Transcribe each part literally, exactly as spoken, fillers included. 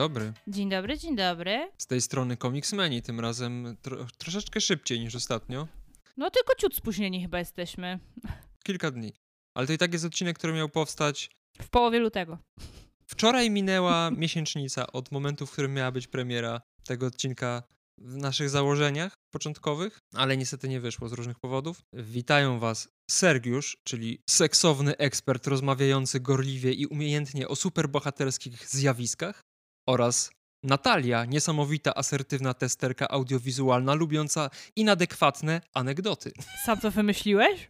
dobry. Dzień dobry, dzień dobry. Z tej strony Comicsmeni, tym razem tro- troszeczkę szybciej niż ostatnio. No tylko ciut spóźnieni chyba jesteśmy. Kilka dni. Ale to i tak jest odcinek, który miał powstać... W połowie lutego. Wczoraj minęła miesięcznica od momentu, w którym miała być premiera tego odcinka w naszych założeniach początkowych, ale niestety nie wyszło z różnych powodów. Witają was Sergiusz, czyli seksowny ekspert rozmawiający gorliwie i umiejętnie o superbohaterskich zjawiskach, oraz Natalia, niesamowita, asertywna testerka audiowizualna, lubiąca inadekwatne anegdoty. Sam to wymyśliłeś?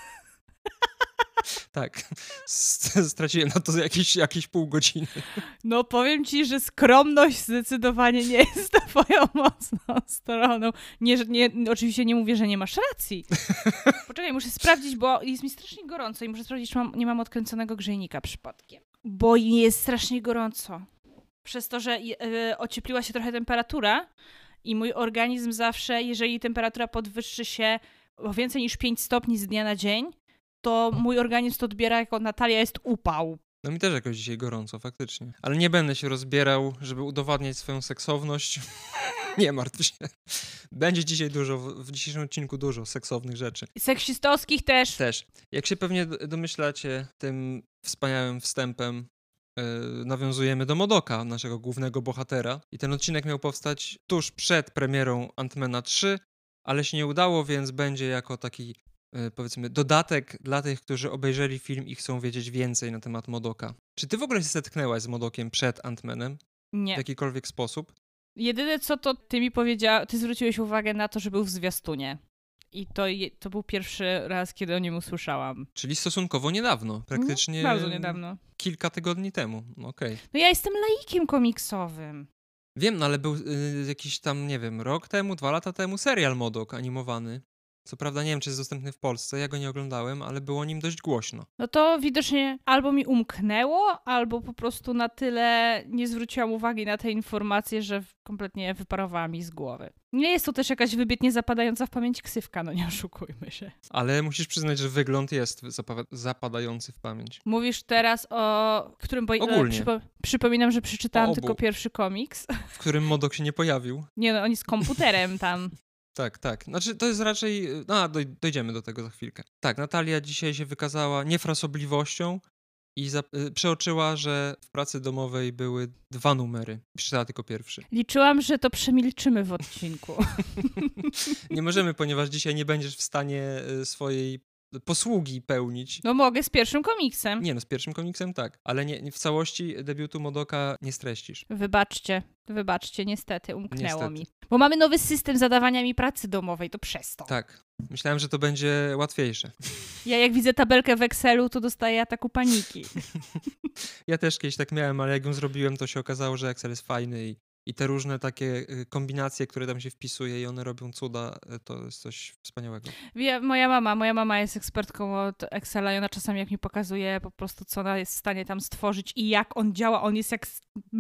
Tak, S- straciłem na to jakieś, jakieś pół godziny. No powiem ci, że skromność zdecydowanie nie jest twoją mocną stroną. Nie, że- nie, oczywiście nie mówię, że nie masz racji. Poczekaj, muszę sprawdzić, bo jest mi strasznie gorąco i muszę sprawdzić, czy mam, nie mam odkręconego grzejnika przypadkiem. Bo jest strasznie gorąco. Przez to, że e, ociepliła się trochę temperatura i mój organizm zawsze, jeżeli temperatura podwyższy się o więcej niż pięć stopni z dnia na dzień, to mój organizm to odbiera jako Natalia jest upał. No mi też jakoś dzisiaj gorąco, faktycznie. Ale nie będę się rozbierał, żeby udowadniać swoją seksowność. Nie martw się. Będzie dzisiaj dużo, w dzisiejszym odcinku dużo seksownych rzeczy. Seksistowskich też. Też. Jak się pewnie d- domyślacie, tym wspaniałym wstępem yy, nawiązujemy do Modoka, naszego głównego bohatera. I ten odcinek miał powstać tuż przed premierą Ant-Mana trzy, ale się nie udało, więc będzie jako taki, yy, powiedzmy, dodatek dla tych, którzy obejrzeli film i chcą wiedzieć więcej na temat Modoka. Czy ty w ogóle się zetknęłaś z Modokiem przed Ant-Manem w Nie. jakikolwiek sposób? Jedyne co to ty mi powiedziałeś, ty zwróciłeś uwagę na to, że był w zwiastunie. I to, je, to był pierwszy raz, kiedy o nim usłyszałam. Czyli stosunkowo niedawno, praktycznie Mhm, bardzo niedawno. kilka tygodni temu. Okej. No ja jestem laikiem komiksowym. Wiem, no ale był y, jakiś tam, nie wiem, rok temu, dwa lata temu serial Modok animowany. Co prawda nie wiem, czy jest dostępny w Polsce, ja go nie oglądałem, ale było o nim dość głośno. No to widocznie albo mi umknęło, albo po prostu na tyle nie zwróciłam uwagi na te informacje, że kompletnie wyparowała mi z głowy. Nie jest to też jakaś wybitnie zapadająca w pamięć ksywka, no nie oszukujmy się. Ale musisz przyznać, że wygląd jest zapa- zapadający w pamięć. Mówisz teraz o którym... Bo, Ogólnie. Przypo, przypominam, że przeczytałam O obu. tylko pierwszy komiks. W którym Modok się nie pojawił. Nie no, oni z komputerem tam. Tak, tak. Znaczy to jest raczej... No, a, doj- dojdziemy do tego za chwilkę. Tak, Natalia dzisiaj się wykazała niefrasobliwością i za- y, przeoczyła, że w pracy domowej były dwa numery. Przeczytała tylko pierwszy. Liczyłam, że to przemilczymy w odcinku. Nie możemy, ponieważ dzisiaj nie będziesz w stanie y, swojej posługi pełnić. No mogę z pierwszym komiksem. Nie no, z pierwszym komiksem tak, ale nie, nie w całości debiutu Modoka nie streścisz. Wybaczcie, wybaczcie, niestety umknęło Niestety. mi. Bo mamy nowy system zadawania mi pracy domowej, to przez to. Tak. Myślałem, że to będzie łatwiejsze. Ja jak widzę tabelkę w Excelu, to dostaję ataku paniki. Ja też kiedyś tak miałem, ale jak ją zrobiłem, to się okazało, że Excel jest fajny i, i te różne takie y, kombinacje, które tam się wpisuje i one robią cuda, y, to jest coś wspaniałego. Wie, moja mama, moja mama jest ekspertką od Excela i ona czasami jak mi pokazuje po prostu, co ona jest w stanie tam stworzyć i jak on działa. On jest jak s-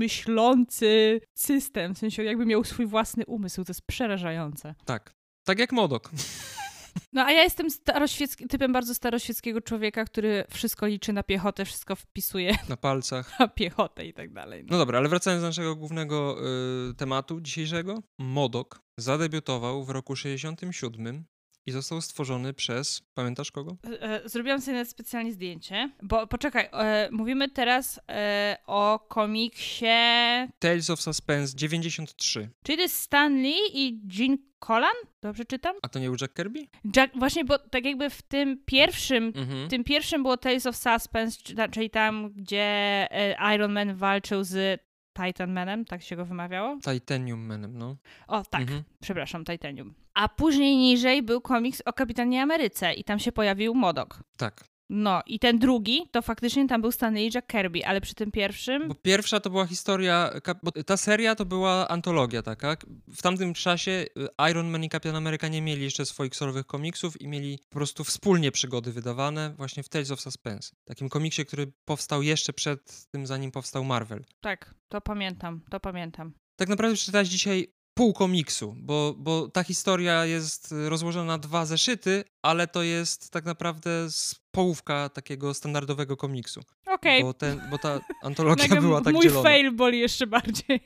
myślący system, w sensie jakby miał swój własny umysł. To jest przerażające. Tak. Tak jak Modok. No a ja jestem staroświecki, typem bardzo staroświeckiego człowieka, który wszystko liczy na piechotę, wszystko wpisuje Na palcach. na piechotę i tak dalej. No dobra, ale wracając do naszego głównego y, tematu dzisiejszego. Modok zadebiutował w roku sześćdziesiątym siódmym i został stworzony przez, pamiętasz kogo? E, Zrobiłam sobie nawet specjalnie zdjęcie, bo poczekaj, e, mówimy teraz e, o komiksie, Tales of Suspense dziewięćdziesiąt trzy. czyli to jest Stan Lee i Gene Colan? Dobrze czytam? A to nie był Jack Kirby? Jack, właśnie, bo tak jakby w tym pierwszym, Mhm. w tym pierwszym było Tales of Suspense, czy- czyli tam, gdzie e, Iron Man walczył z Titan Manem, tak się go wymawiało? Titanium Manem, no. O, tak, Mhm. przepraszam, Titanium. A później niżej był komiks o Kapitanie Ameryce i tam się pojawił Modok. Tak. No i ten drugi, to faktycznie tam był Stan Lee i Jack Kirby, ale przy tym pierwszym... Bo pierwsza to była historia, kap- bo ta seria to była antologia taka. W tamtym czasie y, Iron Man i Kapitan Ameryka nie mieli jeszcze swoich solowych komiksów i mieli po prostu wspólnie przygody wydawane właśnie w Tales of Suspense. Takim komiksie, który powstał jeszcze przed tym, zanim powstał Marvel. Tak, to pamiętam, to pamiętam. Tak naprawdę przeczytałeś dzisiaj pół komiksu, bo, bo ta historia jest rozłożona na dwa zeszyty, ale to jest tak naprawdę z połówka takiego standardowego komiksu. Okej. Bo, ten, bo ta antologia Nagle była tak mój dzielona. fail boli jeszcze bardziej.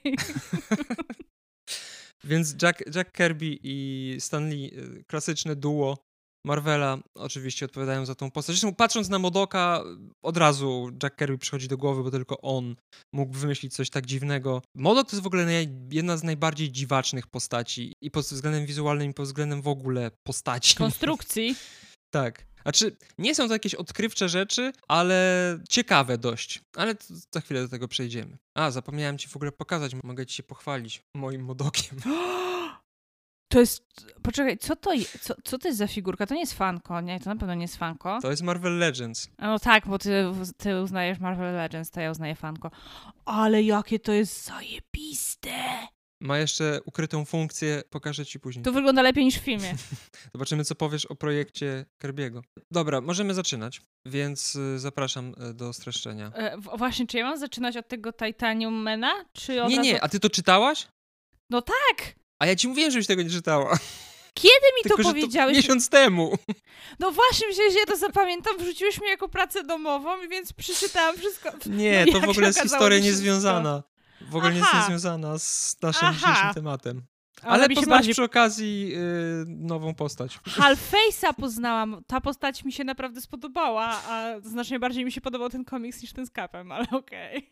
Więc Jack, Jack Kirby i Stan Lee, y, klasyczne duo Marvela, oczywiście odpowiadają za tą postać. Zresztą patrząc na Modoka, od razu Jack Kirby przychodzi do głowy, bo tylko on mógł wymyślić coś tak dziwnego. Modok to jest w ogóle naj, jedna z najbardziej dziwacznych postaci i pod względem wizualnym, i pod względem w ogóle postaci. Konstrukcji. Tak. Znaczy, nie są to jakieś odkrywcze rzeczy, ale ciekawe dość. Ale to, za chwilę do tego przejdziemy. A, zapomniałem ci w ogóle pokazać, mogę ci się pochwalić moim Modokiem. To jest... Poczekaj, co to, je, co, co to jest za figurka? To nie jest Funko, nie? To na pewno nie jest Funko. To jest Marvel Legends. A no tak, bo ty, ty uznajesz Marvel Legends, to ja uznaję Funko. Ale jakie to jest zajebiste! Ma jeszcze ukrytą funkcję, pokażę ci później. To wygląda lepiej niż w filmie. Zobaczymy, co powiesz o projekcie Kirby'ego. Dobra, możemy zaczynać, więc y, zapraszam y, do streszczenia. E, w- właśnie, czy ja mam zaczynać od tego Titanium Mana? Czy od Nie, razu... nie, a ty to czytałaś? No tak! A ja ci mówiłem, żebyś tego nie czytała. Kiedy mi Tylko, to że powiedziałeś? To miesiąc temu. No właśnie, myślałem, że ja to zapamiętam, wrzuciłeś mi jako pracę domową, więc przeczytałam wszystko. Nie, No, to w jak ogóle jest okazało historia mi się niezwiązana. W ogóle nie jest Aha. niezwiązana z naszym Aha. dzisiejszym tematem. Ona Ale mi się poznasz bardziej... przy okazji y, nową postać. Half-Face'a poznałam. Ta postać mi się naprawdę spodobała, a znacznie bardziej mi się podobał ten komiks niż ten z Capem, ale okej.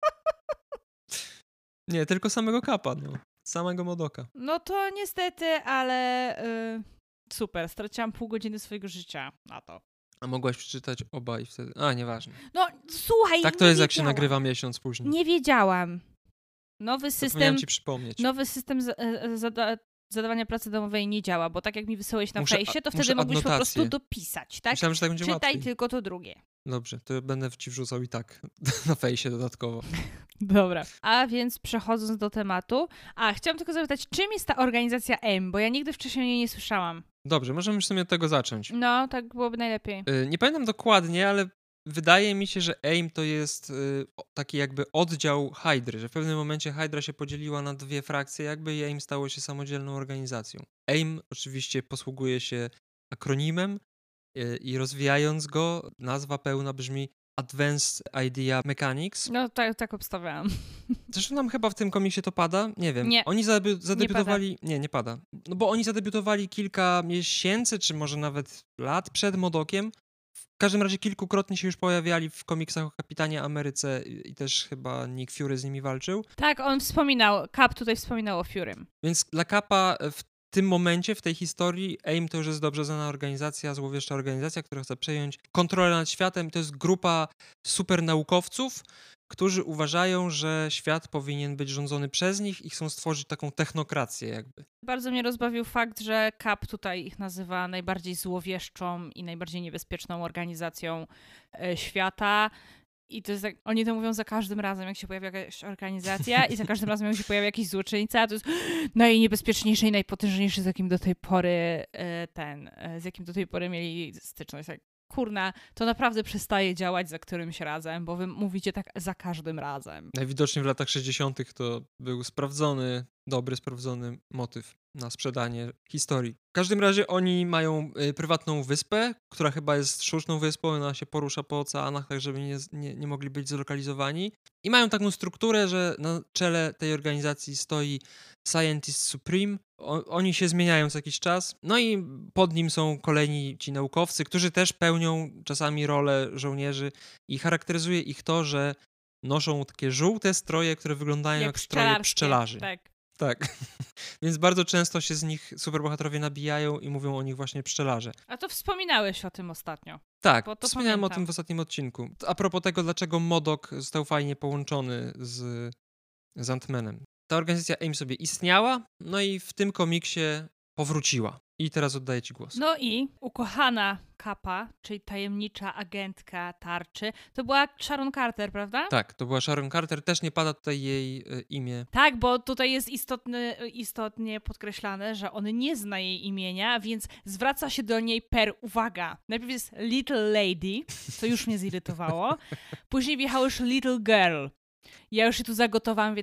Nie, tylko samego Kapa, no. Samego Modoka. No to niestety, ale y, super. Straciłam pół godziny swojego życia na to. A mogłaś przeczytać oba i wtedy... A, nieważne. No słuchaj, Tak to nie jest, jak się wiedziałam. nagrywa miesiąc później. Nie wiedziałam. Nowy Zapomniałem system, ci przypomnieć. nowy system z, e, zada, zadawania pracy domowej nie działa, bo tak jak mi wysyłałeś na Muszę- fejsie, to muszę wtedy mógłbyś po prostu adnotację. dopisać, tak? Myślałem, że tak będzie Czytaj łatwiej. tylko to drugie. Dobrze, to będę ci wrzucał i tak na fejsie dodatkowo. Dobra. A więc przechodząc do tematu. A, chciałam tylko zapytać, czym jest ta organizacja M? Bo ja nigdy wcześniej o niej nie słyszałam. Dobrze, możemy już sobie od tego zacząć. No, tak byłoby najlepiej. Y, Nie pamiętam dokładnie, ale wydaje mi się, że AIM to jest y, o- taki jakby oddział Hydry, że w pewnym momencie Hydra się podzieliła na dwie frakcje jakby i AIM stało się samodzielną organizacją. AIM oczywiście posługuje się akronimem y, i rozwijając go, nazwa pełna brzmi Advanced Idea Mechanics. No, tak, tak obstawiałam. Zresztą nam chyba w tym komiksie to pada? Nie wiem. Nie. Oni zadebi- zadebiutowali... Nie, nie pada. No bo oni zadebiutowali kilka miesięcy, czy może nawet lat przed Modokiem. W każdym razie kilkukrotnie się już pojawiali w komiksach o Kapitanie Ameryce i i też chyba Nick Fury z nimi walczył. Tak, on wspominał, Cap tutaj wspominał o Furym. Więc dla Kapa w tym momencie, w tej historii, AIM to już jest dobrze znana organizacja, złowieszcza organizacja, która chce przejąć kontrolę nad światem. To jest grupa supernaukowców, którzy uważają, że świat powinien być rządzony przez nich i chcą stworzyć taką technokrację jakby. Bardzo mnie rozbawił fakt, że Cap tutaj ich nazywa najbardziej złowieszczą i najbardziej niebezpieczną organizacją e, świata. I to jest tak, oni to mówią za każdym razem, jak się pojawia jakaś organizacja i za każdym razem, jak się pojawia jakiś złoczyńca, to jest najniebezpieczniejszy i najpotężniejszy, z jakim do tej pory e, ten, e, z jakim do tej pory mieli styczność. Tak, kurna, to naprawdę przestaje działać za którymś razem, bo wy mówicie tak za każdym razem. Najwidoczniej w latach sześćdziesiątych to był sprawdzony, dobry, sprawdzony motyw na sprzedanie historii. W każdym razie oni mają y, prywatną wyspę, która chyba jest sztuczną wyspą, ona się porusza po oceanach, tak żeby nie, z- nie, nie mogli być zlokalizowani. I mają taką strukturę, że na czele tej organizacji stoi Scientist Supreme. O, oni się zmieniają co jakiś czas. No i pod nim są kolejni ci naukowcy, którzy też pełnią czasami rolę żołnierzy i charakteryzuje ich to, że noszą takie żółte stroje, które wyglądają jak, stroje pszczelarskie, pszczelarzy. Tak. Tak. Więc bardzo często się z nich superbohaterowie nabijają i mówią o nich właśnie pszczelarze. A to wspominałeś o tym ostatnio. Tak, Bo to wspomniałem o pamiętam. tym w ostatnim odcinku. A propos tego, dlaczego Modok został fajnie połączony z, z Ant-Manem. Ta organizacja AIM sobie istniała, no i w tym komiksie powróciła. I teraz oddaję ci głos. No i ukochana Kapa, czyli tajemnicza agentka tarczy, to była Sharon Carter, prawda? Tak, to była Sharon Carter, też nie pada tutaj jej y, imię. Tak, bo tutaj jest istotny, istotnie podkreślane, że on nie zna jej imienia, więc zwraca się do niej per, uwaga, najpierw jest Little Lady, co już mnie zirytowało, później wjechało już Little Girl. Ja już się tu zagotowałam, wie tak,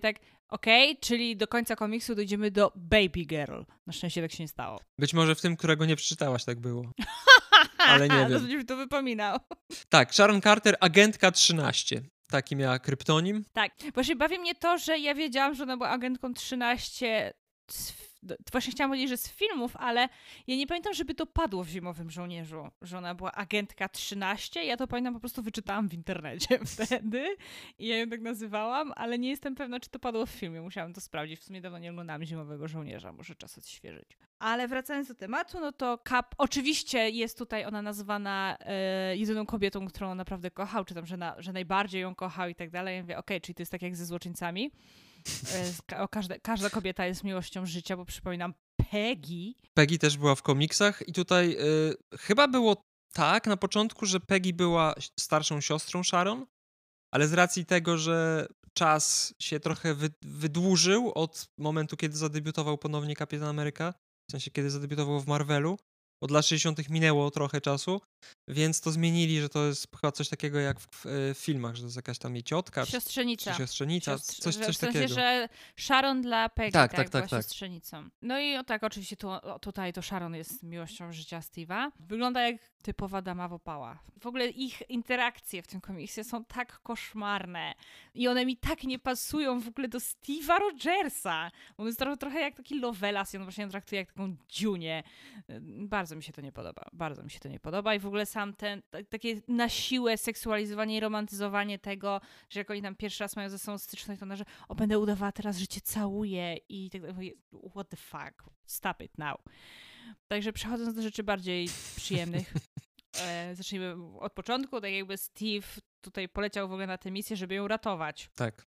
Okej, okay? Czyli do końca komiksu dojdziemy do Baby Girl. Na szczęście tak się nie stało. Być może w tym, którego nie przeczytałaś, tak było. Ale nie wiem. To będziesz mi to wypominał. Tak, Sharon Carter, agentka trzynaście. Taki miała kryptonim. Tak, właśnie bawi mnie to, że ja wiedziałam, że ona była agentką trzynaście. Właśnie chciałam powiedzieć, że z filmów, ale ja nie pamiętam, żeby to padło w Zimowym Żołnierzu, że ona była agentka trzynaście. Ja to pamiętam, po prostu wyczytałam w internecie wtedy i ja ją tak nazywałam, ale nie jestem pewna, czy to padło w filmie. Musiałam to sprawdzić. W sumie dawno nie oglądałam Zimowego Żołnierza, może czas odświeżyć. Ale wracając do tematu, no to Cap, oczywiście jest tutaj ona nazywana e, jedyną kobietą, którą on naprawdę kochał, czy tam, że, na, że najbardziej ją kochał i tak dalej. Ja mówię, okej, okay, czyli to jest tak jak ze złoczyńcami. O, każde, każda kobieta jest miłością życia, bo przypominam, Peggy. Peggy też była w komiksach i tutaj y, chyba było tak na początku, że Peggy była starszą siostrą Sharon, ale z racji tego, że czas się trochę wy, wydłużył od momentu, kiedy zadebiutował ponownie Kapitan Ameryka, w sensie kiedy zadebiutował w Marvelu, od lat sześćdziesiątych minęło trochę czasu, więc to zmienili, że to jest chyba coś takiego jak w, w filmach, że to jest jakaś tam jej ciotka. Siostrzenica. Czy siostrzenica, Siostr- coś, coś w sensie, takiego. że Sharon dla Peggy, tak, tak, tak, była tak, tak. siostrzenicą. No i o, tak, oczywiście tu, o, tutaj to Sharon jest miłością życia Steve'a. Wygląda jak typowa dama w opałach. W ogóle ich interakcje w tym komiksie są tak koszmarne i one mi tak nie pasują w ogóle do Steve'a Rogersa. On jest trochę, trochę jak taki Lovelas i on właśnie ją traktuje jak taką dziunię. Bardzo mi się to nie podoba. Bardzo mi się to nie podoba i w ogóle sam ten, t- takie na siłę seksualizowanie i romantyzowanie tego, że jak oni tam pierwszy raz mają ze sobą styczność, to ona, że o, będę udawała teraz, że cię całuję i tak dalej. What the fuck? Stop it now. Także przechodząc do rzeczy bardziej przyjemnych, e, zacznijmy od początku, tak jakby Steve tutaj poleciał w ogóle na tę misję, żeby ją ratować. Tak.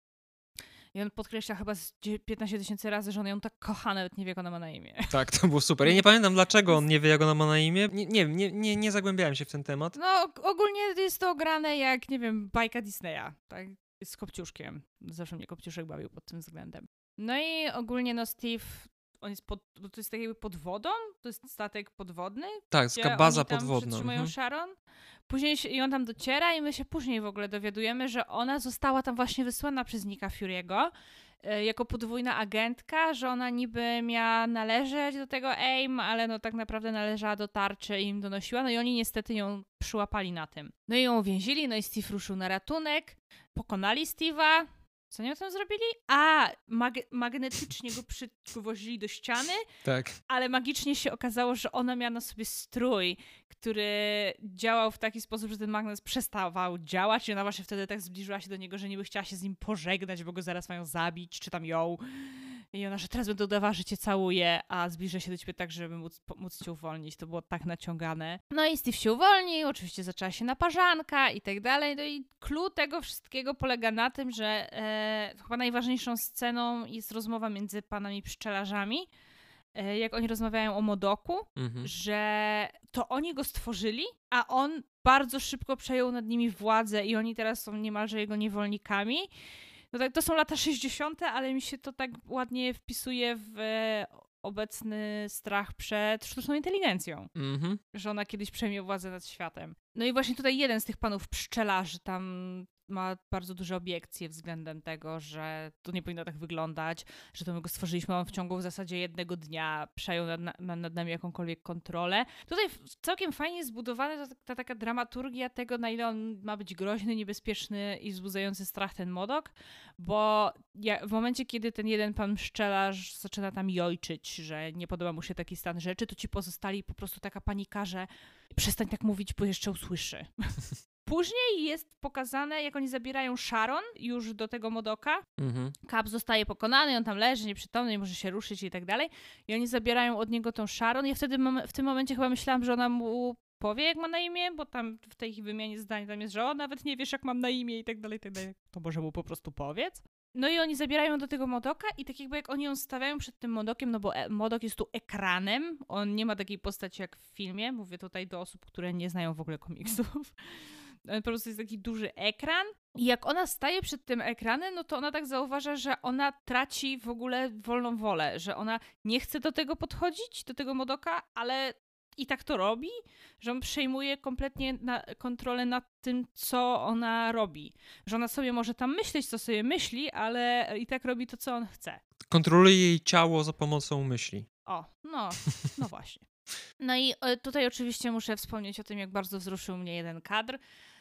I on podkreśla chyba z piętnaście tysięcy razy, że on ją tak kocha, nawet nie wie, jak ona ma na imię. Tak, to było super. Ja nie pamiętam, dlaczego on nie wie, jak ona ma na imię. Nie, nie wiem, nie, nie, nie zagłębiałem się w ten temat. No, ogólnie jest to grane jak, nie wiem, bajka Disneya, tak? Z Kopciuszkiem. Zawsze mnie Kopciuszek bawił pod tym względem. No i ogólnie, no, Steve, on jest pod, bo to jest tak jakby pod wodą, to jest statek podwodny. Tak, taka baza oni tam podwodna. Przytrzymują Mhm. Sharon. Później się, i on tam dociera i my się później w ogóle dowiadujemy, że ona została tam właśnie wysłana przez Nicka Fury'ego e, jako podwójna agentka, że ona niby miała należeć do tego A I M, ale no tak naprawdę należała do tarczy i im donosiła, no i oni niestety ją przyłapali na tym. No i ją uwięzili, no i Steve ruszył na ratunek, pokonali Steve'a. Co oni tam zrobili? A, mag- magnetycznie go przywozili do ściany, Tak. ale magicznie się okazało, że ona miała na sobie strój, który działał w taki sposób, że ten magnes przestawał działać i ona właśnie wtedy tak zbliżyła się do niego, że niby chciała się z nim pożegnać, bo go zaraz mają zabić, czy tam ją. I ona, że teraz będę udawała, że cię całuję, a zbliżę się do ciebie tak, żeby móc, móc cię uwolnić. To było tak naciągane. No i Steve się uwolnił, oczywiście zaczęła się naparzanka i tak dalej. No i clue tego wszystkiego polega na tym, że e, chyba najważniejszą sceną jest rozmowa między panami pszczelarzami, e, jak oni rozmawiają o Modoku, Mhm. że to oni go stworzyli, a on bardzo szybko przejął nad nimi władzę i oni teraz są niemalże jego niewolnikami. No tak, to są lata sześćdziesiąte, ale mi się to tak ładnie wpisuje w obecny strach przed sztuczną inteligencją. Mhm. Że ona kiedyś przejmie władzę nad światem. No i właśnie tutaj jeden z tych panów pszczelarzy tam ma bardzo duże obiekcje względem tego, że to nie powinno tak wyglądać, że to my go stworzyliśmy, on w ciągu w zasadzie jednego dnia przejął nad, nad nami jakąkolwiek kontrolę. Tutaj całkiem fajnie zbudowana ta, ta taka dramaturgia tego, na ile on ma być groźny, niebezpieczny i wzbudzający strach ten Modok, bo ja, w momencie, kiedy ten jeden pan pszczelarz zaczyna tam jojczyć, że nie podoba mu się taki stan rzeczy, to ci pozostali po prostu taka panika, że przestań tak mówić, bo jeszcze usłyszy. Później jest pokazane, jak oni zabierają Sharon już do tego Modoka. Mhm. Cap zostaje pokonany, on tam leży, nieprzytomny, nie może się ruszyć i tak dalej. I oni zabierają od niego tą Sharon. Ja wtedy w tym momencie chyba myślałam, że ona mu powie, jak ma na imię, bo tam w tej wymianie zdań tam jest, że o, nawet nie wiesz, jak mam na imię i tak dalej, i tak dalej. To może mu po prostu powiedz. No i oni zabierają do tego Modoka i tak jakby jak oni ją stawiają przed tym Modokiem, no bo e- Modok jest tu ekranem, on nie ma takiej postaci jak w filmie, mówię tutaj do osób, które nie znają w ogóle komiksów. Po prostu jest taki duży ekran i jak ona staje przed tym ekranem, no to ona tak zauważa, że ona traci w ogóle wolną wolę, że ona nie chce do tego podchodzić, do tego Modoka, ale i tak to robi, że on przejmuje kompletnie na, kontrolę nad tym, co ona robi. Że ona sobie może tam myśleć, co sobie myśli, ale i tak robi to, co on chce. Kontroluje jej ciało za pomocą myśli. O, no, no właśnie. No i tutaj oczywiście muszę wspomnieć o tym, jak bardzo wzruszył mnie jeden kadr,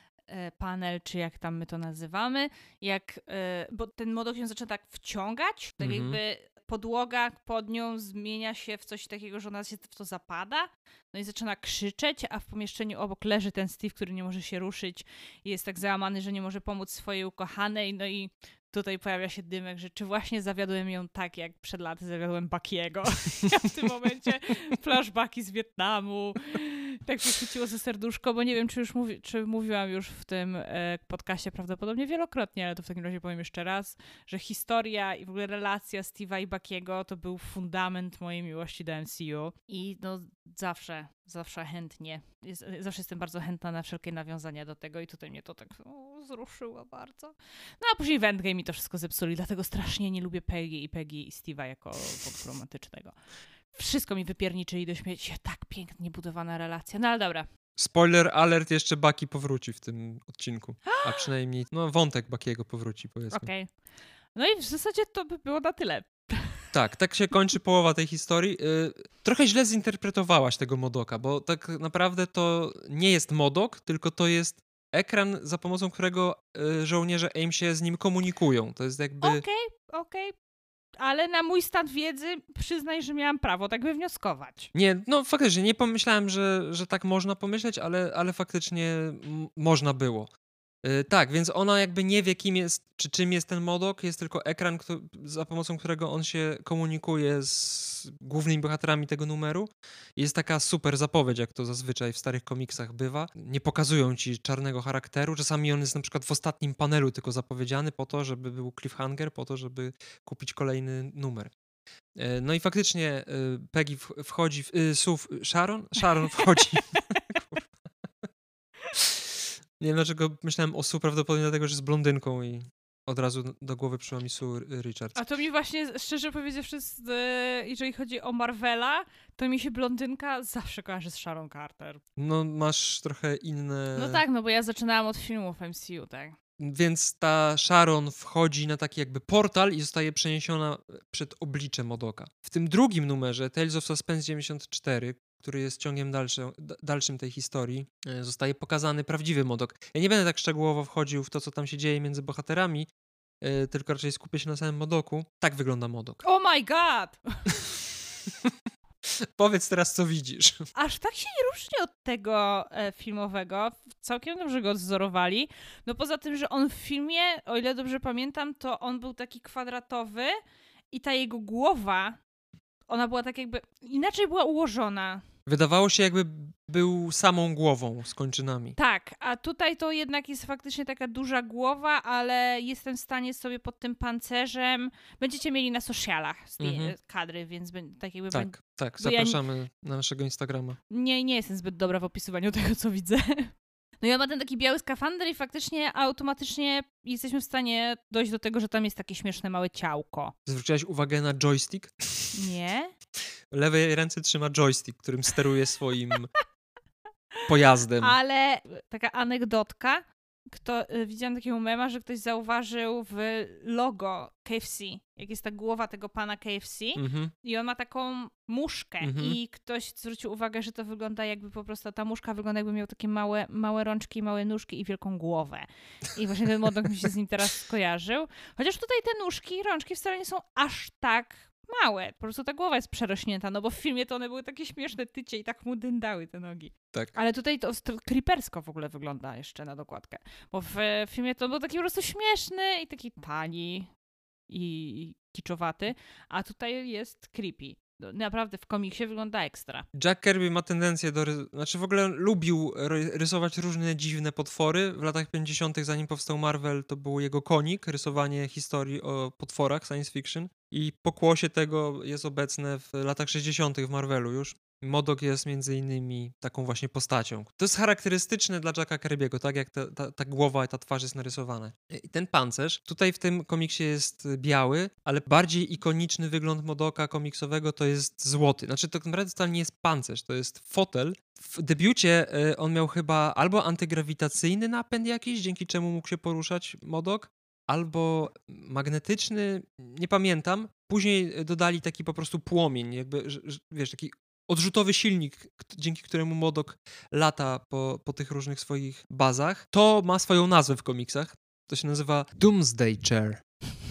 panel, czy jak tam my to nazywamy, jak, bo ten MODOK ją zaczyna tak wciągać, tak Mhm. jakby podłoga pod nią zmienia się w coś takiego, że ona się w to zapada, no i zaczyna krzyczeć, a w pomieszczeniu obok leży ten Steve, który nie może się ruszyć i jest tak załamany, że nie może pomóc swojej ukochanej, no i tutaj pojawia się dymek, że czy właśnie zawiodłem ją tak, jak przed laty zawiodłem Bucky'ego. Ja w tym momencie flashbacki z Wietnamu. Tak mnie chwyciło ze serduszko, bo nie wiem, czy już mówi, czy mówiłam już w tym e, podcaście prawdopodobnie wielokrotnie, ale to w takim razie powiem jeszcze raz, że historia i w ogóle relacja Steve'a i Bucky'ego to był fundament mojej miłości do M C U. I no zawsze, zawsze chętnie, jest, zawsze jestem bardzo chętna na wszelkie nawiązania do tego i tutaj mnie to tak o, wzruszyło bardzo. No a później w Endgame mi to wszystko zepsuli, dlatego strasznie nie lubię Peggy i Peggy i Steve'a jako romantycznego. Wszystko mi wypierniczyli do śmierci. Tak pięknie budowana relacja. No ale dobra. Spoiler alert, jeszcze Bucky powróci w tym odcinku. A przynajmniej, no wątek Bucky'ego powróci, powiedzmy. Okej. Okay. No i w zasadzie to by było na tyle. Tak, tak się kończy połowa tej historii. Yy, trochę źle zinterpretowałaś tego MODOKa, bo tak naprawdę to nie jest MODOK, tylko to jest ekran, za pomocą którego y, żołnierze A I M się z nim komunikują. To jest jakby... Okej, okay, okej. Okay. Ale na mój stan wiedzy przyznaj, że miałam prawo tak wywnioskować. Nie, no faktycznie, nie pomyślałem, że, że tak można pomyśleć, ale, ale faktycznie m- można było. Yy, tak, więc ona jakby nie wie, kim jest, czy czym jest ten MODOK, jest tylko ekran, kto, za pomocą którego on się komunikuje z głównymi bohaterami tego numeru. Jest taka super zapowiedź, jak to zazwyczaj w starych komiksach bywa. Nie pokazują ci czarnego charakteru, czasami on jest na przykład w ostatnim panelu tylko zapowiedziany po to, żeby był cliffhanger, po to, żeby kupić kolejny numer. Yy, no i faktycznie yy, Peggy w, wchodzi, w, yy, Sue, Sharon? Sharon wchodzi... Nie wiem, dlaczego myślałem o Sue, prawdopodobnie dlatego, że jest blondynką i od razu do głowy przyszła mi Sue Richards. A to mi właśnie, szczerze powiedziawszy, jeżeli chodzi o Marvela, to mi się blondynka zawsze kojarzy z Sharon Carter. No, masz trochę inne... No tak, no bo ja zaczynałam od filmów M C U, tak. Więc ta Sharon wchodzi na taki jakby portal i zostaje przeniesiona przed oblicze MODOKa. W tym drugim numerze, Tales of Suspense dziewięćdziesiąt cztery, który jest ciągiem dalszym, dalszym tej historii, zostaje pokazany prawdziwy MODOK. Ja nie będę tak szczegółowo wchodził w to, co tam się dzieje między bohaterami, tylko raczej skupię się na samym MODOKu. Tak wygląda MODOK. Oh my god! Powiedz teraz, co widzisz. Aż tak się nie różni od tego e, filmowego. Całkiem dobrze go odzorowali. No poza tym, że on w filmie, o ile dobrze pamiętam, to on był taki kwadratowy i ta jego głowa, ona była tak jakby, inaczej była ułożona. Wydawało się, jakby był samą głową z kończynami. Tak, a tutaj to jednak jest faktycznie taka duża głowa, ale jestem w stanie sobie pod tym pancerzem... Będziecie mieli na socialach mm-hmm. kadry, więc tak jakby... Tak, będę... tak, zapraszamy ja na naszego Instagrama. Nie, nie jestem zbyt dobra w opisywaniu tego, co widzę. No i on ma ten taki biały skafander i faktycznie automatycznie jesteśmy w stanie dojść do tego, że tam jest takie śmieszne małe ciałko. Zwróciłaś uwagę na joystick? Nie. W lewej ręce trzyma joystick, którym steruje swoim pojazdem. Ale taka anegdotka, kto, widziałam takiego mema, że ktoś zauważył w logo K F C, jak jest ta głowa tego pana K F C mm-hmm. i on ma taką muszkę mm-hmm. i ktoś zwrócił uwagę, że to wygląda jakby po prostu, ta muszka wygląda jakby miał takie małe, małe rączki, małe nóżki i wielką głowę. I właśnie ten MODOK mi się z nim teraz skojarzył. Chociaż tutaj te nóżki i rączki wcale nie są aż tak małe. Po prostu ta głowa jest przerośnięta, no bo w filmie to one były takie śmieszne tycie i tak mu dyndały te nogi. Tak. Ale tutaj to, to creepersko w ogóle wygląda jeszcze na dokładkę. Bo w filmie to był taki po prostu śmieszny i taki tani i kiczowaty, a tutaj jest creepy. Naprawdę w komiksie wygląda ekstra. Jack Kirby ma tendencję do... Rys- znaczy w ogóle lubił rysować różne dziwne potwory. W latach pięćdziesiątych, zanim powstał Marvel, to był jego konik, rysowanie historii o potworach science fiction. I pokłosie tego jest obecne w latach sześćdziesiątych w Marvelu już. MODOK jest między innymi taką właśnie postacią. To jest charakterystyczne dla Jacka Kirby'ego, tak jak ta, ta, ta głowa i ta twarz jest narysowane. I ten pancerz, tutaj w tym komiksie jest biały, ale bardziej ikoniczny wygląd MODOKa komiksowego to jest złoty. Znaczy to naprawdę wcale nie jest pancerz, to jest fotel. W debiucie y, on miał chyba albo antygrawitacyjny napęd jakiś, dzięki czemu mógł się poruszać MODOK, albo magnetyczny, nie pamiętam. Później dodali taki po prostu płomień, jakby, że, że, wiesz, taki odrzutowy silnik, k- dzięki któremu MODOK lata po, po tych różnych swoich bazach. To ma swoją nazwę w komiksach. To się nazywa Doomsday Chair.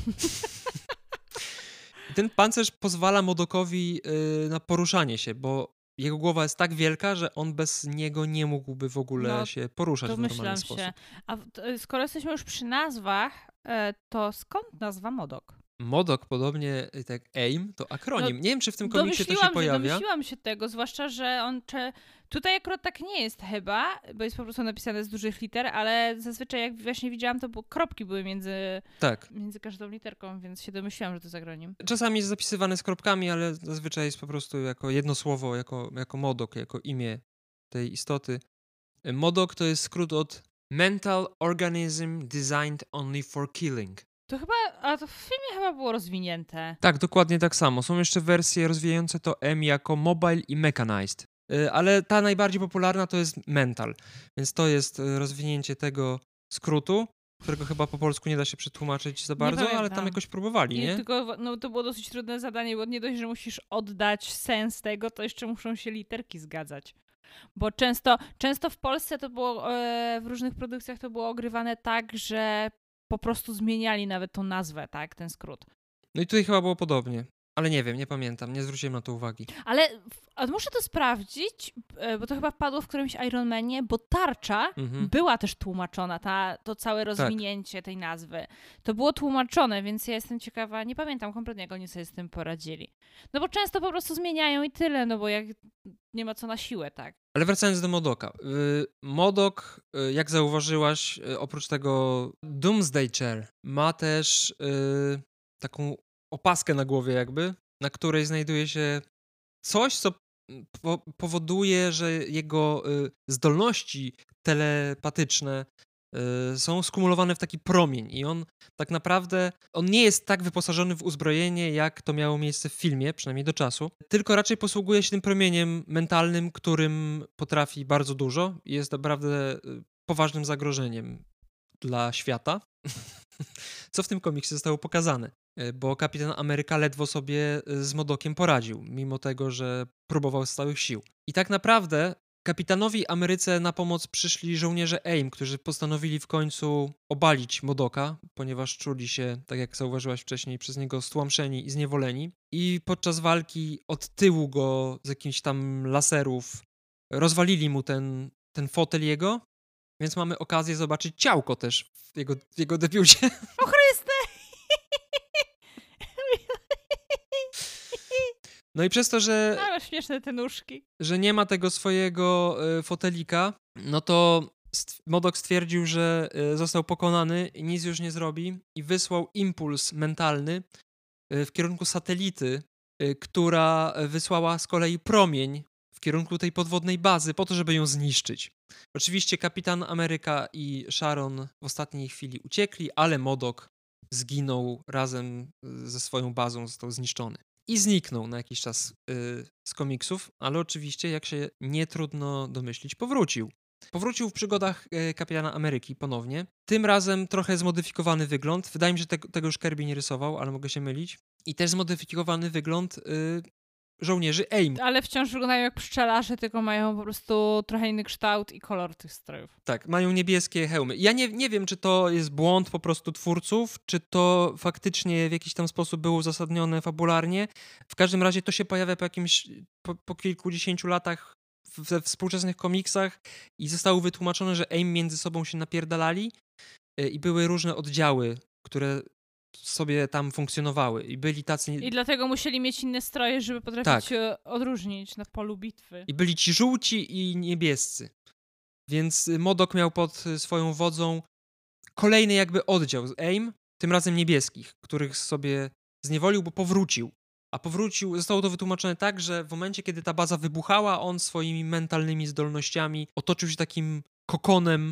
I ten pancerz pozwala MODOKowi y, na poruszanie się, bo jego głowa jest tak wielka, że on bez niego nie mógłby w ogóle No, się poruszać w normalny Domyślam sposób. się. A w- to, skoro jesteśmy już przy nazwach, e, to skąd nazwa MODOK? MODOK, podobnie jak AIM, to akronim. No, nie wiem, czy w tym komiksie to się Domyśliłam pojawia. domyśliłam się tego, zwłaszcza, że on... Cze... Tutaj akurat tak nie jest chyba, bo jest po prostu napisane z dużych liter, ale zazwyczaj jak właśnie widziałam, to było, kropki były między, Tak. między każdą literką, więc się domyśliłam, że to jest akronim. Czasami jest zapisywane z kropkami, ale zazwyczaj jest po prostu jako jedno słowo, jako, jako MODOK, jako imię tej istoty. MODOK to jest skrót od Mental Organism Designed Only for Killing. To chyba, a to w filmie chyba było rozwinięte. Tak, dokładnie tak samo. Są jeszcze wersje rozwijające to M jako Mobile i Mechanized. Y, Ale ta najbardziej popularna to jest Mental, więc to jest y, rozwinięcie tego skrótu, którego chyba po polsku nie da się przetłumaczyć za bardzo, ale pamiętam. tam jakoś próbowali, I nie? tylko, no to było dosyć trudne zadanie, bo nie dość, że musisz oddać sens tego, to jeszcze muszą się literki zgadzać. Bo często, często w Polsce to było, e, w różnych produkcjach to było ogrywane tak, że po prostu zmieniali nawet tą nazwę, tak, ten skrót. No i tutaj chyba było podobnie, ale nie wiem, nie pamiętam, nie zwróciłem na to uwagi. Ale w- a muszę to sprawdzić, e, bo to chyba padło w którymś Iron Manie, bo tarcza Mhm. była też tłumaczona, ta, to całe rozwinięcie tej nazwy. To było tłumaczone, więc ja jestem ciekawa, nie pamiętam kompletnie, jak oni sobie z tym poradzili. No bo często po prostu zmieniają i tyle, no bo jak nie ma co na siłę, tak. Ale wracając do MODOKa. Y, MODOK, y, jak zauważyłaś, y, oprócz tego Doomsday Chair, ma też y, taką opaskę na głowie jakby, na której znajduje się coś, co po powoduje, że jego y, zdolności telepatyczne y, są skumulowane w taki promień i on tak naprawdę, on nie jest tak wyposażony w uzbrojenie, jak to miało miejsce w filmie, przynajmniej do czasu, tylko raczej posługuje się tym promieniem mentalnym, którym potrafi bardzo dużo i jest naprawdę y, poważnym zagrożeniem dla świata, co w tym komiksie zostało pokazane, y, bo Kapitan Ameryka ledwo sobie y, z MODOKiem poradził, mimo tego, że próbował z całych sił. I tak naprawdę Kapitanowi Ameryce na pomoc przyszli żołnierze AIM, którzy postanowili w końcu obalić MODOKa, ponieważ czuli się, tak jak zauważyłaś wcześniej, przez niego stłamszeni i zniewoleni. I podczas walki od tyłu go z jakichś tam laserów rozwalili mu ten, ten fotel jego, więc mamy okazję zobaczyć ciałko też w jego, w jego debiucie. O Chryste! No i przez to, że Ale śmieszne te nóżki. że nie ma tego swojego y, fotelika, no to st- MODOK stwierdził, że y, został pokonany i nic już nie zrobi i wysłał impuls mentalny y, w kierunku satelity, y, która wysłała z kolei promień w kierunku tej podwodnej bazy po to, żeby ją zniszczyć. Oczywiście Kapitan Ameryka i Sharon w ostatniej chwili uciekli, ale MODOK zginął razem y, ze swoją bazą, został zniszczony. I zniknął na jakiś czas y, z komiksów, ale oczywiście, jak się nie trudno domyślić, powrócił. Powrócił w przygodach y, Kapitana Ameryki ponownie. Tym razem trochę zmodyfikowany wygląd. Wydaje mi się, że te, tego już Kirby nie rysował, ale mogę się mylić. I też zmodyfikowany wygląd y, żołnierzy AIM. Ale wciąż wyglądają jak pszczelarze, tylko mają po prostu trochę inny kształt i kolor tych strojów. Tak, mają niebieskie hełmy. Ja nie, nie wiem, czy to jest błąd po prostu twórców, czy to faktycznie w jakiś tam sposób było uzasadnione fabularnie. W każdym razie to się pojawia po jakimś, po, po kilkudziesięciu latach we współczesnych komiksach i zostało wytłumaczone, że AIM między sobą się napierdalali y, i były różne oddziały, które sobie tam funkcjonowały i byli tacy... I dlatego musieli mieć inne stroje, żeby potrafić Tak. się odróżnić na polu bitwy. I byli ci żółci i niebiescy. Więc MODOK miał pod swoją wodzą kolejny jakby oddział z AIM, tym razem niebieskich, których sobie zniewolił, bo powrócił. a powrócił, zostało to wytłumaczone tak, że w momencie, kiedy ta baza wybuchała, on swoimi mentalnymi zdolnościami otoczył się takim kokonem,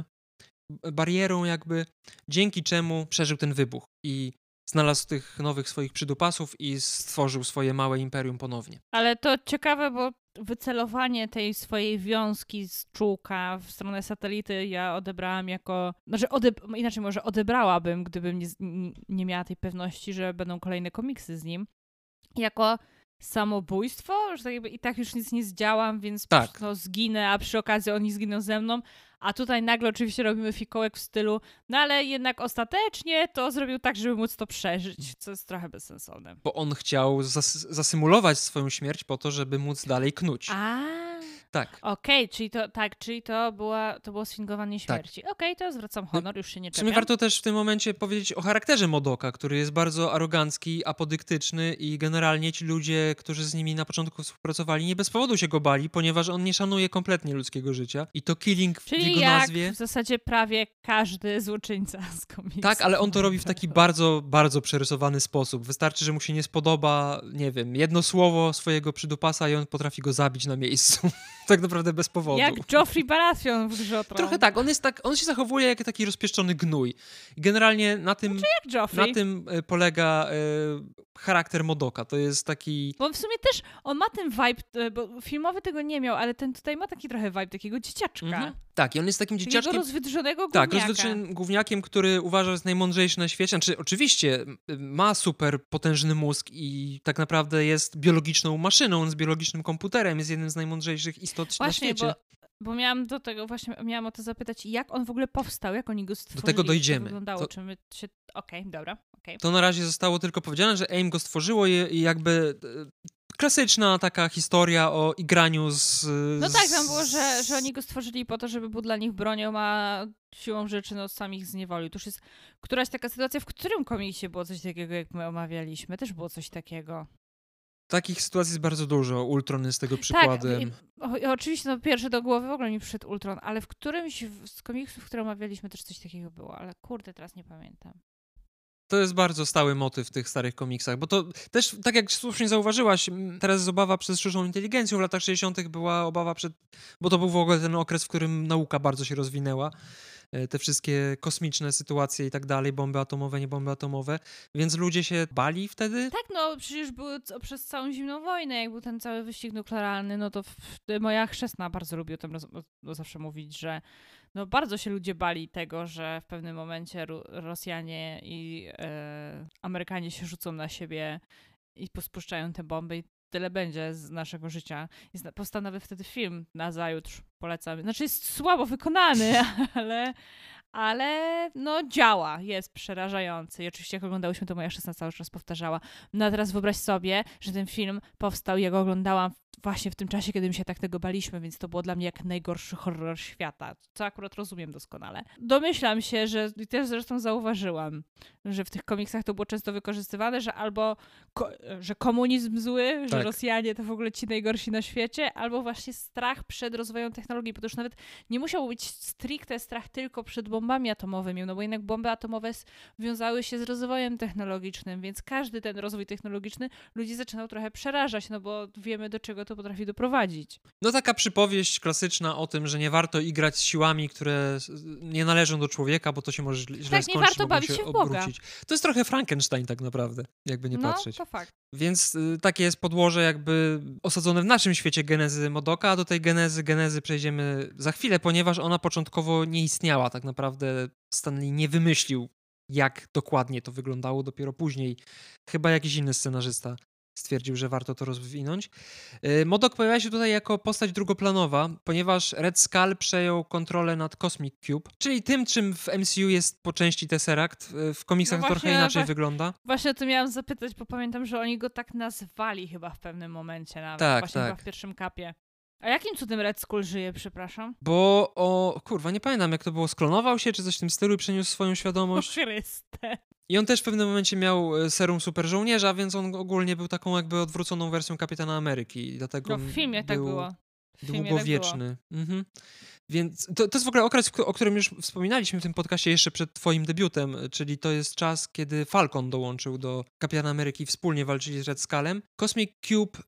barierą jakby, dzięki czemu przeżył ten wybuch i znalazł tych nowych swoich przydupasów i stworzył swoje małe imperium ponownie. Ale to ciekawe, bo wycelowanie tej swojej wiązki z czułka w stronę satelity ja odebrałam jako... Znaczy, odeb- inaczej może odebrałabym, gdybym nie, nie miała tej pewności, że będą kolejne komiksy z nim, jako samobójstwo, że tak jakby i tak już nic nie zdziałam, więc tak. no, zginę, a przy okazji oni zginą ze mną. A tutaj nagle oczywiście robimy fikołek w stylu, no ale jednak ostatecznie to zrobił tak, żeby móc to przeżyć, co jest trochę bezsensowne. Bo on chciał zas- zasymulować swoją śmierć po to, żeby móc dalej knuć. A. Tak. Okej, okay, czyli to tak, czyli to, była, to było sfingowanie śmierci. Tak. Okej, okay, to zwracam honor, już się nie czepiam. W sumie warto też w tym momencie powiedzieć o charakterze Modoka, który jest bardzo arogancki, apodyktyczny i generalnie ci ludzie, którzy z nimi na początku współpracowali, nie bez powodu się go bali, ponieważ on nie szanuje kompletnie ludzkiego życia i to killing w czyli jego jak nazwie... w zasadzie prawie każdy złoczyńca z komiksu. Tak, ale on to robi w taki bardzo, bardzo przerysowany sposób. Wystarczy, że mu się nie spodoba, nie wiem, jedno słowo swojego przydupasa i on potrafi go zabić na miejscu. Tak naprawdę bez powodu. Jak Joffrey Baratheon w Grze o Tron. Trochę tak, on jest tak, on się zachowuje jak taki rozpieszczony gnój. I generalnie na tym, znaczy jak Joffrey. na tym polega e, charakter Modoka. To jest taki... Bo w sumie też on ma ten vibe, bo filmowy tego nie miał, ale ten tutaj ma taki trochę vibe takiego dzieciaczka. Mhm. Tak, i on jest takim dzieciaczkiem... Takiego rozwydrzonego gówniaka. Tak, rozwydrzonym gówniakiem, który uważa, że jest najmądrzejszy na świecie. Znaczy, oczywiście ma super potężny mózg i tak naprawdę jest biologiczną maszyną, on jest biologicznym komputerem, jest jednym z najmądrzejszych istot właśnie, na świecie. Bo... Bo miałam do tego, właśnie miałam o to zapytać, jak on w ogóle powstał, jak oni go stworzyli. Do tego dojdziemy. Jak to wyglądało, to... czy my się... Okej, okay, dobra. Okay. To na razie zostało tylko powiedziane, że AIM go stworzyło i jakby... Klasyczna taka historia o igraniu z... No tak, tam było, że, że oni go stworzyli po to, żeby był dla nich bronią, a siłą rzeczy no sam ich zniewolił. To już jest któraś taka sytuacja, w którym komiksie było coś takiego, jak my omawialiśmy. Też było coś takiego. Takich sytuacji jest bardzo dużo. Ultron jest tego przykładem. Tak, o, oczywiście no pierwsze do głowy w ogóle mi przyszedł Ultron, ale w którymś z komiksów, które omawialiśmy, też coś takiego było, ale kurde, teraz nie pamiętam. To jest bardzo stały motyw w tych starych komiksach, bo to też, tak jak słusznie zauważyłaś, teraz jest obawa przed sztuczną inteligencją, w latach sześćdziesiątych była obawa przed, bo to był w ogóle ten okres, w którym nauka bardzo się rozwinęła, te wszystkie kosmiczne sytuacje i tak dalej, bomby atomowe, nie bomby atomowe, więc ludzie się bali wtedy. Tak, no przecież były przez całą zimną wojnę, jak był ten cały wyścig nuklearny, no to w, moja chrzestna bardzo lubi o tym roz, no, zawsze mówić, że no bardzo się ludzie bali tego, że w pewnym momencie Ru- Rosjanie i e, Amerykanie się rzucą na siebie i pospuszczają te bomby i tyle będzie z naszego życia. Jest, powstał nawet wtedy film Nazajutrz, polecam. Znaczy jest słabo wykonany, ale, ale no działa, jest przerażający. I oczywiście jak oglądałyśmy, to moja szesna cały czas powtarzała. No a teraz wyobraź sobie, że ten film powstał, ja go oglądałam właśnie w tym czasie, kiedy my się tak tego baliśmy, więc to było dla mnie jak najgorszy horror świata, co akurat rozumiem doskonale. Domyślam się, że i też zresztą zauważyłam, że w tych komiksach to było często wykorzystywane, że albo ko- że komunizm zły, że tak. Rosjanie to w ogóle ci najgorsi na świecie, albo właśnie strach przed rozwojem technologii, bo to już nawet nie musiał być stricte strach tylko przed bombami atomowymi, no bo jednak bomby atomowe wiązały się z rozwojem technologicznym, więc każdy ten rozwój technologiczny ludzi zaczynał trochę przerażać, no bo wiemy, do czego to potrafi doprowadzić. No taka przypowieść klasyczna o tym, że nie warto igrać z siłami, które nie należą do człowieka, bo to się może źle tak, skończyć, nie warto mogą bawić się się w Boga. obrócić. To jest trochę Frankenstein tak naprawdę, jakby nie no, patrzeć. to fakt. Więc y, takie jest podłoże jakby osadzone w naszym świecie genezy Modoka, a do tej genezy, genezy przejdziemy za chwilę, ponieważ ona początkowo nie istniała. Tak naprawdę Stan Lee nie wymyślił, jak dokładnie to wyglądało, dopiero później chyba jakiś inny scenarzysta stwierdził, że warto to rozwinąć. Modok pojawia się tutaj jako postać drugoplanowa, ponieważ Red Skull przejął kontrolę nad Cosmic Cube, czyli tym, czym w M C U jest po części Tesseract. W komiksach no to trochę inaczej wa- wygląda. Właśnie o tym miałam zapytać, bo pamiętam, że oni go tak nazwali chyba w pewnym momencie nawet. Tak, właśnie tak. chyba w pierwszym kapie. A jakim cudem Red Skull żyje, przepraszam? Bo o... kurwa, nie pamiętam jak to było. Sklonował się, czy coś w tym stylu i przeniósł swoją świadomość. O Chryste. I on też w pewnym momencie miał serum super żołnierza, więc on ogólnie był taką jakby odwróconą wersją Kapitana Ameryki. Dlatego no w filmie był... tak było. W filmie Długowieczny. Tak mhm. Więc to, to jest w ogóle okres, o którym już wspominaliśmy w tym podcastie jeszcze przed twoim debiutem, czyli to jest czas, kiedy Falcon dołączył do Kapitana Ameryki i wspólnie walczyli z Red Skullem. Cosmic Cube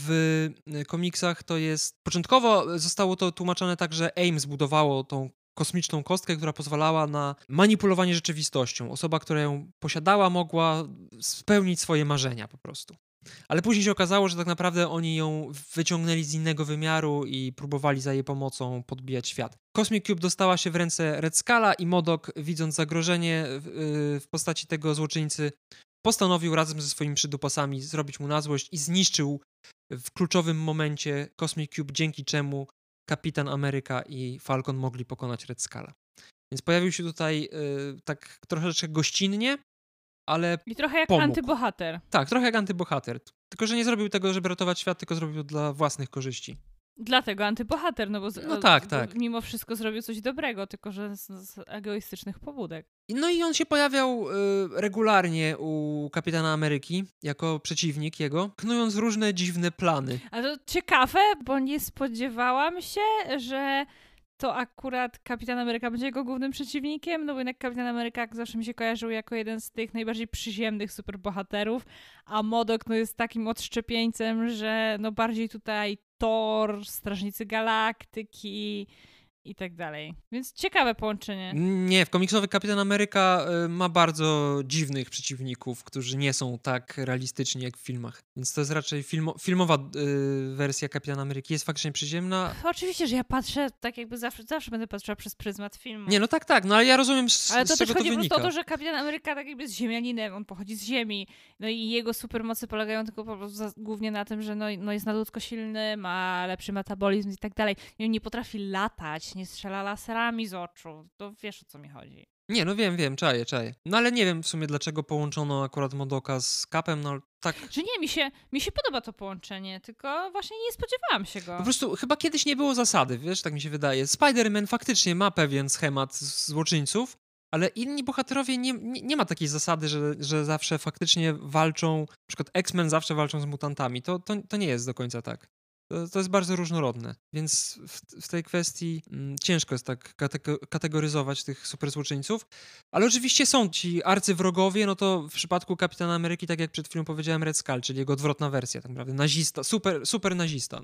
w komiksach to jest... Początkowo zostało to tłumaczone tak, że A I M zbudowało tą kosmiczną kostkę, która pozwalała na manipulowanie rzeczywistością. Osoba, która ją posiadała, mogła spełnić swoje marzenia po prostu. Ale później się okazało, że tak naprawdę oni ją wyciągnęli z innego wymiaru i próbowali za jej pomocą podbijać świat. Cosmic Cube dostała się w ręce Red Skulla i M O D O K, widząc zagrożenie w, w postaci tego złoczyńcy, postanowił razem ze swoimi przydupasami zrobić mu na złość i zniszczył w kluczowym momencie Cosmic Cube, dzięki czemu Kapitan Ameryka i Falcon mogli pokonać Red Skulla. Więc pojawił się tutaj y, tak troszeczkę gościnnie, ale I trochę jak pomógł. antybohater. Tak, trochę jak antybohater. Tylko, że nie zrobił tego, żeby ratować świat, tylko zrobił dla własnych korzyści. Dlatego antybohater, no bo, z, no tak, bo tak. mimo wszystko zrobił coś dobrego, tylko że z, z egoistycznych pobudek. No i on się pojawiał y, regularnie u Kapitana Ameryki jako przeciwnik jego, knując różne dziwne plany. A to ciekawe, bo nie spodziewałam się, że to akurat Kapitan Ameryka będzie jego głównym przeciwnikiem, no bo jednak Kapitan Ameryka zawsze mi się kojarzył jako jeden z tych najbardziej przyziemnych superbohaterów, a M O D O K no jest takim odszczepieńcem, że no bardziej tutaj Thor, Strażnicy Galaktyki i tak dalej. Więc ciekawe połączenie. Nie, w komiksowych Kapitan Ameryka y, ma bardzo dziwnych przeciwników, którzy nie są tak realistyczni jak w filmach. Więc to jest raczej filmo, filmowa y, wersja Kapitana Ameryki. Jest faktycznie przyziemna. Oczywiście, że ja patrzę tak jakby zawsze, zawsze będę patrzyła przez pryzmat filmu. Nie, no tak, tak, no ale ja rozumiem, z, ale to z też czego chodzi to po wynika. prostu o to, że Kapitan Ameryka tak jakby jest ziemianinem, on pochodzi z ziemi, no i jego supermocy polegają tylko po prostu za, głównie na tym, że no, no jest nadludzko silny, ma lepszy metabolizm i tak dalej. I on nie potrafi latać, nie strzela laserami z oczu. To wiesz, o co mi chodzi. Nie, no wiem, wiem, czaję, czaję. No ale nie wiem w sumie, dlaczego połączono akurat M O D O K z Capem, no tak. Że nie, mi się, mi się podoba to połączenie, tylko właśnie nie spodziewałam się go. Po prostu chyba kiedyś nie było zasady, wiesz, tak mi się wydaje. Spider-Man faktycznie ma pewien schemat złoczyńców, ale inni bohaterowie nie, nie, nie ma takiej zasady, że, że zawsze faktycznie walczą, na przykład X-Men zawsze walczą z mutantami. To, to, to nie jest do końca tak. To, to jest bardzo różnorodne, więc w, w tej kwestii mm, ciężko jest tak katego- kategoryzować tych superzłoczyńców, ale oczywiście są ci arcywrogowie, no to w przypadku Kapitana Ameryki, tak jak przed chwilą powiedziałem, Red Skull, czyli jego odwrotna wersja, tak naprawdę, nazista, super, super nazista.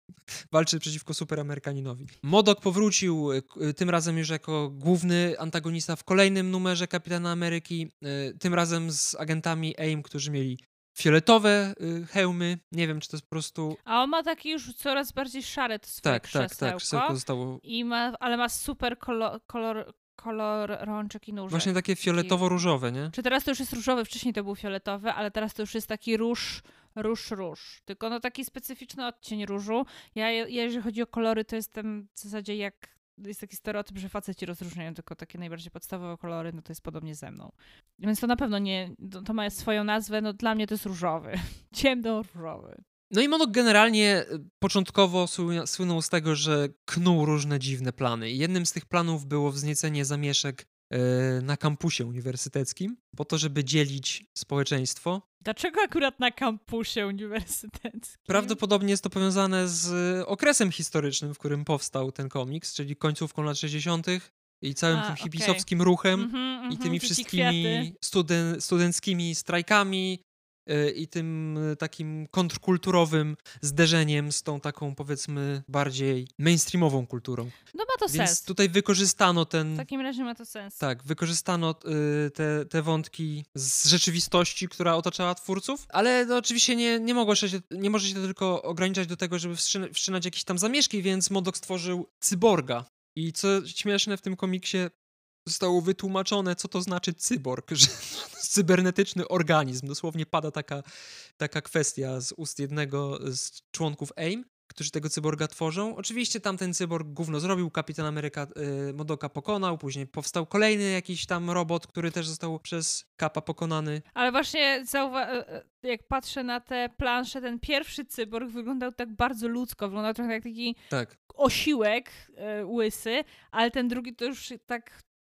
Walczy przeciwko superamerykaninowi. M O D O K powrócił y, tym razem już jako główny antagonista w kolejnym numerze Kapitana Ameryki, y, tym razem z agentami A I M, którzy mieli fioletowe y, hełmy. Nie wiem, czy to jest po prostu... A on ma taki już coraz bardziej szare to swoje tak, krzesełko. Tak, tak, krzesełko zostało... I ma, ale ma super kolor, kolor, kolor rączek i nóżek. Właśnie takie fioletowo-różowe, nie? Czy teraz to już jest różowy? Wcześniej to był fioletowy, ale teraz to już jest taki róż, róż, róż. Tylko no taki specyficzny odcień różu. Ja, ja jeżeli chodzi o kolory, to jestem w zasadzie jak... Jest taki stereotyp, że faceci rozróżniają tylko takie najbardziej podstawowe kolory, no to jest podobnie ze mną. Więc to na pewno nie, to ma swoją nazwę, no dla mnie to jest różowy. Ciemno-różowy. No i M O D O K generalnie początkowo słynął z tego, że knuł różne dziwne plany. I jednym z tych planów było wzniecenie zamieszek yy, na kampusie uniwersyteckim, po to, żeby dzielić społeczeństwo. Dlaczego akurat na kampusie uniwersyteckim? Prawdopodobnie jest to powiązane z okresem historycznym, w którym powstał ten komiks, czyli końcówką lat sześćdziesiątych i całym A, tym okay. hipisowskim ruchem mm-hmm, i tymi mm-hmm, wszystkimi studen- studenckimi strajkami yy, i tym y, takim kontrkulturowym zderzeniem z tą taką, powiedzmy, bardziej mainstreamową kulturą. No ma to Więc sens. tutaj wykorzystano ten... W takim razie ma to sens. Tak, wykorzystano y, te, te wątki z rzeczywistości, która otaczała twórców, ale to oczywiście nie, nie, mogło się, nie może się to tylko ograniczać do tego, żeby wstrzymać, wszczynać jakieś tam zamieszki, więc M O D O K stworzył cyborga. I co śmieszne, w tym komiksie zostało wytłumaczone, co to znaczy cyborg, że cybernetyczny organizm. Dosłownie pada taka, taka kwestia z ust jednego z członków A I M, którzy tego cyborga tworzą. Oczywiście tamten cyborg gówno zrobił, Kapitan Ameryka y, M O D O K pokonał, później powstał kolejny jakiś tam robot, który też został przez Kapa pokonany. Ale właśnie zauwa- jak patrzę na te plansze, ten pierwszy cyborg wyglądał tak bardzo ludzko, wyglądał trochę jak taki tak. osiłek y, łysy, ale ten drugi to już tak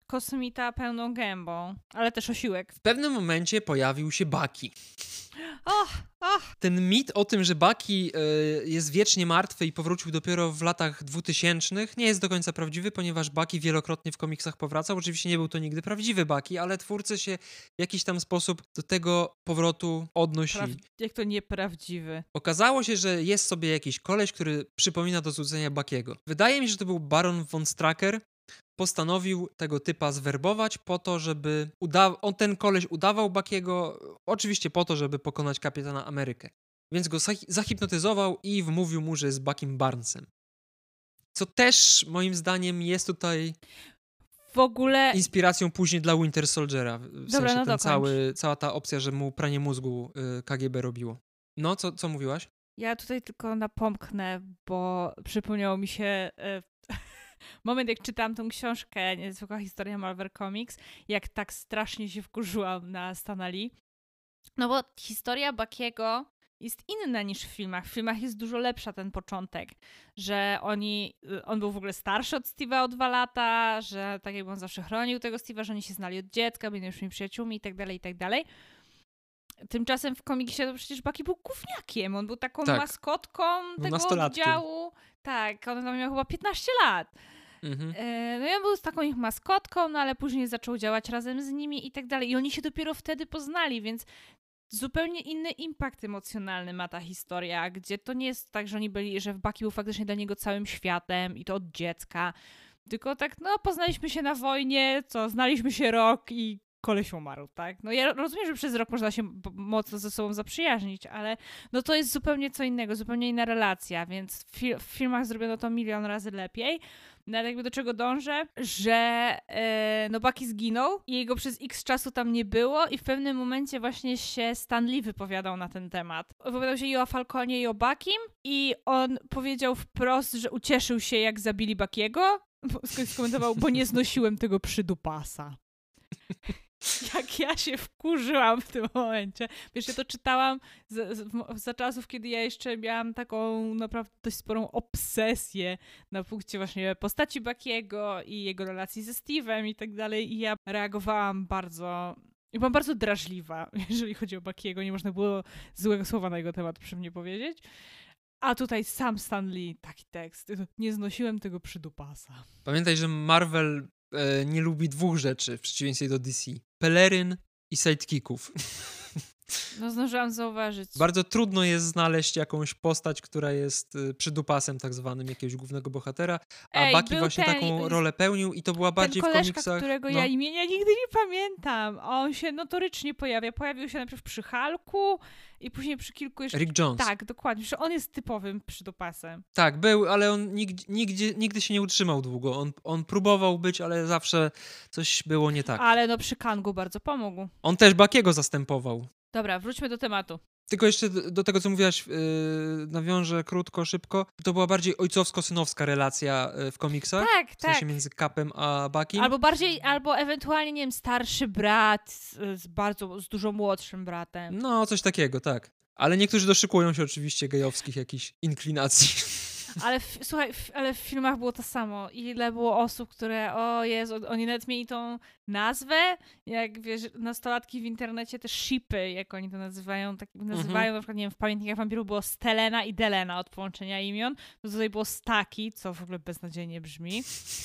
kosmita pełną gębą, ale też osiłek. W pewnym momencie pojawił się Bucky. Och, och. Ten mit o tym, że Bucky y, jest wiecznie martwy i powrócił dopiero w latach dwutysięcznych nie jest do końca prawdziwy, ponieważ Bucky wielokrotnie w komiksach powracał. Oczywiście nie był to nigdy prawdziwy Bucky, ale twórcy się w jakiś tam sposób do tego powrotu odnosili. Praw- jak to nieprawdziwy. Okazało się, że jest sobie jakiś koleś, który przypomina do złudzenia Buckiego. Wydaje mi się, że to był Baron von Strucker. Postanowił tego typa zwerbować po to, żeby uda- on ten koleś udawał Buckiego, oczywiście po to, żeby pokonać Kapitana Amerykę. Więc go zah- zahipnotyzował i wmówił mu, że jest Buckiem Barnesem. Co też moim zdaniem jest tutaj W ogóle... inspiracją później dla Winter Soldiera. W Dobra, sensie no ten dokończ. cały, cała ta opcja, że mu pranie mózgu y, K G B robiło. No, co, co mówiłaś? Ja tutaj tylko napomknę, bo przypomniało mi się e, moment, jak czytałam tą książkę Niezwykła historia Marvel Comics, jak tak strasznie się wkurzyłam na Stana Lee. No bo historia Buckiego jest inna niż w filmach. W filmach jest dużo lepsza ten początek, że oni, on był w ogóle starszy od Steve'a o dwa lata, że tak jakby on zawsze chronił tego Steve'a, że oni się znali od dziecka, byli już przyjaciółmi i tak dalej, i tak dalej. Tymczasem w komiksie to przecież Bucky był gówniakiem. On był taką Tak. maskotką Był tego nastolatkiem. oddziału. Tak, on tam miał chyba piętnaście lat. Mhm. E, No i on był z taką ich maskotką, no ale później zaczął działać razem z nimi i tak dalej. I oni się dopiero wtedy poznali, więc zupełnie inny impact emocjonalny ma ta historia, gdzie to nie jest tak, że oni byli, że Bucky był faktycznie dla niego całym światem i to od dziecka. Tylko tak, no poznaliśmy się na wojnie, co, znaliśmy się rok i koleś umarł, tak? No ja rozumiem, że przez rok można się b- mocno ze sobą zaprzyjaźnić, ale no to jest zupełnie co innego, zupełnie inna relacja, więc w, fi- w filmach zrobiono to milion razy lepiej. No ale jakby do czego dążę, że e, no Bucky zginął i jego przez x czasu tam nie było i w pewnym momencie właśnie się Stan Lee wypowiadał na ten temat. Wypowiadał się i o Falconie, i o Buckim i on powiedział wprost, że ucieszył się, jak zabili Buckiego. Skomentował, bo nie znosiłem tego przydupasa. Jak ja się wkurzyłam w tym momencie. Wiesz, ja to czytałam za, za czasów, kiedy ja jeszcze miałam taką naprawdę dość sporą obsesję na punkcie właśnie postaci Buckiego i jego relacji ze Steve'em i tak dalej. I ja reagowałam bardzo... I byłam bardzo drażliwa, jeżeli chodzi o Buckiego. Nie można było złego słowa na jego temat przy mnie powiedzieć. A tutaj sam Stan Lee, taki tekst. Nie znosiłem tego przydupasa. Pamiętaj, że Marvel e, nie lubi dwóch rzeczy w przeciwieństwie do D C. Peleryn i sidekicków. No zdążyłam zauważyć. Bardzo trudno jest znaleźć jakąś postać, która jest y, przydupasem tak zwanym jakiegoś głównego bohatera, a Ej, Bucky był właśnie ten- taką rolę pełnił i to była bardziej ten w koleżka, komiksach... którego no. ja imienia nigdy nie pamiętam. On się notorycznie pojawia. Pojawił się najpierw przy Hulku i później przy kilku jeszcze... Rick Jones. Tak, dokładnie. Że on jest typowym przydupasem. Tak, był, ale on nigdzie, nigdzie, nigdy się nie utrzymał długo. On, on próbował być, ale zawsze coś było nie tak. Ale no przy Kangu bardzo pomógł. On też Buckiego zastępował. Dobra, wróćmy do tematu. Tylko jeszcze do, do tego, co mówiłaś, yy, nawiążę krótko, szybko. To była bardziej ojcowsko-synowska relacja yy, w komiksach. Tak, W sensie tak. między Capem a Buckiem. Albo bardziej, albo ewentualnie, nie wiem, starszy brat z, z bardzo, z dużo młodszym bratem. No, coś takiego, tak. Ale niektórzy doszykują się oczywiście gejowskich jakichś inklinacji. Ale w, słuchaj, w, ale w filmach było to samo. Ile było osób, które, o Jezu, oni nawet mieli tą nazwę, jak wiesz, nastolatki w internecie też shipy, jak oni to nazywają, tak nazywają, Mhm. na przykład, nie wiem, w Pamiętnikach Wampirów było Stelena i Delena od połączenia imion, to tutaj było Staki, co w ogóle beznadziejnie brzmi.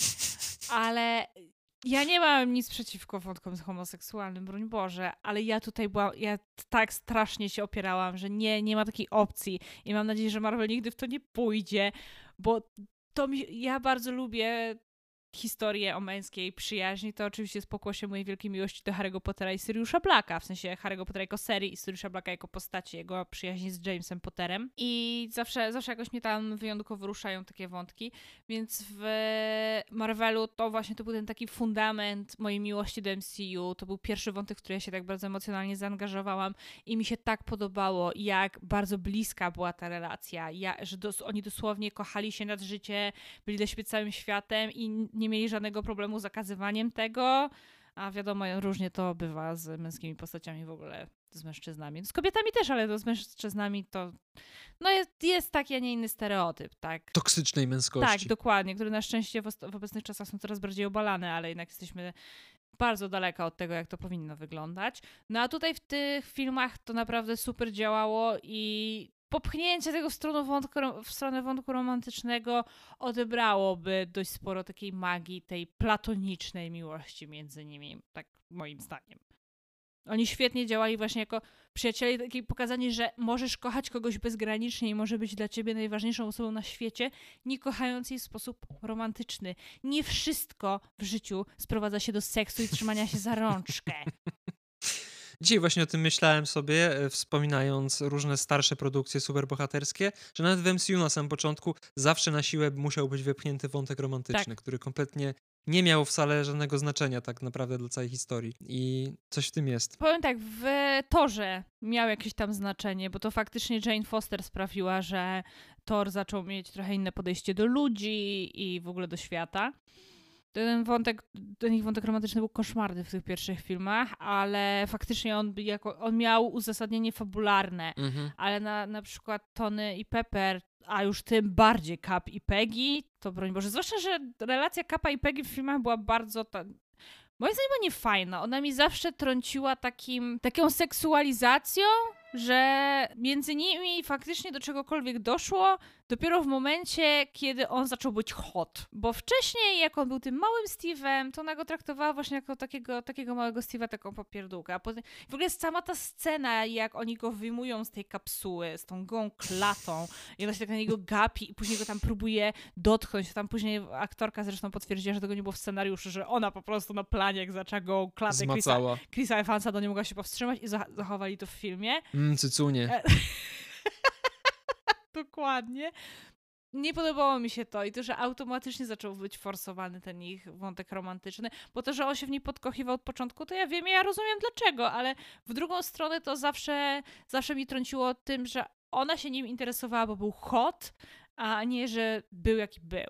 Ale ja nie mam nic przeciwko wątkom homoseksualnym, broń Boże, ale ja tutaj byłam, ja tak strasznie się opierałam, że nie, nie ma takiej opcji i mam nadzieję, że Marvel nigdy w to nie pójdzie, bo to mi, ja bardzo lubię historię o męskiej przyjaźni, to oczywiście jest pokłosie mojej wielkiej miłości do Harry'ego Pottera i Siriusza Blacka, w sensie Harry'ego Pottera jako serii i Siriusza Blacka jako postaci, jego przyjaźni z Jamesem Potterem i zawsze, zawsze jakoś mnie tam wyjątkowo ruszają takie wątki, więc w Marvelu to właśnie to był ten taki fundament mojej miłości do M C U, to był pierwszy wątek, w który ja się tak bardzo emocjonalnie zaangażowałam i mi się tak podobało, jak bardzo bliska była ta relacja, ja, że dos- oni dosłownie kochali się nad życie, byli dla siebie całym światem i nie mieli żadnego problemu z zakazywaniem tego, a wiadomo, różnie to bywa z męskimi postaciami w ogóle z mężczyznami. Z kobietami też, ale to z mężczyznami to no jest, jest taki, a nie inny stereotyp, tak? Toksycznej męskości. Tak, dokładnie, które na szczęście w, w obecnych czasach są coraz bardziej obalane, ale jednak jesteśmy bardzo daleka od tego, jak to powinno wyglądać. No a tutaj w tych filmach to naprawdę super działało i popchnięcie tego w stronę wątku, w stronę wątku romantycznego odebrałoby dość sporo takiej magii, tej platonicznej miłości między nimi, tak moim zdaniem. Oni świetnie działali właśnie jako przyjaciele, takie pokazanie, że możesz kochać kogoś bezgranicznie i może być dla ciebie najważniejszą osobą na świecie, nie kochając jej w sposób romantyczny. Nie wszystko w życiu sprowadza się do seksu i trzymania się za rączkę. Dzisiaj właśnie o tym myślałem sobie, e, wspominając różne starsze produkcje superbohaterskie, że nawet w M C U na samym początku zawsze na siłę musiał być wepchnięty wątek romantyczny, Tak. który kompletnie nie miał wcale żadnego znaczenia tak naprawdę dla całej historii. I coś w tym jest. Powiem tak, w Torze miał jakieś tam znaczenie, bo to faktycznie Jane Foster sprawiła, że Thor zaczął mieć trochę inne podejście do ludzi i w ogóle do świata. Ten wątek, ten ich wątek romantyczny był koszmarny w tych pierwszych filmach, ale faktycznie on, jako, on miał uzasadnienie fabularne, Mhm. ale na, na przykład Tony i Pepper, a już tym bardziej Cap i Peggy, to broń Boże, zwłaszcza, że relacja Capa i Peggy w filmach była bardzo... Ta, moim zdaniem była niefajna. Ona mi zawsze trąciła takim, taką seksualizacją, że między nimi faktycznie do czegokolwiek doszło dopiero w momencie, kiedy on zaczął być hot. Bo wcześniej, jak on był tym małym Steve'em, to ona go traktowała właśnie jako takiego, takiego małego Steve'a, taką popierdółkę. A potem, w ogóle jest sama ta scena, jak oni go wyjmują z tej kapsuły, z tą gołą klatą i ona się tak na niego gapi i później go tam próbuje dotknąć. Tam później aktorka zresztą potwierdziła, że tego nie było w scenariuszu, że ona po prostu na planie, jak zaczęła gołą klatę Chrisa, Zmacała. Chrisa Evansa, do nie mogła się powstrzymać i zach- zachowali to w filmie. Mm, cycunie. E- Dokładnie. Nie podobało mi się to i to, że automatycznie zaczął być forsowany ten ich wątek romantyczny, bo to, że on się w niej podkochiwał od początku, to ja wiem, ja rozumiem dlaczego, ale w drugą stronę to zawsze, zawsze mi trąciło tym, że ona się nim interesowała, bo był hot, a nie, że był jaki był.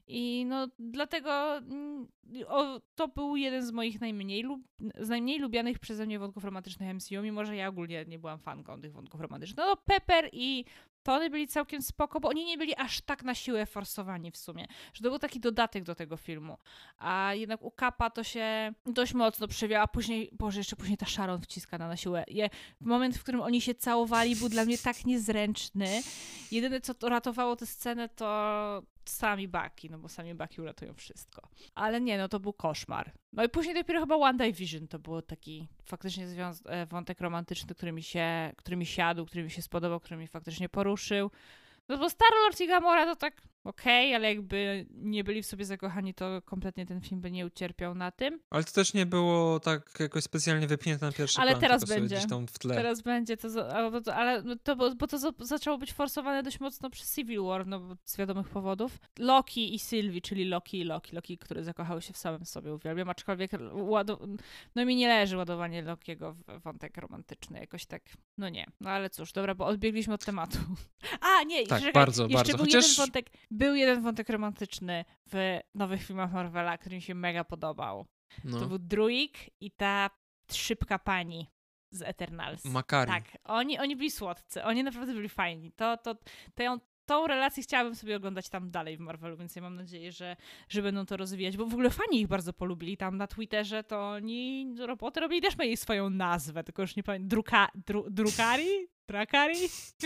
I no dlatego mm, o, to był jeden z moich najmniej, lub, z najmniej lubianych przeze mnie wątków romantycznych M C U, mimo że ja ogólnie nie byłam fanką tych wątków romantycznych. No Pepper i Tony byli całkiem spoko, bo oni nie byli aż tak na siłę forsowani w sumie, że to był taki dodatek do tego filmu. A jednak u Capa to się dość mocno przewiała, a później, Boże, jeszcze później ta Sharon wciskana na siłę. Je, moment, w którym oni się całowali, był dla mnie tak niezręczny. Jedyne, co to ratowało tę scenę, to sami Bucky, no bo sami Bucky uratują wszystko. Ale nie, no to był koszmar. No i później dopiero chyba WandaVision to był taki faktycznie związ- wątek romantyczny, który mi się, który mi siadł, który mi się spodobał, który mnie faktycznie poruszył. No bo Star-Lord i Gamora to tak okej, okay, ale jakby nie byli w sobie zakochani, to kompletnie ten film by nie ucierpiał na tym. Ale to też nie było tak jakoś specjalnie wypchnięte na pierwszy ale plan. teraz tylko sobie będzie. Gdzieś tam w tle. Teraz będzie, to, za- ale, to- ale no to, bo, bo to za- zaczęło być forsowane dość mocno przez Civil War, no bo z wiadomych powodów. Loki i Sylvie, czyli Loki i Loki, Loki, który zakochał się w samym sobie, uwielbiam, aczkolwiek ładu- no mi nie leży ładowanie Lokiego w wątek romantyczny, jakoś tak, no nie. No ale cóż, dobra, bo odbiegliśmy od tematu. A, nie, Tak, czekaj, bardzo, jeszcze bardzo. Był, Chociaż- jeden wątek, był jeden wątek romantyczny w nowych filmach Marvela, który mi się mega podobał. No. To był Druid i ta szybka pani z Eternals. Makari. Tak, oni, oni byli słodcy, oni naprawdę byli fajni. To, to, to ją, tą relację chciałabym sobie oglądać tam dalej w Marvelu, więc ja mam nadzieję, że, że będą to rozwijać, bo w ogóle fani ich bardzo polubili. Tam na Twitterze to oni roboty robili, też ma jej swoją nazwę, tylko już nie pamiętam. Druka, dru, Drukari? Drakari?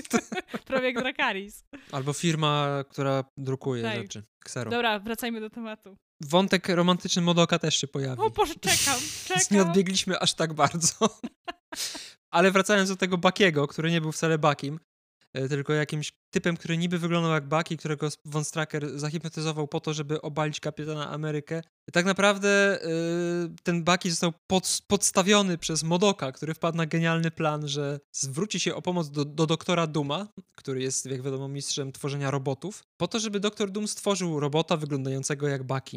Prawie jak Drakaris. Albo firma, która drukuje Tak. rzeczy. Ksero. Dobra, wracajmy do tematu. Wątek romantyczny Modoka też się pojawi. O Boże, czekam, Więc nie czekam. odbiegliśmy aż tak bardzo. Ale wracając do tego Buckiego, który nie był wcale Buckiem, e, tylko jakimś typem, który niby wyglądał jak Bucky, którego Von Stracker zahipnotyzował po to, żeby obalić Kapitana Amerykę. Tak naprawdę e, ten Bucky został pod, podstawiony przez Modoka, który wpadł na genialny plan, że zwróci się o pomoc do, do doktora Dooma, który jest, jak wiadomo, mistrzem tworzenia robotów, po to, żeby doktor Doom stworzył robota wyglądającego jak Bucky.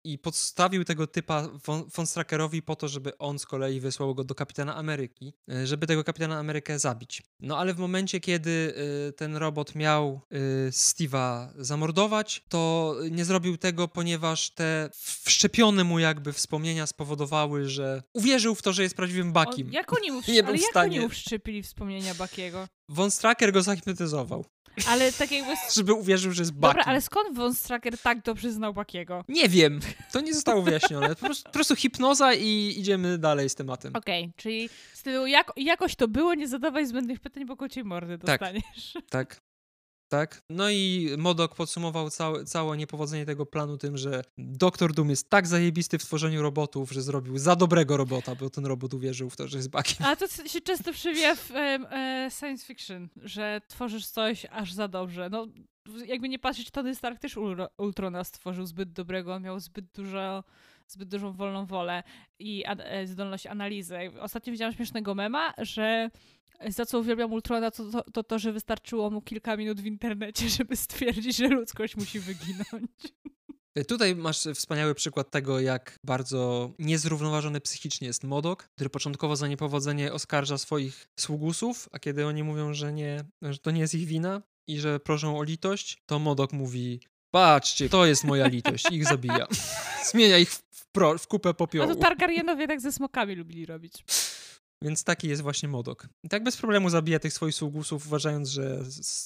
i podstawił tego typa von, von Strackerowi po to, żeby on z kolei wysłał go do Kapitana Ameryki, y, żeby tego Kapitana Amerykę zabić. No ale w momencie, kiedy y, ten robot miał y, Steve'a zamordować, to nie zrobił tego, ponieważ te wszczepione mu jakby wspomnienia spowodowały, że uwierzył w to, że jest prawdziwym Buckiem. O, jak oni mu, Nie był ale w jak stanie. oni uszczypili wspomnienia Buckiego? Von Stracker go zahipnotyzował, Ale tak jakby... żeby uwierzył, że jest Buckiem. Dobra, ale skąd Von Stracker tak dobrze znał Buckiego? Nie wiem, to nie zostało wyjaśnione. Po prostu, po prostu hipnoza i idziemy dalej z tematem. Okej, okay, czyli z tyłu jak, jakoś to było, nie zadawaj zbędnych pytań, bo kociej mordy dostaniesz. Tak, tak. Tak. No i Modok podsumował całe, całe niepowodzenie tego planu tym, że doktor Doom jest tak zajebisty w tworzeniu robotów, że zrobił za dobrego robota, bo ten robot uwierzył w to, że jest Buckiem. A to się często przewija w e, e, science fiction, że tworzysz coś aż za dobrze. No, jakby nie patrzeć, Tony Stark też Ultrona stworzył zbyt dobrego, on miał zbyt dużo, zbyt dużą wolną wolę i a, e, zdolność analizy. Ostatnio widziałam śmiesznego mema, że za co uwielbiam Ultrona, to to, to to, że wystarczyło mu kilka minut w internecie, żeby stwierdzić, że ludzkość musi wyginąć. Tutaj masz wspaniały przykład tego, jak bardzo niezrównoważony psychicznie jest Modok, który początkowo za niepowodzenie oskarża swoich sługusów, a kiedy oni mówią, że nie, że to nie jest ich wina i że proszą o litość, to Modok mówi: patrzcie, to jest moja litość, ich zabija. Zmienia ich w, w, pro, w kupę popiołu. A to Targaryenowie tak ze smokami lubili robić. Więc taki jest właśnie Modok. I tak bez problemu zabija tych swoich sługusów, uważając, że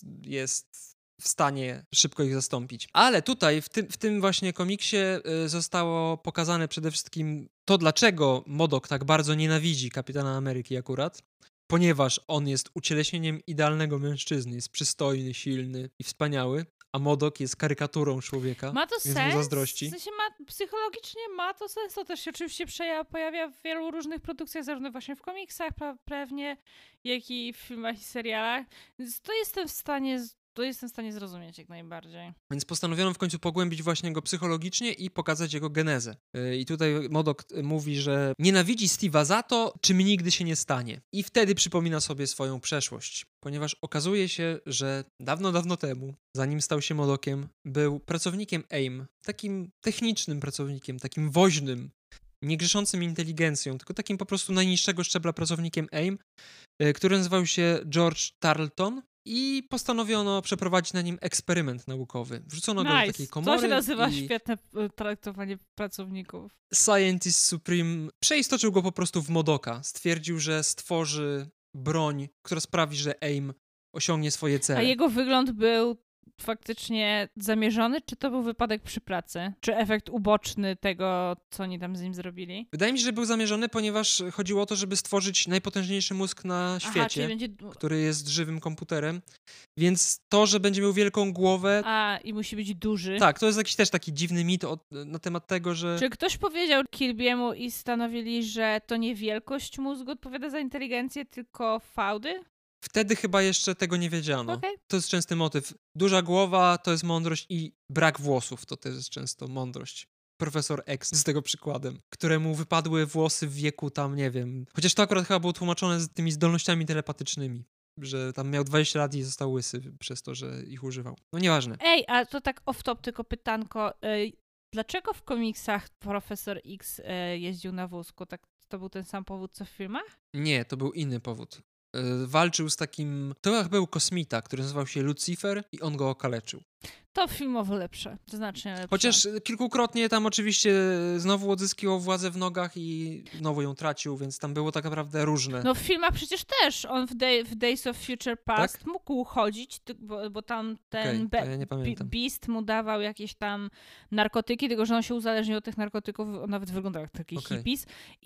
jest w stanie szybko ich zastąpić. Ale tutaj, w tym, w tym właśnie komiksie zostało pokazane przede wszystkim to, dlaczego Modok tak bardzo nienawidzi Kapitana Ameryki akurat. Ponieważ on jest ucieleśnieniem idealnego mężczyzny, jest przystojny, silny i wspaniały, a Modok jest karykaturą człowieka, ma to więc sens? mu zazdrości. W sensie ma, psychologicznie ma to sens, to też się oczywiście przeja- pojawia w wielu różnych produkcjach, zarówno właśnie w komiksach pra- pewnie, jak i w filmach i serialach, więc to jestem w stanie, to jestem w stanie zrozumieć jak najbardziej. Więc postanowiono w końcu pogłębić właśnie go psychologicznie i pokazać jego genezę. I tutaj Modok mówi, że nienawidzi Steve'a za to, czym nigdy się nie stanie. I wtedy przypomina sobie swoją przeszłość. Ponieważ okazuje się, że dawno, dawno temu, zanim stał się Modokiem, był pracownikiem A I M, takim technicznym pracownikiem, takim woźnym, nie grzeszącym inteligencją, tylko takim po prostu najniższego szczebla pracownikiem A I M, który nazywał się George Tarleton. I postanowiono przeprowadzić na nim eksperyment naukowy. Wrzucono nice. go do takiej komory. To się nazywa i świetne traktowanie pracowników. Scientist Supreme przeistoczył go po prostu w Modoka. Stwierdził, że stworzy broń, która sprawi, że A I M osiągnie swoje cele. A jego wygląd był faktycznie zamierzony, czy to był wypadek przy pracy? Czy efekt uboczny tego, co oni tam z nim zrobili? Wydaje mi się, że był zamierzony, ponieważ chodziło o to, żeby stworzyć najpotężniejszy mózg na świecie, Aha, czyli będzie... który jest żywym komputerem. Więc to, że będzie miał wielką głowę... A, i musi być duży. Tak, to jest jakiś też taki dziwny mit o, na temat tego, że... Czy ktoś powiedział Kirby'emu i stanowili, że to nie wielkość mózgu odpowiada za inteligencję, tylko fałdy? Wtedy chyba jeszcze tego nie wiedziano. Okay. To jest częsty motyw. Duża głowa to jest mądrość i brak włosów to też jest często mądrość. Profesor X z tego przykładem, któremu wypadły włosy w wieku tam, nie wiem... Chociaż to akurat chyba było tłumaczone z tymi zdolnościami telepatycznymi, że tam miał dwadzieścia lat i został łysy przez to, że ich używał. No nieważne. Ej, a to tak off-top tylko pytanko. Yy, dlaczego w komiksach Profesor X yy, jeździł na wózku? Tak, to był ten sam powód, co w filmach? Nie, to był inny powód. Walczył z takim... To chyba był kosmita, który nazywał się Lucifer i on go okaleczył. To filmowo lepsze, znacznie lepsze. Chociaż kilkukrotnie tam oczywiście znowu odzyskiwał władzę w nogach i znowu ją tracił, więc tam było tak naprawdę różne. No w filmach przecież też. On w, Day, w Days of Future Past tak? mógł chodzić, bo, bo tam ten okay, be, ja Beast mu dawał jakieś tam narkotyki, tylko że on się uzależnił od tych narkotyków, on nawet wyglądał jak taki okay. hippies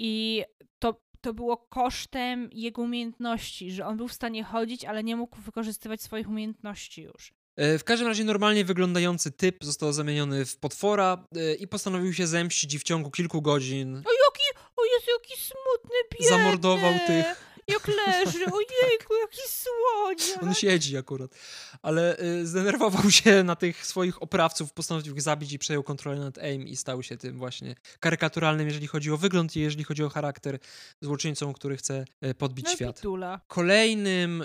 i to to było kosztem jego umiejętności, że on był w stanie chodzić, ale nie mógł wykorzystywać swoich umiejętności już. W każdym razie normalnie wyglądający typ został zamieniony w potwora i postanowił się zemścić i w ciągu kilku godzin... O jaki, o Jezu, jaki smutny, biedny! Zamordował tych... Jak leży, ojejku, jaki słoniak! On siedzi akurat. Ale y, zdenerwował się na tych swoich oprawców, postanowił ich zabić i przejął kontrolę nad A I M i stał się tym właśnie karykaturalnym, jeżeli chodzi o wygląd i jeżeli chodzi o charakter, złoczyńcą, który chce y, podbić no świat. Pitula. Kolejnym y,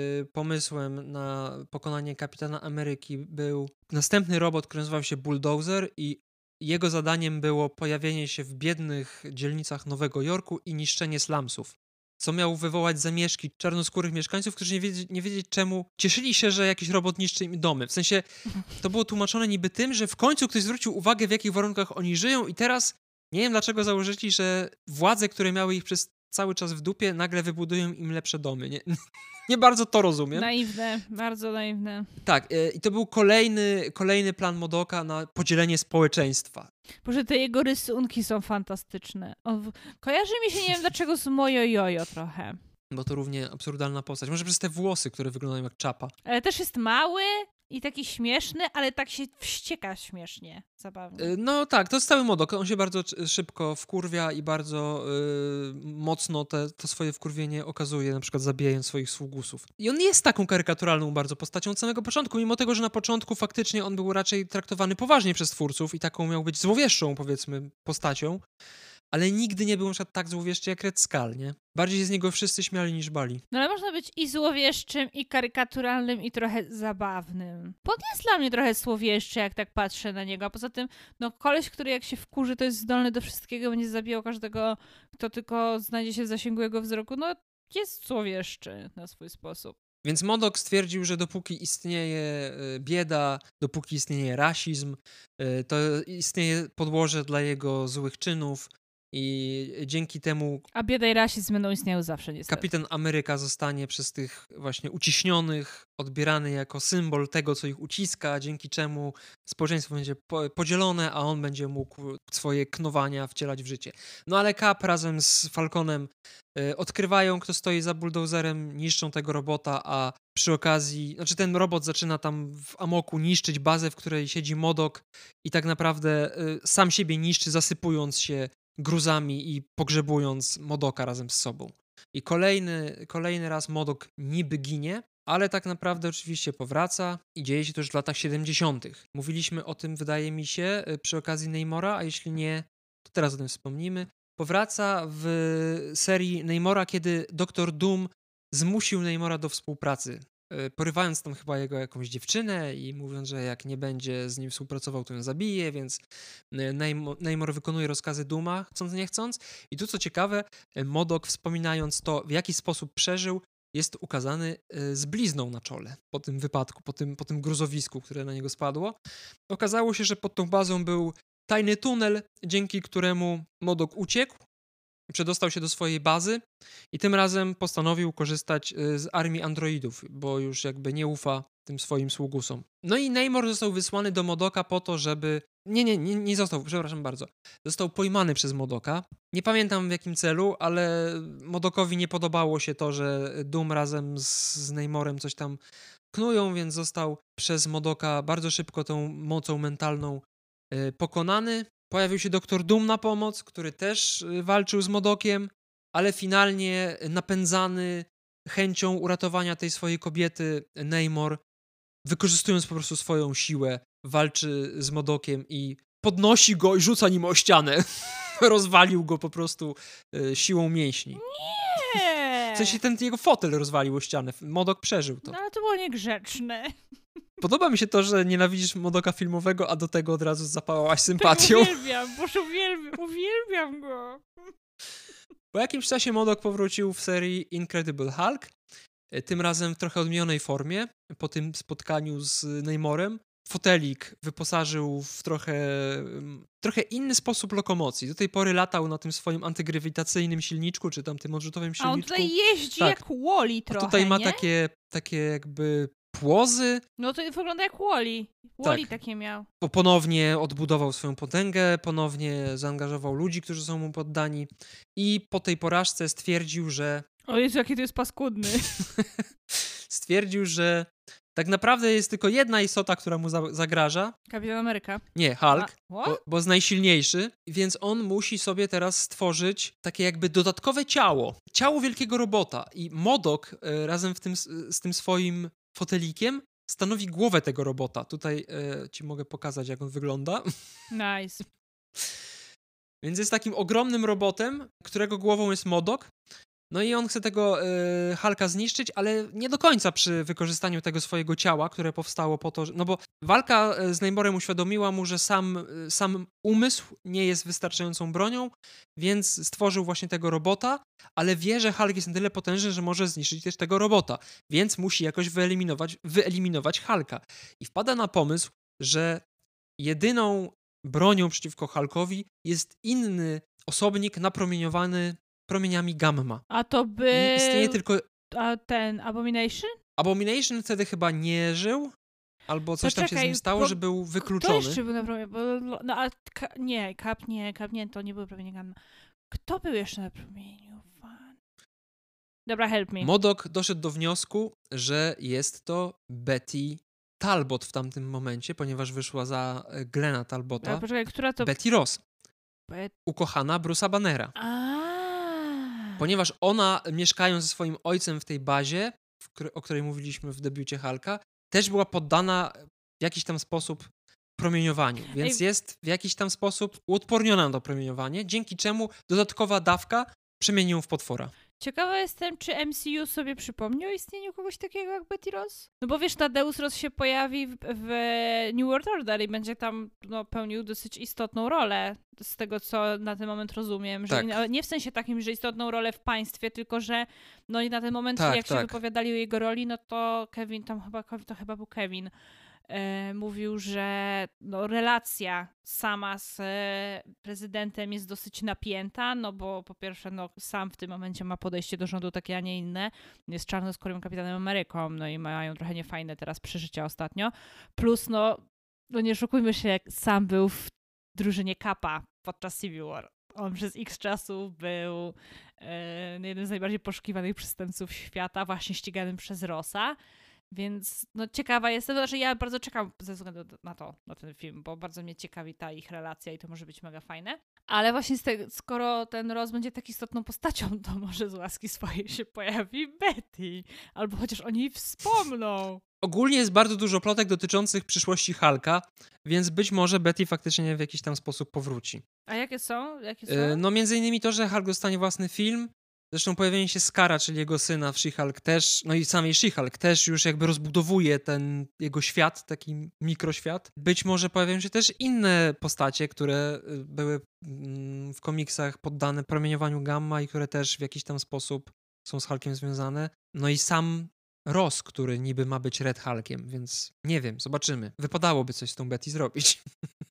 pomysłem na pokonanie Kapitana Ameryki był następny robot, który nazywał się Bulldozer i jego zadaniem było pojawienie się w biednych dzielnicach Nowego Jorku i niszczenie slumsów, co miało wywołać zamieszki czarnoskórych mieszkańców, którzy nie wiedzieli, nie wiedzieli czemu cieszyli się, że jakiś robot niszczy im domy. W sensie to było tłumaczone niby tym, że w końcu ktoś zwrócił uwagę, w jakich warunkach oni żyją i teraz nie wiem dlaczego założyli, że władze, które miały ich przez cały czas w dupie, nagle wybudują im lepsze domy. Nie, nie bardzo to rozumiem. Naiwne, bardzo naiwne. Tak, yy, i to był kolejny, kolejny plan Modoka na podzielenie społeczeństwa. Boże, te jego rysunki są fantastyczne. On, kojarzy mi się, nie wiem dlaczego, z Mojo Jojo trochę. Bo to równie absurdalna postać. Może przez te włosy, które wyglądają jak czapa. Ale też jest mały i taki śmieszny, ale tak się wścieka śmiesznie. Zabawnie. Yy, no tak, to jest cały Modok. On się bardzo c- szybko wkurwia i bardzo yy, mocno te, to swoje wkurwienie okazuje, na przykład zabijając swoich sługusów. I on jest taką karykaturalną bardzo postacią od samego początku, mimo tego, że na początku faktycznie on był raczej traktowany poważnie przez twórców i taką miał być złowieszczą, powiedzmy, postacią. Ale nigdy nie był na przykład tak złowieszczy jak Red Skull, nie? Bardziej się z niego wszyscy śmiali niż bali. No ale można być i złowieszczym, i karykaturalnym, i trochę zabawnym. Pod jest dla mnie trochę złowieszczy, jak tak patrzę na niego. A poza tym, no koleś, który jak się wkurzy, to jest zdolny do wszystkiego, będzie zabijał każdego, kto tylko znajdzie się w zasięgu jego wzroku. No jest złowieszczy na swój sposób. Więc Modok stwierdził, że dopóki istnieje y, bieda, dopóki istnieje rasizm, y, to istnieje podłoże dla jego złych czynów i dzięki temu A bieda i rasizm będą istniały zawsze, niestety. Kapitan Ameryka zostanie przez tych właśnie uciśnionych odbierany jako symbol tego, co ich uciska, dzięki czemu społeczeństwo będzie po- podzielone, a on będzie mógł swoje knowania wcielać w życie. No ale Cap razem z Falconem y, odkrywają, kto stoi za bulldozerem, niszczą tego robota, a przy okazji, znaczy ten robot zaczyna tam w amoku niszczyć bazę, w której siedzi Modok i tak naprawdę y, sam siebie niszczy, zasypując się gruzami i pogrzebując Modoka razem z sobą. I kolejny, kolejny raz Modok niby ginie, ale tak naprawdę oczywiście powraca i dzieje się to już w latach siedemdziesiątych. Mówiliśmy o tym, wydaje mi się, przy okazji Namora, a jeśli nie, to teraz o tym wspomnimy. Powraca w serii Namora, kiedy doktor Doom zmusił Namora do współpracy, porywając tam chyba jego jakąś dziewczynę i mówiąc, że jak nie będzie z nim współpracował, to ją zabije, więc Namor wykonuje rozkazy Dooma, chcąc nie chcąc. I tu co ciekawe, Modok, wspominając to, w jaki sposób przeżył, jest ukazany z blizną na czole po tym wypadku, po tym, po tym gruzowisku, które na niego spadło. Okazało się, że pod tą bazą był tajny tunel, dzięki któremu Modok uciekł, przedostał się do swojej bazy i tym razem postanowił korzystać z armii androidów, bo już jakby nie ufa tym swoim sługusom. No i Namor został wysłany do Modoka po to, żeby... Nie, nie, nie, nie został, przepraszam bardzo. Został pojmany przez Modoka. Nie pamiętam w jakim celu, ale Modokowi nie podobało się to, że Doom razem z, z Namorem coś tam knują, więc został przez Modoka bardzo szybko tą mocą mentalną yy, pokonany. Pojawił się doktor Doom na pomoc, który też walczył z Modokiem, ale finalnie napędzany chęcią uratowania tej swojej kobiety, Namor, wykorzystując po prostu swoją siłę, walczy z Modokiem i podnosi go i rzuca nim o ścianę. Rozwalił go po prostu y, siłą mięśni. Nie! W sensie ten jego fotel rozwalił o ścianę. Modok przeżył to. No ale to było niegrzeczne. Podoba mi się to, że nienawidzisz Modoka filmowego, a do tego od razu zapałałaś sympatią. Tak, uwielbiam, boże, uwielbiam, uwielbiam go. Po jakimś czasie Modok powrócił w serii Incredible Hulk, tym razem w trochę odmienionej formie, po tym spotkaniu z Namorem. Fotelik wyposażył w trochę, trochę inny sposób lokomocji. Do tej pory latał na tym swoim antygrawitacyjnym silniczku, czy tam tym odrzutowym silniczku. A on tutaj jeździ tak. jak Wall-E trochę, a tutaj ma nie? takie, takie jakby płozy. No to wygląda jak Wall-E. Wall-E tak. takie miał. Bo ponownie odbudował swoją potęgę, ponownie zaangażował ludzi, którzy są mu poddani i po tej porażce stwierdził, że... O Jezu, jaki to jest paskudny. Stwierdził, że tak naprawdę jest tylko jedna istota, która mu za- zagraża. Kapitan Ameryka. Nie, Hulk, A, bo, bo jest najsilniejszy, więc on musi sobie teraz stworzyć takie jakby dodatkowe ciało. Ciało wielkiego robota. I Modok e, razem w tym, z tym swoim fotelikiem stanowi głowę tego robota. Tutaj e, ci mogę pokazać, jak on wygląda. Nice. Więc jest takim ogromnym robotem, którego głową jest Modok. No i on chce tego y, Hulka zniszczyć, ale nie do końca przy wykorzystaniu tego swojego ciała, które powstało po to, że, no bo walka z Namorem uświadomiła mu, że sam, sam umysł nie jest wystarczającą bronią, więc stworzył właśnie tego robota, ale wie, że Hulk jest na tyle potężny, że może zniszczyć też tego robota, więc musi jakoś wyeliminować, wyeliminować Hulka. I wpada na pomysł, że jedyną bronią przeciwko Hulkowi jest inny osobnik napromieniowany promieniami gamma. A to by... I istnieje tylko... A ten Abomination? Abomination wtedy chyba nie żył, albo coś To tam się z czekaj, nim stało, bo że był Kto wykluczony. jeszcze był na promieniu? Bo, no a ka, nie, Kap nie, Kap nie, to nie były promienie gamma. Kto był jeszcze na promieniu? Fan. Dobra, help me. MODOK doszedł do wniosku, że jest to Betty Talbot w tamtym momencie, ponieważ wyszła za Glena Talbota. Ale poczekaj, która to... Betty Ross, Bet... ukochana Bruce'a Bannera. A. Ponieważ ona, mieszkając ze swoim ojcem w tej bazie, w której, o której mówiliśmy w debiucie Hulka, też była poddana w jakiś tam sposób promieniowaniu, więc Ej. jest w jakiś tam sposób uodporniona na to promieniowanie, dzięki czemu dodatkowa dawka przemieni ją w potwora. Ciekawa jestem, czy M C U sobie przypomni o istnieniu kogoś takiego jak Betty Ross? No bo wiesz, Tadeusz Ross się pojawi w, w New World Order i będzie tam no, pełnił dosyć istotną rolę, z tego co na ten moment rozumiem. Że Tak. nie, nie w sensie takim, że istotną rolę w państwie, tylko że no i na ten moment, Tak, jak tak. się wypowiadali o jego roli, no to Kevin, tam chyba, to chyba był Kevin, e, mówił, że no, relacja sama z e, prezydentem jest dosyć napięta, no bo po pierwsze no, sam w tym momencie ma podejście do rządu takie, a nie inne. Jest czarnoskórym kapitanem Ameryką, no i mają trochę niefajne teraz przeżycia ostatnio. Plus no, no nie oszukujmy się, jak sam był w drużynie Kapa podczas Civil War. On przez x czasu był e, jednym z najbardziej poszukiwanych przestępców świata, właśnie ściganym przez Rossa. Więc no ciekawa jestem, to znaczy ja bardzo czekam ze względu na to, na ten film, bo bardzo mnie ciekawi ta ich relacja i to może być mega fajne. Ale właśnie z tego, skoro ten Ross będzie tak istotną postacią, to może z łaski swojej się pojawi Betty. Albo chociaż o niej wspomną. Ogólnie jest bardzo dużo plotek dotyczących przyszłości Hulka, więc być może Betty faktycznie w jakiś tam sposób powróci. A jakie są? Jakie są? E, No między innymi to, że Hulk dostanie własny film, zresztą pojawienie się Skara, czyli jego syna w She-Hulk też, no i samej She-Hulk też już jakby rozbudowuje ten jego świat, taki mikroświat. Być może pojawią się też inne postacie, które y, były mm, w komiksach poddane promieniowaniu gamma i które też w jakiś tam sposób są z Hulkiem związane. No i sam Ross, który niby ma być Red Hulkiem, więc nie wiem, zobaczymy. Wypadałoby coś z tą Betty zrobić.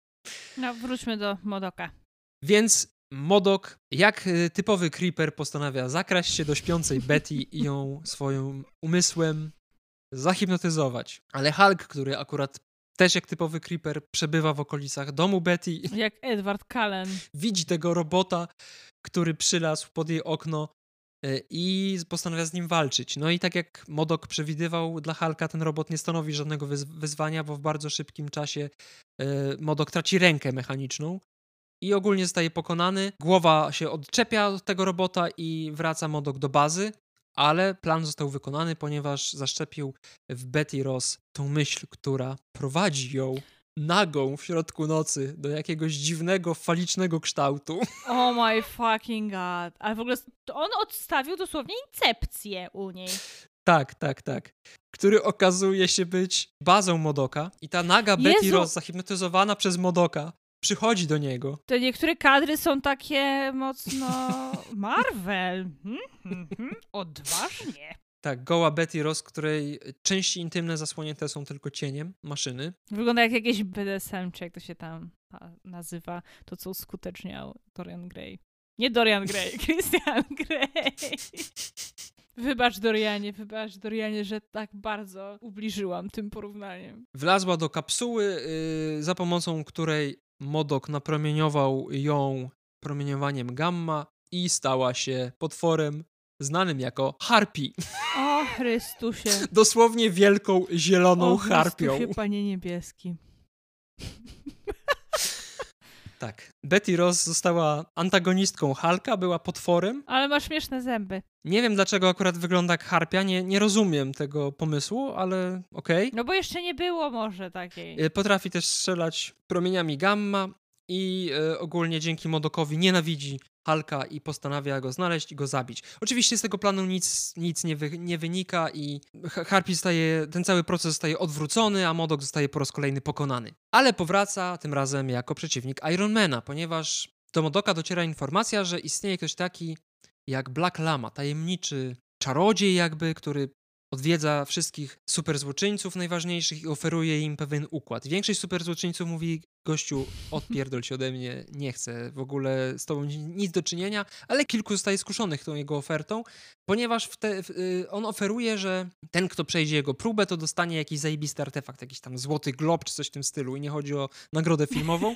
No wróćmy do Modoka. Więc MODOK, jak y, typowy creeper, postanawia zakraść się do śpiącej Betty i ją swoim umysłem zahipnotyzować. Ale Hulk, który akurat też jak typowy creeper przebywa w okolicach domu Betty, Jak Edward Cullen. widzi tego robota, który przylazł pod jej okno y, i postanawia z nim walczyć. No i tak jak MODOK przewidywał, dla Hulka ten robot nie stanowi żadnego wyz- wyzwania, bo w bardzo szybkim czasie y, MODOK traci rękę mechaniczną i ogólnie zostaje pokonany. Głowa się odczepia od tego robota i wraca MODOK do bazy, ale plan został wykonany, ponieważ zaszczepił w Betty Ross tą myśl, która prowadzi ją nagą w środku nocy do jakiegoś dziwnego, falicznego kształtu. Oh my fucking god. Ale w ogóle to on odstawił dosłownie incepcję u niej. Tak, tak, tak. Który okazuje się być bazą MODOKa i ta naga Betty Jezu! Ross, zahipnotyzowana przez MODOKa, przychodzi do niego. To niektóre kadry są takie mocno Marvel. Hmm, hmm, hmm. Odważnie. Tak, goła Betty Ross, której części intymne zasłonięte są tylko cieniem maszyny. Wygląda jak jakieś B D S M, czy jak to się tam a, nazywa, to co uskuteczniał Dorian Gray. Nie Dorian Gray, Christian Grey. Wybacz Dorianie, wybacz Dorianie, że tak bardzo ubliżyłam tym porównaniem. Wlazła do kapsuły, yy, za pomocą której MODOK napromieniował ją promieniowaniem gamma i stała się potworem znanym jako Harpy. O Chrystusie. Dosłownie wielką, zieloną O harpią. Chrystusie, Panie Niebieski. Tak. Betty Ross została antagonistką Hulka, była potworem. Ale ma śmieszne zęby. Nie wiem, dlaczego akurat wygląda jak harpia, nie, nie rozumiem tego pomysłu, ale okej. No bo jeszcze nie było może takiej. Y, Potrafi też strzelać promieniami gamma i y, ogólnie dzięki MODOKowi nienawidzi Hulka i postanawia go znaleźć i go zabić. Oczywiście z tego planu nic, nic nie, wy, nie wynika i Harpy zostaje, ten cały proces zostaje odwrócony, a MODOK zostaje po raz kolejny pokonany. Ale powraca tym razem jako przeciwnik Ironmana, ponieważ do MODOKa dociera informacja, że istnieje ktoś taki jak Black Lama, tajemniczy czarodziej jakby, który odwiedza wszystkich superzłoczyńców najważniejszych i oferuje im pewien układ. Większość superzłoczyńców mówi: gościu, odpierdol się ode mnie, nie chcę w ogóle z tobą nic do czynienia, ale kilku zostaje skuszonych tą jego ofertą, ponieważ w te, w, y, on oferuje, że ten, kto przejdzie jego próbę, to dostanie jakiś zajebisty artefakt, jakiś tam złoty glob czy coś w tym stylu i nie chodzi o nagrodę filmową.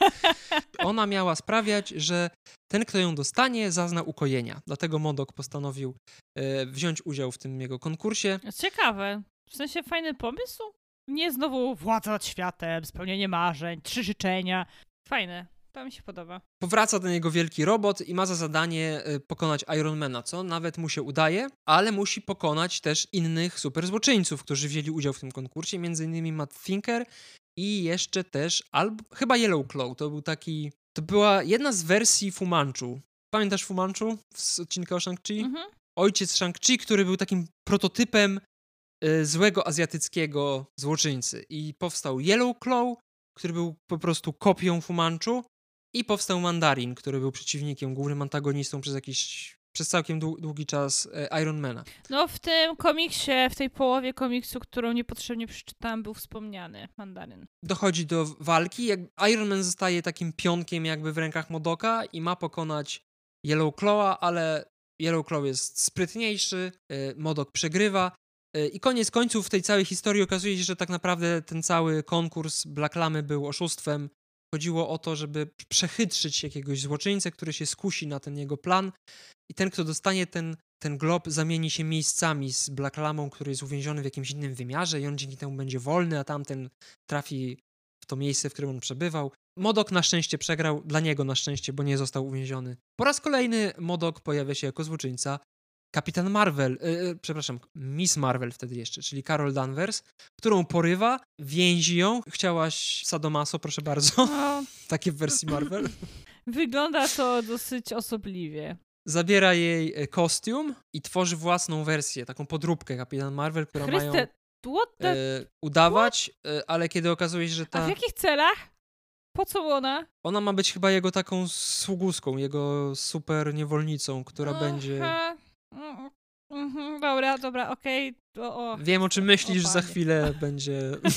Ona miała sprawiać, że ten, kto ją dostanie, zazna ukojenia. Dlatego MODOK postanowił y, wziąć udział w tym jego konkursie. Ciekawe. W sensie fajny pomysł? Nie znowu władza nad światem, spełnienie marzeń, trzy życzenia. Fajne. To mi się podoba. Powraca ten jego wielki robot i ma za zadanie pokonać Ironmana, co nawet mu się udaje, ale musi pokonać też innych superzłoczyńców, którzy wzięli udział w tym konkursie, między innymi Matt Tinker i jeszcze też, albo chyba Yellowclaw. To był taki, to była jedna z wersji Fu Manchu. Pamiętasz Fu Manchu z odcinka o Shang-Chi? Mhm. Ojciec Shang-Chi, który był takim prototypem y, złego azjatyckiego złoczyńcy. I powstał Yellowclaw, który był po prostu kopią Fu Manchu, i powstał Mandarin, który był przeciwnikiem, głównym antagonistą przez jakiś, przez całkiem długi czas e, Ironmana. No w tym komiksie, w tej połowie komiksu, którą niepotrzebnie przeczytałam, był wspomniany Mandaryn. Dochodzi do walki, jak Iron Man zostaje takim pionkiem jakby w rękach MODOKa i ma pokonać Yellowclawa, ale Yellowclaw jest sprytniejszy, e, MODOK przegrywa e, i koniec końców w tej całej historii okazuje się, że tak naprawdę ten cały konkurs Black Lamy był oszustwem. Chodziło o to, żeby przechytrzyć jakiegoś złoczyńcę, który się skusi na ten jego plan i ten, kto dostanie ten, ten glob, zamieni się miejscami z Black Lamą, który jest uwięziony w jakimś innym wymiarze i on dzięki temu będzie wolny, a tamten trafi w to miejsce, w którym on przebywał. MODOK na szczęście przegrał, dla niego na szczęście, bo nie został uwięziony. Po raz kolejny MODOK pojawia się jako złoczyńca. Kapitan Marvel, yy, przepraszam, Miss Marvel wtedy jeszcze, czyli Carol Danvers, którą porywa, więzi ją. Chciałaś sadomaso, proszę bardzo. No, Takie w wersji Marvel. wygląda to dosyć osobliwie. Zabiera jej kostium i tworzy własną wersję, taką podróbkę Kapitan Marvel, którą Chryste, mają what the... e, udawać, e, ale kiedy okazuje się, że A ta... w jakich celach? Po co ona? Ona ma być chyba jego taką sługuską, jego super niewolnicą, która Aha. będzie... Mm, mhm, dobra, dobra, okej. O, o. Wiem, o czym myślisz, O, za panie. chwilę będzie...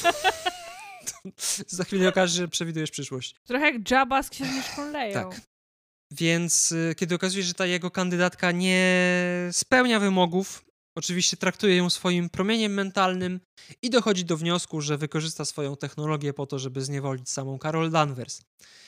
za chwilę okaże się, że przewidujesz przyszłość. Trochę jak Jabba z Księżniczką Leją. Tak. Więc y, kiedy okazuje się, że ta jego kandydatka nie spełnia wymogów, oczywiście traktuje ją swoim promieniem mentalnym i dochodzi do wniosku, że wykorzysta swoją technologię po to, żeby zniewolić samą Carol Danvers.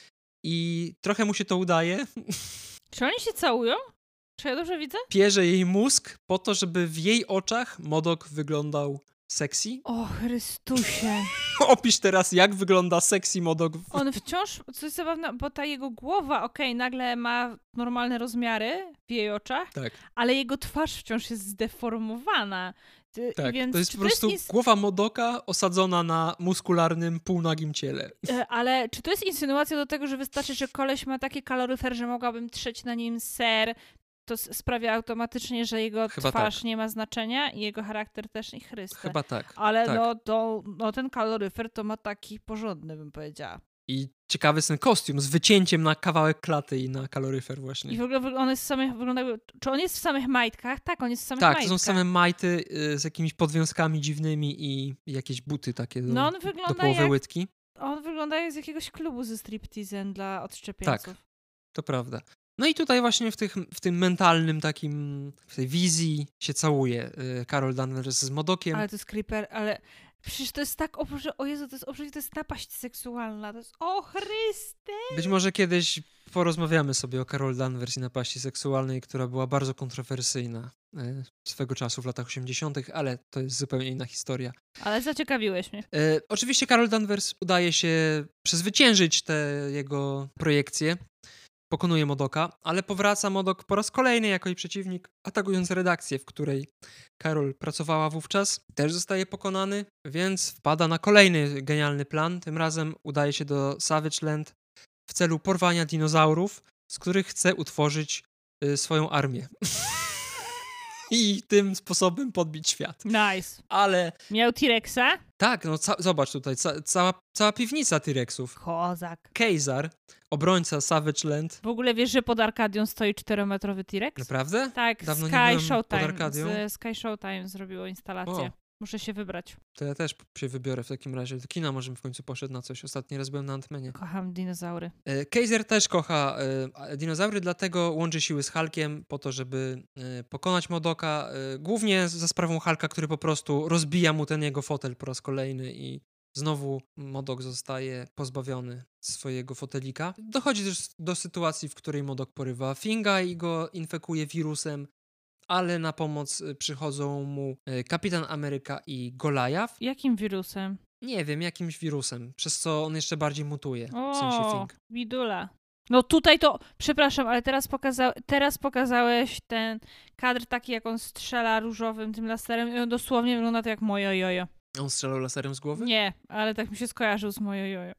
I trochę mu się to udaje. Czy oni się całują? Czy ja dobrze widzę? Pierze jej mózg po to, żeby w jej oczach MODOK wyglądał sexy. O Chrystusie. Opisz teraz, jak wygląda sexy MODOK. W... On wciąż, co jest zabawne, bo ta jego głowa, okej, nagle ma normalne rozmiary w jej oczach, Tak, ale jego twarz wciąż jest zdeformowana. Ty- tak. Więc To jest czy po prostu ins- głowa MODOKa osadzona na muskularnym, półnagim ciele. e, Ale czy to jest insynuacja do tego, że wystarczy, że koleś ma taki kaloryfer, że mogłabym trzeć na nim ser, to s- sprawia automatycznie, że jego Chyba twarz tak. nie ma znaczenia i jego charakter też nie chryste. Chyba tak. Ale tak. no, to, no ten kaloryfer to ma taki porządny, bym powiedziała. I ciekawy jest ten kostium z wycięciem na kawałek klaty i na kaloryfer I właśnie. w ogóle wyg- on jest w samych, wygląda, czy on jest w samych majtkach? Tak, on jest w samych Tak, to majtkach. są same majty y, z jakimiś podwiązkami dziwnymi i jakieś buty takie do, No on do wygląda połowy jak, łydki. on wygląda jak z jakiegoś klubu ze stripteasem dla odszczepieńców. Tak. To prawda. No i tutaj właśnie w, tych, w tym mentalnym takim, w tej wizji się całuje y, Carol Danvers z MODOKiem. Ale to jest creeper, ale przecież to jest tak obrzydliwe, o Jezu, to jest obrzydliwe, to jest napaść seksualna, to jest, o Chryste! Być może kiedyś porozmawiamy sobie o Carol Danvers i napaści seksualnej, która była bardzo kontrowersyjna y, swego czasu w latach osiemdziesiątych, ale to jest zupełnie inna historia. Ale zaciekawiłeś mnie. E, oczywiście Carol Danvers udaje się przezwyciężyć te jego projekcje, pokonuje MODOKa, ale powraca MODOK po raz kolejny jako jej przeciwnik, atakując redakcję, w której Carol pracowała wówczas. Też zostaje pokonany, więc wpada na kolejny genialny plan. Tym razem udaje się do Savage Land w celu porwania dinozaurów, z których chce utworzyć y, swoją armię. I tym sposobem podbić świat. Nice. Ale Miał T-Rexa? tak, no ca- zobacz tutaj, ca- cała, cała piwnica T-Rexów. Kozak. Kejzar, obrońca Savage Land. W ogóle wiesz, że pod Arkadią stoi czterometrowy T-Rex? Naprawdę? Tak, Dawno nie Sky byłem pod Showtime. Arkadią. Z Sky Showtime zrobiło instalację. O. Muszę się wybrać. To ja też się wybiorę w takim razie. Do kina może bym w końcu poszedł na coś. Ostatni raz byłem na Ant-Manie. Kocham dinozaury. E, Kejzer też kocha e, dinozaury, dlatego łączy siły z Hulkiem po to, żeby e, pokonać Modoka. E, głównie za sprawą Hulka, który po prostu rozbija mu ten jego fotel po raz kolejny i znowu Modok zostaje pozbawiony swojego fotelika. Dochodzi też do sytuacji, w której Modok porywa Finga i go infekuje wirusem, ale na pomoc y, przychodzą mu y, Kapitan Ameryka i Goliath. Jakim wirusem? Nie wiem, jakimś wirusem, przez co on jeszcze bardziej mutuje, w sensie O, Fing. widula. No tutaj to, przepraszam, ale teraz, pokaza teraz pokazałeś ten kadr taki, jak on strzela różowym tym laserem i on dosłownie wygląda to jak moje jojo. On strzelał laserem z głowy? Nie, ale tak mi się skojarzył z moje jojo.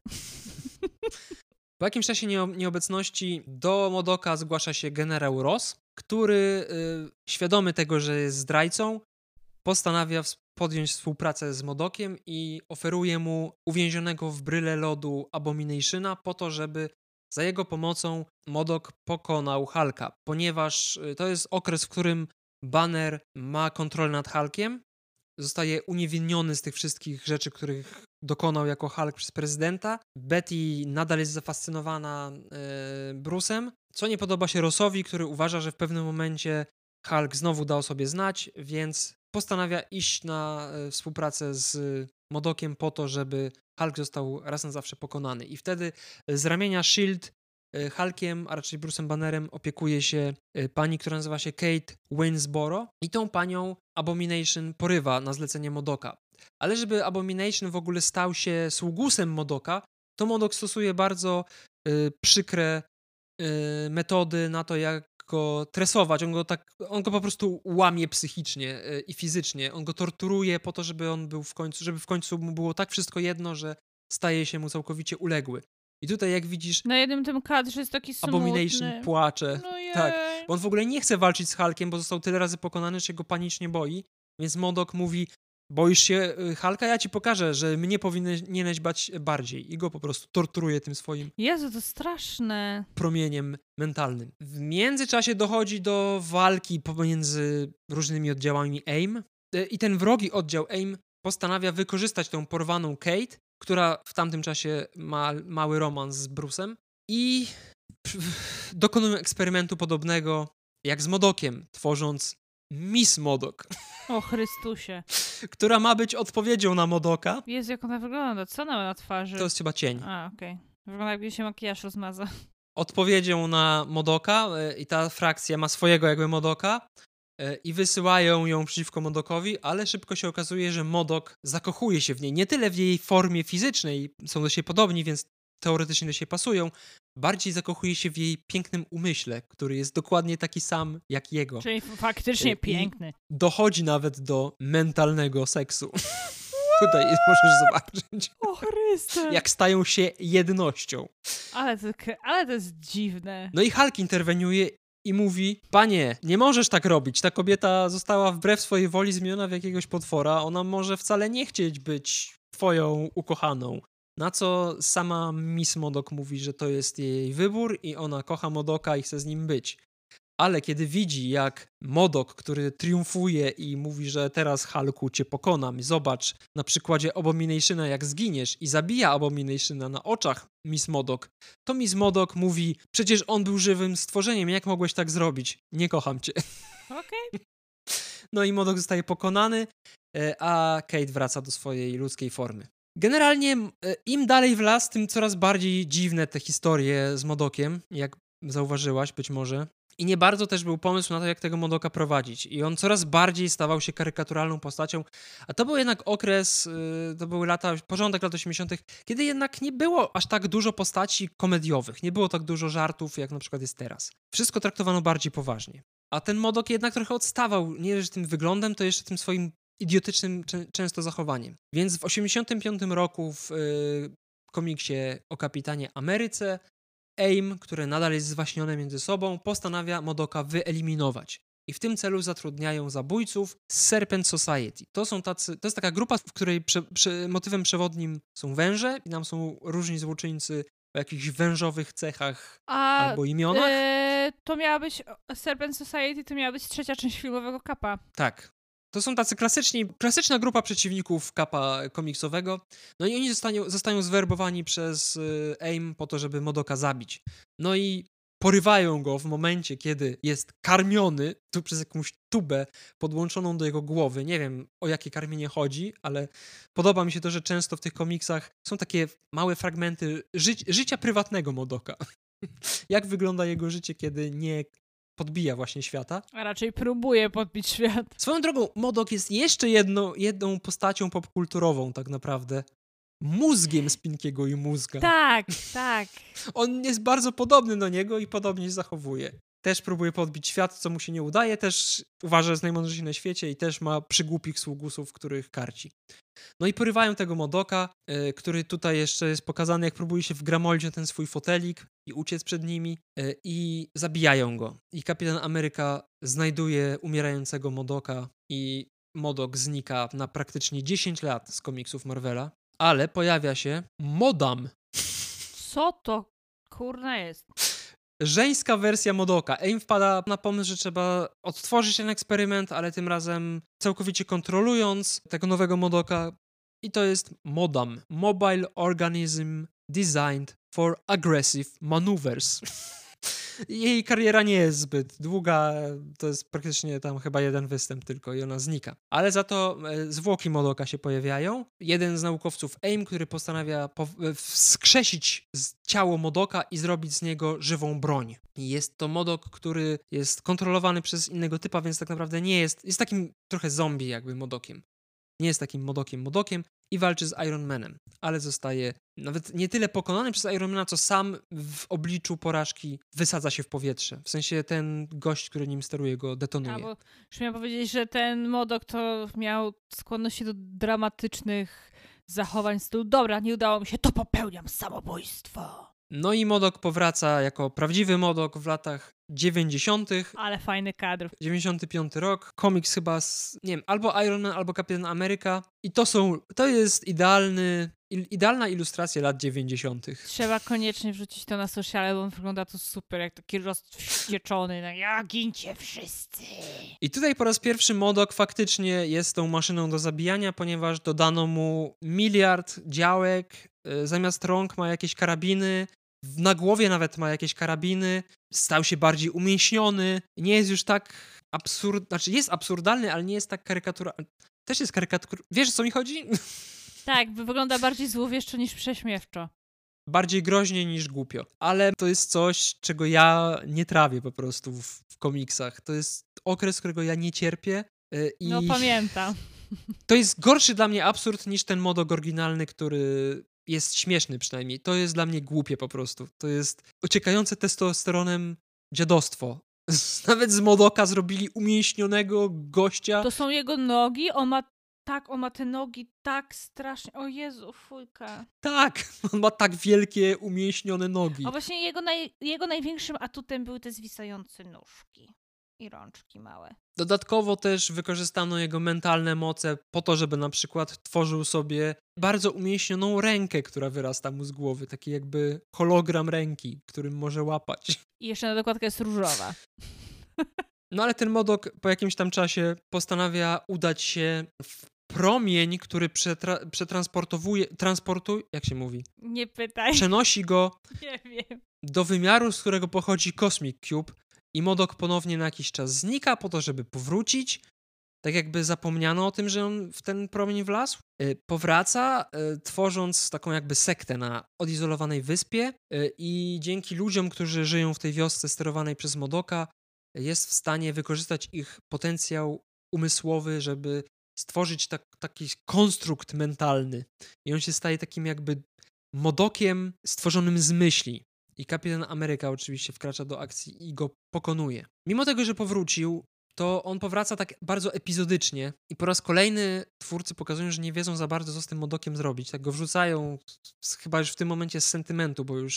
Po jakimś czasie nieo- nieobecności do Modoka zgłasza się generał Ross, który y, świadomy tego, że jest zdrajcą, postanawia ws- podjąć współpracę z Modokiem i oferuje mu uwięzionego w bryle lodu Abominationa po to, żeby za jego pomocą Modok pokonał Hulka, ponieważ y, to jest okres, w którym Banner ma kontrolę nad Hulkiem, zostaje uniewinniony z tych wszystkich rzeczy, których dokonał jako Hulk przez prezydenta. Betty nadal jest zafascynowana e, Bruce'em, co nie podoba się Rossowi, który uważa, że w pewnym momencie Hulk znowu dał sobie znać, więc postanawia iść na e, współpracę z Modokiem po to, żeby Hulk został raz na zawsze pokonany. I wtedy z ramienia S H I E L D e, Hulkiem, a raczej Bruce'em Bannerem opiekuje się e, pani, która nazywa się Kate Winsboro i tą panią Abomination porywa na zlecenie Modoka. Ale żeby Abomination w ogóle stał się sługusem Modoka, to Modok stosuje bardzo y, przykre y, metody na to, jak go tresować. On go, tak, on go po prostu łamie psychicznie y, i fizycznie. On go torturuje po to, żeby on był w końcu, żeby w końcu mu było tak wszystko jedno, że staje się mu całkowicie uległy. I tutaj jak widzisz, Na jednym tym kadrze jest taki smutny. Abomination płacze. No jej. Tak, bo on w ogóle nie chce walczyć z Hulkiem, bo został tyle razy pokonany, że się go panicznie boi. Więc Modok mówi: boisz się y, Hulka? Ja ci pokażę, że mnie powinieneś bać bardziej. I go po prostu torturuje tym swoim Jezu, to straszne. promieniem mentalnym. W międzyczasie dochodzi do walki pomiędzy różnymi oddziałami A I M. Y, I ten wrogi oddział A I M postanawia wykorzystać tą porwaną Kate, która w tamtym czasie ma mały romans z Bruce'em. I dokonują eksperymentu podobnego jak z Modokiem, tworząc Miss Modok, O Chrystusie. która ma być odpowiedzią na Modoka. Jezu, jak ona wygląda. Co ona ma na twarzy? To jest chyba cień. A, okej. Okay. Wygląda, jakby się makijaż rozmaza. Odpowiedzią na Modoka y, i ta frakcja ma swojego jakby Modoka y, i wysyłają ją przeciwko Modokowi, ale szybko się okazuje, że Modok zakochuje się w niej. Nie tyle w jej formie fizycznej, są do siebie podobni, więc teoretycznie do siebie pasują, bardziej zakochuje się w jej pięknym umyśle, który jest dokładnie taki sam jak jego. Czyli faktycznie I piękny. Dochodzi nawet do mentalnego seksu. Tutaj możesz zobaczyć, O Chryste. jak stają się jednością. Ale to, ale to jest dziwne. No i Hulk interweniuje i mówi: panie, nie możesz tak robić. Ta kobieta została wbrew swojej woli zmieniona w jakiegoś potwora. Ona może wcale nie chcieć być twoją ukochaną. Na co sama Miss Modok mówi, że to jest jej wybór i ona kocha Modoka i chce z nim być. Ale kiedy widzi, jak Modok, który triumfuje i mówi, że teraz Hulku cię pokonam, zobacz na przykładzie Abominationa, jak zginiesz, i zabija Abominationa na oczach Miss Modok, to Miss Modok mówi: przecież on był żywym stworzeniem, jak mogłeś tak zrobić? Nie kocham cię. Okej. Okay. No i Modok zostaje pokonany, a Kate wraca do swojej ludzkiej formy. Generalnie im dalej w las, tym coraz bardziej dziwne te historie z Modokiem, jak zauważyłaś być może. I nie bardzo też był pomysł na to, jak tego Modoka prowadzić. I on coraz bardziej stawał się karykaturalną postacią. A to był jednak okres, to były lata, początek lat osiemdziesiątych, kiedy jednak nie było aż tak dużo postaci komediowych. Nie było tak dużo żartów, jak na przykład jest teraz. Wszystko traktowano bardziej poważnie. A ten Modok jednak trochę odstawał, nie że tym wyglądem, to jeszcze tym swoim idiotycznym często zachowaniem. Więc w osiemdziesiątym piątym roku w y, komiksie o Kapitanie Ameryce AIM, które nadal jest zwaśnione między sobą, postanawia Modoka wyeliminować. I w tym celu zatrudniają zabójców z Serpent Society. To są tacy, to jest taka grupa, w której prze, prze, motywem przewodnim są węże i tam są różni złoczyńcy o jakichś wężowych cechach A albo imionach. e, to miała być Serpent Society, to miała być trzecia część filmowego Kappa. Tak. To są tacy klasyczni, klasyczna grupa przeciwników Kappa komiksowego. No i oni zostają, zostają zwerbowani przez y, AIM po to, żeby Modoka zabić. No i porywają go w momencie, kiedy jest karmiony tu przez jakąś tubę podłączoną do jego głowy. Nie wiem, o jakie karmienie chodzi, ale podoba mi się to, że często w tych komiksach są takie małe fragmenty ży życia prywatnego Modoka. Jak wygląda jego życie, kiedy nie podbija właśnie świata. A raczej próbuje podbić świat. Swoją drogą, Modok jest jeszcze jedno, jedną postacią popkulturową tak naprawdę. Mózgiem z Pinkiego i Mózga. Tak, tak. On jest bardzo podobny do niego i podobnie się zachowuje. Też próbuje podbić świat, co mu się nie udaje, też uważa, że jest najmądrzejszy na świecie i też ma przygłupich sługusów, których karci. No i porywają tego Modoka, yy, który tutaj jeszcze jest pokazany, jak próbuje się wgramolić na ten swój fotelik i uciec przed nimi yy, i zabijają go. I Kapitan Ameryka znajduje umierającego Modoka i Modok znika na praktycznie dziesięć lat z komiksów Marvela, ale pojawia się Modam. Co to kurna jest? Żeńska wersja Modoka. AIM wpada na pomysł, że trzeba odtworzyć ten eksperyment, ale tym razem całkowicie kontrolując tego nowego Modoka. I to jest Modam. Mobile Organism Designed for Aggressive Maneuvers. Jej kariera nie jest zbyt długa, to jest praktycznie tam chyba jeden występ tylko i ona znika. Ale za to e, zwłoki Modoka się pojawiają. Jeden z naukowców AIM, który postanawia po, e, wskrzesić z ciało Modoka i zrobić z niego żywą broń. I jest to Modok, który jest kontrolowany przez innego typa, więc tak naprawdę nie jest, jest takim trochę zombie jakby Modokiem. Nie jest takim Modokiem Modokiem i walczy z Iron Manem, ale zostaje nawet nie tyle pokonany przez Iron Mana, co sam w obliczu porażki wysadza się w powietrze. W sensie ten gość, który nim steruje, go detonuje. A, bo już miałam powiedzieć, że ten Modok to miał skłonności do dramatycznych zachowań w stylu dobra, nie udało mi się, to popełniam samobójstwo. No i Modok powraca jako prawdziwy Modok w latach dziewięćdziesiątych. Ale fajny kadr. dziewięćdziesiąty piąty rok. Komiks chyba z, nie wiem, albo Iron Man, albo Kapitan Ameryka. I to są, to jest idealny, idealna ilustracja lat dziewięćdziesiątych. Trzeba koniecznie wrzucić to na sociale, bo on wygląda to super, jak taki rozwścieczony. No, ja gincie wszyscy. I tutaj po raz pierwszy Modok faktycznie jest tą maszyną do zabijania, ponieważ dodano mu miliard działek, yy, zamiast rąk ma jakieś karabiny, na głowie nawet ma jakieś karabiny, stał się bardziej umięśniony, nie jest już tak absurd... Znaczy jest absurdalny, ale nie jest tak karykatura... Też jest karykatur... Wiesz, o co mi chodzi? Tak, wygląda bardziej złowieszczo niż prześmiewczo. Bardziej groźnie niż głupio. Ale to jest coś, czego ja nie trawię po prostu w, w komiksach. To jest okres, którego ja nie cierpię. Yy, i No pamiętam. To jest gorszy dla mnie absurd niż ten Modok oryginalny, który jest śmieszny przynajmniej. To jest dla mnie głupie po prostu. To jest ociekające testosteronem dziadostwo. Nawet z Modoka zrobili umięśnionego gościa. To są jego nogi, on ma tak, on ma te nogi tak strasznie, o Jezu, fujka. Tak, on ma tak wielkie, umięśnione nogi. A właśnie jego, naj, jego największym atutem były te zwisające nóżki i rączki małe. Dodatkowo też wykorzystano jego mentalne moce po to, żeby na przykład tworzył sobie bardzo umięśnioną rękę, która wyrasta mu z głowy. Taki jakby hologram ręki, którym może łapać. I jeszcze na dokładkę jest różowa. No ale ten Modok po jakimś tam czasie postanawia udać się w promień, który przetra- przetransportowuje, transportuje, jak się mówi? Nie pytaj. Przenosi go Nie wiem. do wymiaru, z którego pochodzi Cosmic Cube i Modok ponownie na jakiś czas znika po to, żeby powrócić. Tak jakby zapomniano o tym, że on w ten promień wlazł. Yy, powraca, yy, tworząc taką jakby sektę na odizolowanej wyspie yy, i dzięki ludziom, którzy żyją w tej wiosce sterowanej przez Modoka, jest w stanie wykorzystać ich potencjał umysłowy, żeby stworzyć tak, taki konstrukt mentalny. I on się staje takim jakby Modokiem stworzonym z myśli. I Kapitan Ameryka oczywiście wkracza do akcji i go pokonuje. Mimo tego, że powrócił, to on powraca tak bardzo epizodycznie i po raz kolejny twórcy pokazują, że nie wiedzą za bardzo, co z tym Modokiem zrobić. Tak go wrzucają chyba już w tym momencie z sentymentu, bo już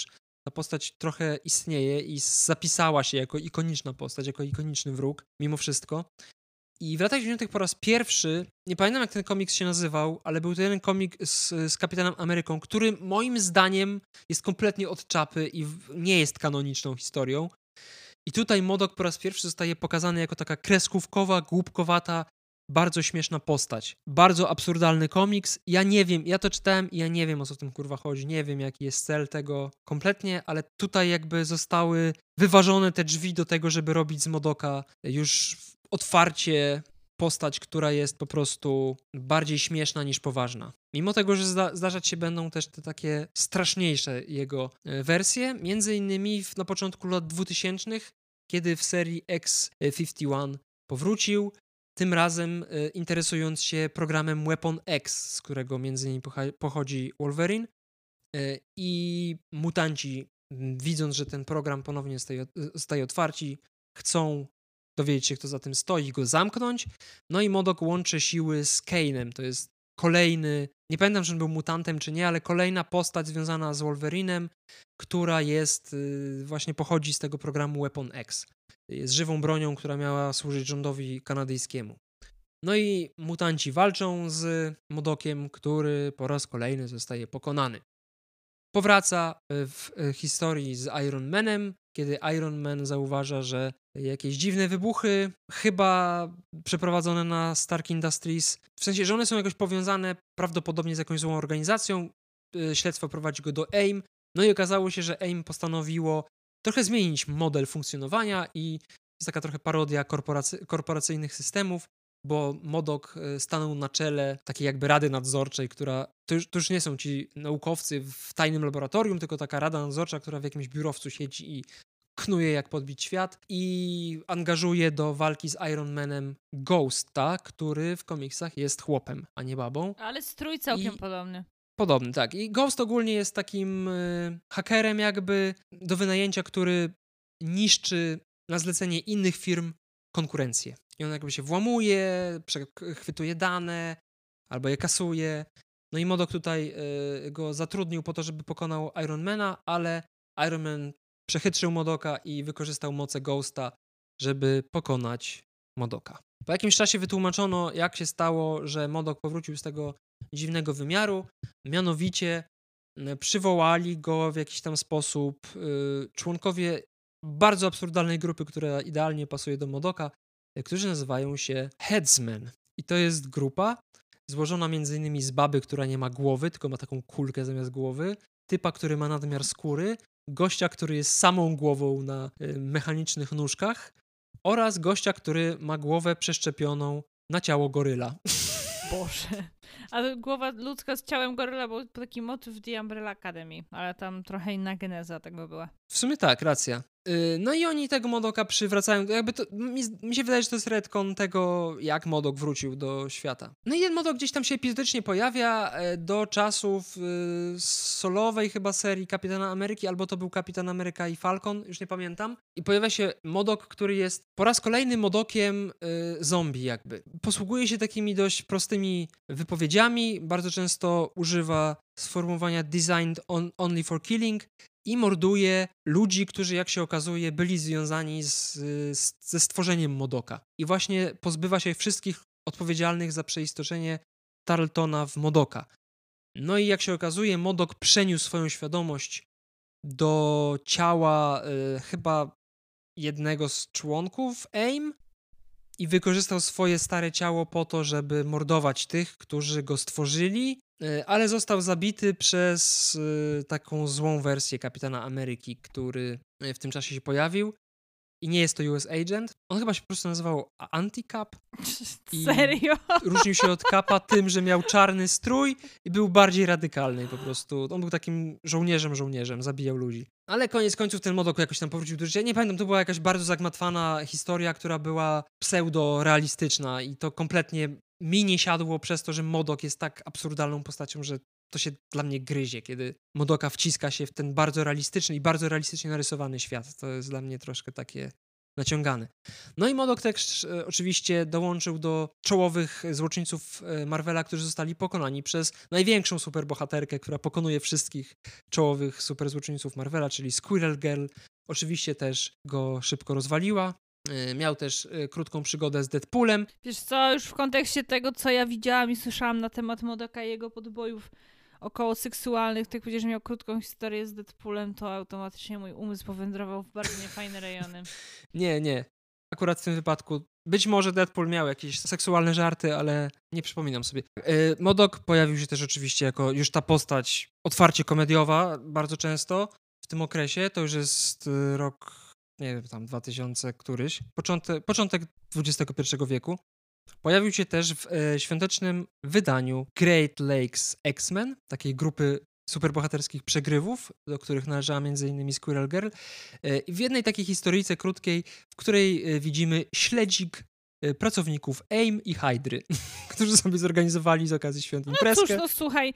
ta postać trochę istnieje i zapisała się jako ikoniczna postać, jako ikoniczny wróg, mimo wszystko. I w latach dziewięćdziesiątych po raz pierwszy, nie pamiętam jak ten komiks się nazywał, ale był to jeden komik z, z Kapitanem Ameryką, który moim zdaniem jest kompletnie od czapy i w, nie jest kanoniczną historią. I tutaj MODOK po raz pierwszy zostaje pokazany jako taka kreskówkowa, głupkowata, bardzo śmieszna postać. Bardzo absurdalny komiks. Ja nie wiem, ja to czytałem i ja nie wiem, o co w tym kurwa chodzi. Nie wiem, jaki jest cel tego kompletnie, ale tutaj jakby zostały wyważone te drzwi do tego, żeby robić z MODOKa już otwarcie postać, która jest po prostu bardziej śmieszna niż poważna. Mimo tego, że zda- zdarzać się będą też te takie straszniejsze jego e, wersje, między innymi w, na początku lat dwutysięcznych, kiedy w serii X pięćdziesiąt jeden powrócił, tym razem e, interesując się programem Weapon X, z którego między innymi pocha- pochodzi Wolverine, e, i mutanci, m, widząc, że ten program ponownie zostaje, zostaje otwarci, chcą dowiedzieć się, kto za tym stoi, go zamknąć. No i MODOK łączy siły z Kane'em. To jest kolejny, nie pamiętam, czy on był mutantem, czy nie, ale kolejna postać związana z Wolverinem, która jest, yy, właśnie pochodzi z tego programu Weapon X. Jest żywą bronią, która miała służyć rządowi kanadyjskiemu. No i mutanci walczą z MODOKiem, który po raz kolejny zostaje pokonany. Powraca w historii z Iron Manem, kiedy Iron Man zauważa, że jakieś dziwne wybuchy, chyba przeprowadzone na Stark Industries, w sensie, że one są jakoś powiązane prawdopodobnie z jakąś złą organizacją, śledztwo prowadzi go do A I M, no i okazało się, że A I M postanowiło trochę zmienić model funkcjonowania i jest taka trochę parodia korporacy- korporacyjnych systemów, bo MODOK stanął na czele takiej jakby rady nadzorczej, która, to już, to już nie są ci naukowcy w tajnym laboratorium, tylko taka rada nadzorcza, która w jakimś biurowcu siedzi i knuje jak podbić świat i angażuje do walki z Iron Manem Ghosta, który w komiksach jest chłopem, a nie babą. Ale strój całkiem I... podobny. Podobny, tak. I Ghost ogólnie jest takim y, hakerem jakby do wynajęcia, który niszczy na zlecenie innych firm konkurencję. I on jakby się włamuje, przechwytuje dane, albo je kasuje. No i MODOK tutaj y, go zatrudnił po to, żeby pokonał Ironmana, ale Iron Man przechytrzył MODOKa i wykorzystał moce Ghosta, żeby pokonać MODOKa. Po jakimś czasie wytłumaczono, jak się stało, że MODOK powrócił z tego dziwnego wymiaru. Mianowicie y, przywołali go w jakiś tam sposób y, członkowie bardzo absurdalnej grupy, która idealnie pasuje do MODOKa, którzy nazywają się Headsmen. I to jest grupa złożona między innymi z baby, która nie ma głowy, tylko ma taką kulkę zamiast głowy, typa, który ma nadmiar skóry, gościa, który jest samą głową na y, mechanicznych nóżkach oraz gościa, który ma głowę przeszczepioną na ciało goryla. Boże. A głowa ludzka z ciałem goryla był taki motyw w The Umbrella Academy, ale tam trochę inna geneza tego była. W sumie tak, racja. No i oni tego MODOKa przywracają, jakby to, mi, mi się wydaje, że to jest retcon tego, jak MODOK wrócił do świata. No i ten MODOK gdzieś tam się epizodycznie pojawia do czasów y, solowej chyba serii Kapitana Ameryki, albo to był Kapitan Ameryka i Falcon, już nie pamiętam. I pojawia się MODOK, który jest po raz kolejny MODOKiem y, zombie jakby. Posługuje się takimi dość prostymi wypowiedziami, bardzo często używa sformułowania designed on, only for killing i morduje ludzi, którzy, jak się okazuje, byli związani z, z, ze stworzeniem MODOKa. I właśnie pozbywa się wszystkich odpowiedzialnych za przeistoczenie Tarletona w MODOKa. No i jak się okazuje, MODOK przeniósł swoją świadomość do ciała y, chyba jednego z członków A I M i wykorzystał swoje stare ciało po to, żeby mordować tych, którzy go stworzyli, ale został zabity przez y, taką złą wersję Kapitana Ameryki, który w tym czasie się pojawił. I nie jest to U S Agent. On chyba się po prostu nazywał Anti-Cap. I Serio? różnił się od Capa tym, że miał czarny strój i był bardziej radykalny po prostu. On był takim żołnierzem, żołnierzem, zabijał ludzi. Ale koniec końców ten MODOK jakoś tam powrócił do życia. Nie pamiętam, to była jakaś bardzo zagmatwana historia, która była pseudo-realistyczna i to kompletnie mi nie siadło przez to, że MODOK jest tak absurdalną postacią, że to się dla mnie gryzie, kiedy MODOKa wciska się w ten bardzo realistyczny i bardzo realistycznie narysowany świat. To jest dla mnie troszkę takie naciągany. No i MODOK też e, oczywiście dołączył do czołowych złoczyńców e, Marvela, którzy zostali pokonani przez największą superbohaterkę, która pokonuje wszystkich czołowych superzłoczyńców Marvela, czyli Squirrel Girl. Oczywiście też go szybko rozwaliła. E, miał też e, krótką przygodę z Deadpoolem. Wiesz co, już w kontekście tego, co ja widziałam i słyszałam na temat MODOKa i jego podbojów około seksualnych, tak powiedzieć, że miał krótką historię z Deadpoolem, to automatycznie mój umysł powędrował w bardzo niefajne rejony. Nie, nie. Akurat w tym wypadku być może Deadpool miał jakieś seksualne żarty, ale nie przypominam sobie. Yy, MODOK pojawił się też oczywiście jako już ta postać otwarcie komediowa bardzo często w tym okresie. To już jest yy, rok, nie wiem, tam dwa tysiące któryś, początek, początek dwudziestego pierwszego wieku. Pojawił się też w e, świątecznym wydaniu Great Lakes X-Men, takiej grupy superbohaterskich przegrywów, do których należała między innymi Squirrel Girl. E, I w jednej takiej historyjce krótkiej, w której e, widzimy śledzik e, pracowników A I M i Hydry, którzy sobie zorganizowali z okazji świąt No imprezkę. cóż, no słuchaj,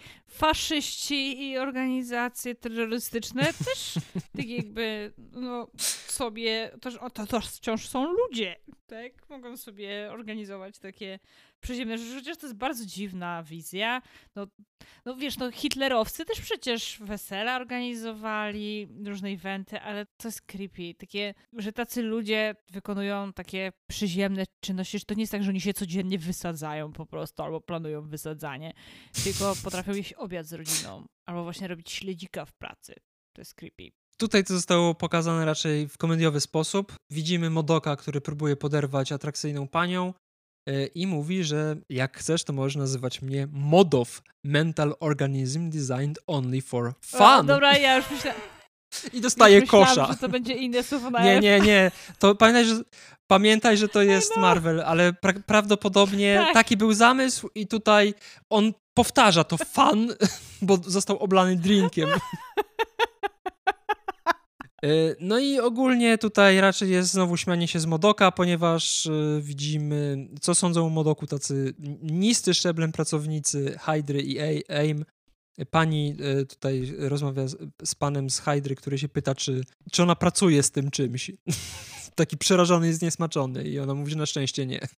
faszyści i organizacje terrorystyczne też tak jakby, no sobie, to, to, to wciąż są ludzie, tak? Mogą sobie organizować takie przyziemne rzeczy, chociaż to jest bardzo dziwna wizja. No, no wiesz, no hitlerowcy też przecież wesela organizowali, różne eventy, ale to jest creepy. Takie, że tacy ludzie wykonują takie przyziemne czynności, że to nie jest tak, że oni się codziennie wysadzają po prostu, albo planują wysadzanie, tylko potrafią jeść obiad z rodziną, albo właśnie robić śledzika w pracy. To jest creepy. Tutaj to zostało pokazane raczej w komediowy sposób. Widzimy MODOKa, który próbuje poderwać atrakcyjną panią yy, i mówi, że jak chcesz, to możesz nazywać mnie MODOF, Mental Organism Designed Only for Fun. O, dobra, ja już myślę... I dostaje już myślałam, kosza. że to będzie inne słowo na Nie, F. nie, nie. To pamiętaj, że, pamiętaj, że to jest no. Marvel, ale pra- prawdopodobnie Tak. taki był zamysł i tutaj on powtarza to fun, bo został oblany drinkiem. No i ogólnie tutaj raczej jest znowu śmianie się z MODOKa, ponieważ y, widzimy, co sądzą o MODOKu tacy niscy szczeblem pracownicy Hydry i A I M. Pani y, tutaj rozmawia z, z panem z Hydry, który się pyta, czy, czy ona pracuje z tym czymś. Taki przerażony i zniesmaczony i ona mówi, że na szczęście nie.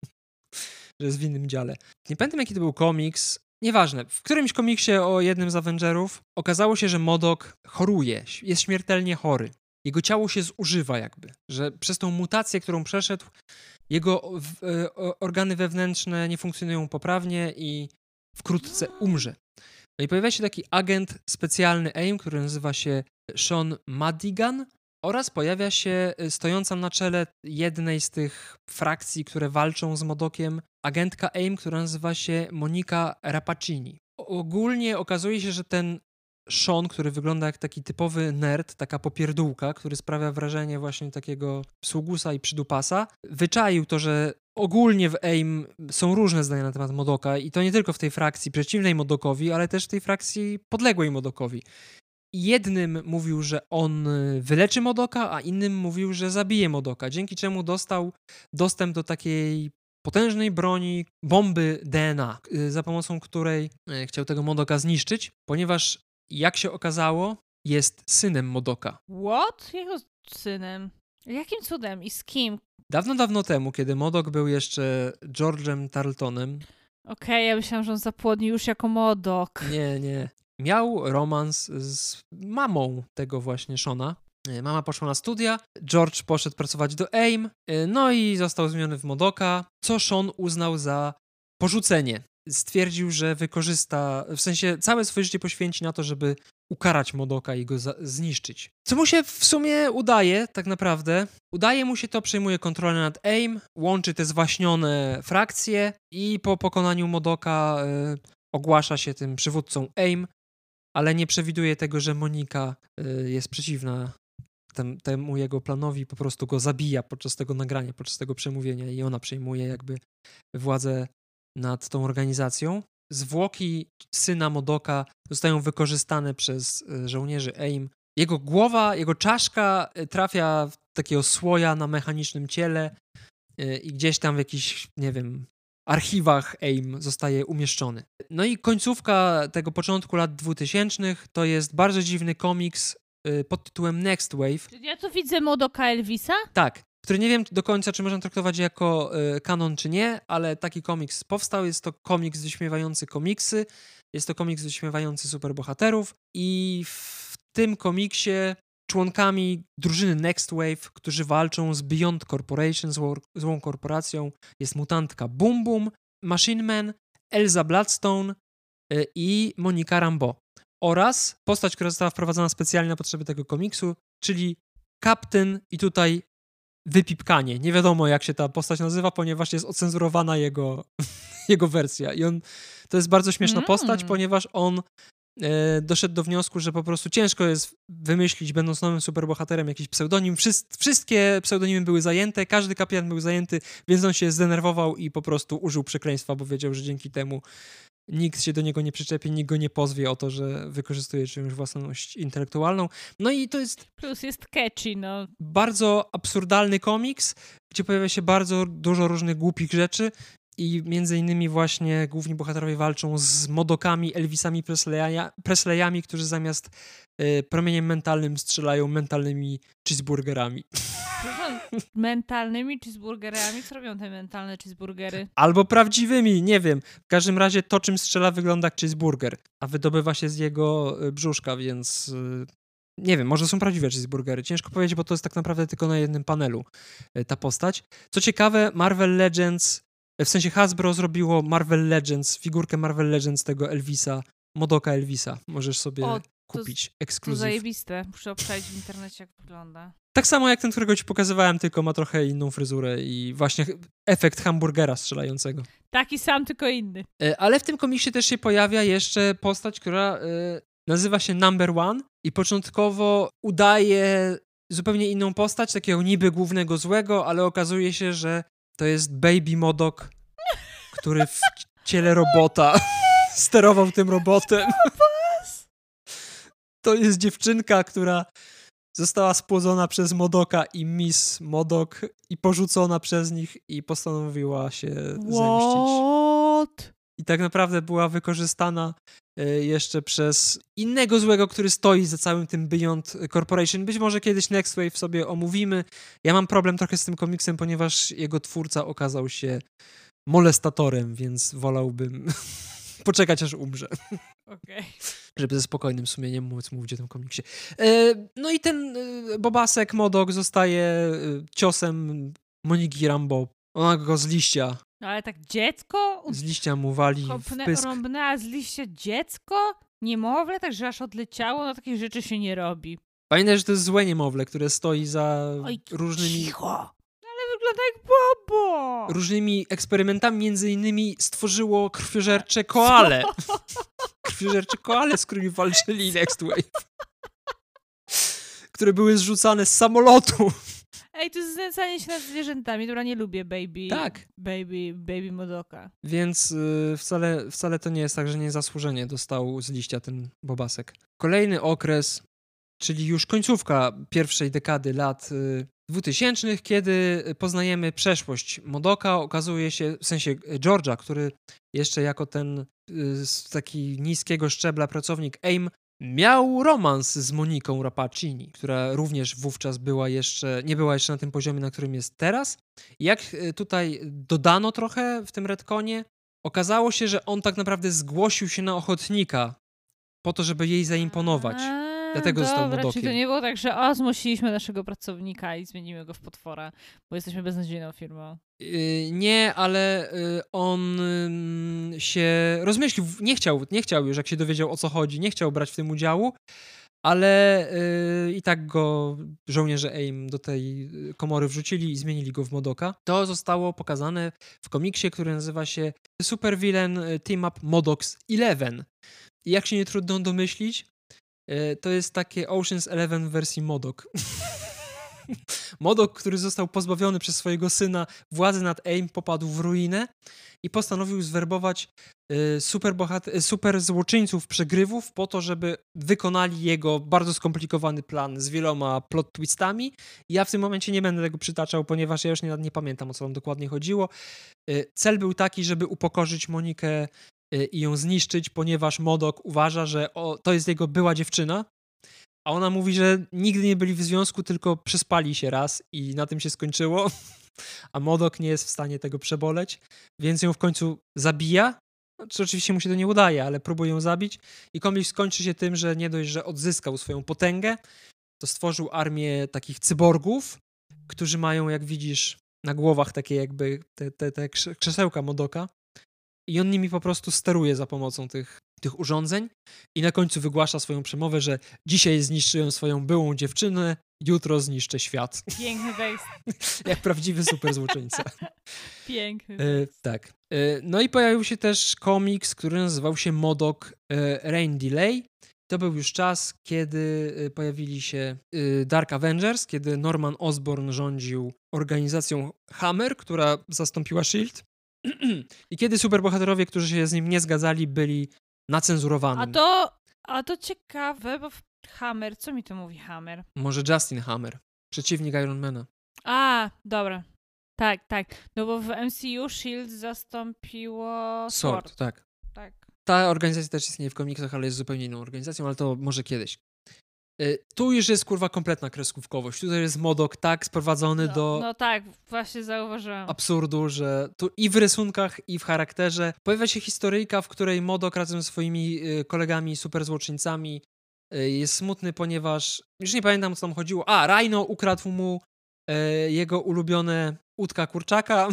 Że jest w innym dziale. Nie pamiętam, jaki to był komiks. Nieważne. W którymś komiksie o jednym z Avengerów okazało się, że MODOK choruje. Jest śmiertelnie chory. Jego ciało się zużywa jakby, że przez tą mutację, którą przeszedł, jego w, e, organy wewnętrzne nie funkcjonują poprawnie i wkrótce umrze. No i pojawia się taki agent specjalny A I M, który nazywa się Sean Madigan oraz pojawia się stojąca na czele jednej z tych frakcji, które walczą z MODOKiem, agentka A I M, która nazywa się Monica Rappaccini. Ogólnie okazuje się, że ten Sean, który wygląda jak taki typowy nerd, taka popierdółka, który sprawia wrażenie właśnie takiego sługusa i przydupasa, wyczaił to, że ogólnie w A I M są różne zdania na temat MODOKa i to nie tylko w tej frakcji przeciwnej MODOKowi, ale też w tej frakcji podległej MODOKowi. Jednym mówił, że on wyleczy MODOKa, a innym mówił, że zabije MODOKa, dzięki czemu dostał dostęp do takiej potężnej broni, bomby D N A, za pomocą której chciał tego MODOKa zniszczyć, ponieważ jak się okazało, jest synem MODOKa. What? Jego synem? Jakim cudem? I z kim? Dawno, dawno temu, kiedy MODOK był jeszcze George'em Tarletonem. Okej, okay, ja myślałam, że on zapłodnił już jako MODOK. Nie, nie. Miał romans z mamą tego właśnie Shona. Mama poszła na studia, George poszedł pracować do A I M, no i został zmieniony w MODOKa, co Sean uznał za porzucenie. Stwierdził, że wykorzysta, w sensie całe swoje życie poświęci na to, żeby ukarać MODOKa i go za- zniszczyć. Co mu się w sumie udaje, tak naprawdę. Udaje mu się to, przejmuje kontrolę nad A I M, łączy te zwaśnione frakcje i po pokonaniu MODOKa y, ogłasza się tym przywódcą A I M, ale nie przewiduje tego, że Monika y, jest przeciwna tem, temu jego planowi, po prostu go zabija podczas tego nagrania, podczas tego przemówienia i ona przejmuje jakby władzę nad tą organizacją. Zwłoki syna MODOKa zostają wykorzystane przez żołnierzy A I M. Jego głowa, jego czaszka trafia w takiego słoja na mechanicznym ciele i gdzieś tam w jakichś, nie wiem, archiwach A I M zostaje umieszczony. No i końcówka tego początku lat dwutysięcznych to jest bardzo dziwny komiks pod tytułem Next Wave. Ja tu widzę MODOKa Elvisa? Tak, w który nie wiem do końca, czy można traktować jako y, kanon, czy nie, ale taki komiks powstał. Jest to komiks wyśmiewający komiksy, jest to komiks wyśmiewający superbohaterów i w tym komiksie członkami drużyny Next Wave, którzy walczą z Beyond Corporation, złą, złą korporacją, jest mutantka Boom Boom, Machine Man, Elza Bloodstone y, i Monica Rambeau. Oraz postać, która została wprowadzona specjalnie na potrzeby tego komiksu, czyli Captain i tutaj wypipkanie. Nie wiadomo, jak się ta postać nazywa, ponieważ jest ocenzurowana jego, jego wersja. I on, to jest bardzo śmieszna Mm. postać, ponieważ on e, doszedł do wniosku, że po prostu ciężko jest wymyślić, będąc nowym superbohaterem, jakiś pseudonim. Wszys- wszystkie pseudonimy były zajęte, każdy kapitan był zajęty, więc on się zdenerwował i po prostu użył przekleństwa, bo wiedział, że dzięki temu nikt się do niego nie przyczepi, nikt go nie pozwie o to, że wykorzystuje czyjąś własność intelektualną. No i to jest Plus jest catchy, no. bardzo absurdalny komiks, gdzie pojawia się bardzo dużo różnych głupich rzeczy i między innymi właśnie główni bohaterowie walczą z modokami, Elvisami Presley'a- Presleyami, którzy zamiast y, promieniem mentalnym strzelają mentalnymi cheeseburgerami. Mentalnymi cheeseburgerami? Co robią te mentalne cheeseburgery? Albo prawdziwymi, nie wiem. W każdym razie to, czym strzela, wygląda jak cheeseburger, a wydobywa się z jego y, brzuszka, więc y, nie wiem, może są prawdziwe cheeseburgery. Ciężko powiedzieć, bo to jest tak naprawdę tylko na jednym panelu y, ta postać. Co ciekawe, Marvel Legends, w sensie Hasbro zrobiło Marvel Legends, figurkę Marvel Legends tego Elvisa, Modoka Elvisa. Możesz sobie O, kupić To ekskluzyw. zajebiste. Muszę obczaić w internecie, jak wygląda. Tak samo jak ten, którego ci pokazywałem, tylko ma trochę inną fryzurę i właśnie efekt hamburgera strzelającego. Taki sam, tylko inny. E, Ale w tym komiksie też się pojawia jeszcze postać, która e, nazywa się Number One i początkowo udaje zupełnie inną postać, takiego niby głównego złego, ale okazuje się, że to jest Baby Modok, który w ciele robota sterował tym robotem. To jest dziewczynka, która została spłodzona przez Modoka i Miss Modok i porzucona przez nich i postanowiła się zemścić. What? I tak naprawdę była wykorzystana y, jeszcze przez innego złego, który stoi za całym tym Beyond Corporation. Być może kiedyś Next Wave sobie omówimy. Ja mam problem trochę z tym komiksem, ponieważ jego twórca okazał się molestatorem, więc wolałbym poczekać, aż umrze. Okej. Żeby ze spokojnym sumieniem móc mówić o tym komiksie. E, no i ten e, Bobasek Modok zostaje e, ciosem Moniki Rambeau. Ona go z liścia, No ale tak dziecko? z liścia mu wali w Kopnę, pysk. rąbnęła z liścia dziecko? Niemowlę? Tak, że aż odleciało? No takich rzeczy się nie robi. Pamiętaj, że to jest złe niemowlę, które stoi za Oj, różnymi, cicho! Ale wygląda jak bobo! różnymi eksperymentami. Między innymi stworzyło krwiożercze koale. Krwiożercze koale, z którymi walczyli Next Wave. Które były zrzucane z samolotu. Ej, to jest znęcanie się nad zwierzętami, która nie lubię baby. Tak. Baby, baby Modoka. Więc y, wcale, wcale to nie jest tak, że niezasłużenie dostał z liścia ten Bobasek. Kolejny okres, czyli już końcówka pierwszej dekady lat y, dwutysięcznych, kiedy poznajemy przeszłość Modoka. Okazuje się, w sensie George'a, który jeszcze jako ten y, z taki niskiego szczebla pracownik AIM miał romans z Moniką Rappaccini, która również wówczas była jeszcze, nie była jeszcze na tym poziomie, na którym jest teraz. Jak tutaj dodano trochę w tym retconie, okazało się, że on tak naprawdę zgłosił się na ochotnika po to, żeby jej zaimponować. A, Dlatego został dobra, Modokiem. czyli to nie było tak, że o, zmusiliśmy naszego pracownika i zmienimy go w potwora, bo jesteśmy beznadziejną firmą. Yy, nie, ale yy, on yy, się rozmyślił, nie chciał, nie chciał już, jak się dowiedział, o co chodzi, nie chciał brać w tym udziału, ale yy, i tak go żołnierze AIM do tej komory wrzucili i zmienili go w Modoka. To zostało pokazane w komiksie, który nazywa się Supervillain Team Up Modox Eleven. I jak się nie trudno domyślić, yy, to jest takie Ocean's Eleven w wersji Modok. Modok, który został pozbawiony przez swojego syna władzy nad AIM, popadł w ruinę i postanowił zwerbować y, super, bohat- super złoczyńców przegrywów po to, żeby wykonali jego bardzo skomplikowany plan z wieloma plot twistami. Ja w tym momencie nie będę tego przytaczał, ponieważ ja już nie, nie pamiętam, o co tam dokładnie chodziło. Y, cel był taki, żeby upokorzyć Monikę y, i ją zniszczyć, ponieważ Modok uważa, że o, to jest jego była dziewczyna, A ona mówi, że nigdy nie byli w związku, tylko przespali się raz i na tym się skończyło. A Modok nie jest w stanie tego przeboleć, więc ją w końcu zabija. Znaczy, oczywiście mu się to nie udaje, ale próbuje ją zabić. I komiks skończy się tym, że nie dość, że odzyskał swoją potęgę, to stworzył armię takich cyborgów, którzy mają, jak widzisz, na głowach takie jakby te, te, te krzesełka Modoka. I on nimi po prostu steruje za pomocą tych, tych urządzeń i na końcu wygłasza swoją przemowę, że dzisiaj zniszczyłem swoją byłą dziewczynę, jutro zniszczę świat. Piękny tekst. Jak prawdziwy super złoczyńca. Piękny E, tekst. tak. E, no i pojawił się też komiks, który nazywał się Modok e, Rain Delay. To był już czas, kiedy e, pojawili się e, Dark Avengers, kiedy Norman Osborn rządził organizacją Hammer, która zastąpiła Shield. I kiedy superbohaterowie, którzy się z nim nie zgadzali, byli nacenzurowani. A to, a to ciekawe, bo w Hammer, co mi to mówi Hammer? Może Justin Hammer, przeciwnik Ironmana. A, dobra. Tak, tak. No bo w M C U Shield zastąpiło Sword. Sword, tak. Tak. Ta organizacja też istnieje w komiksach, ale jest zupełnie inną organizacją, ale to może kiedyś. Y, tu już jest, kurwa, kompletna kreskówkowość. Tutaj jest Modok tak sprowadzony No, do no tak, właśnie zauważyłam. absurdu, że tu i w rysunkach, i w charakterze pojawia się historyjka, w której Modok razem ze swoimi y, kolegami, superzłoczyńcami y, jest smutny, ponieważ już nie pamiętam, co tam chodziło. A, Rhino ukradł mu y, jego ulubione łódka kurczaka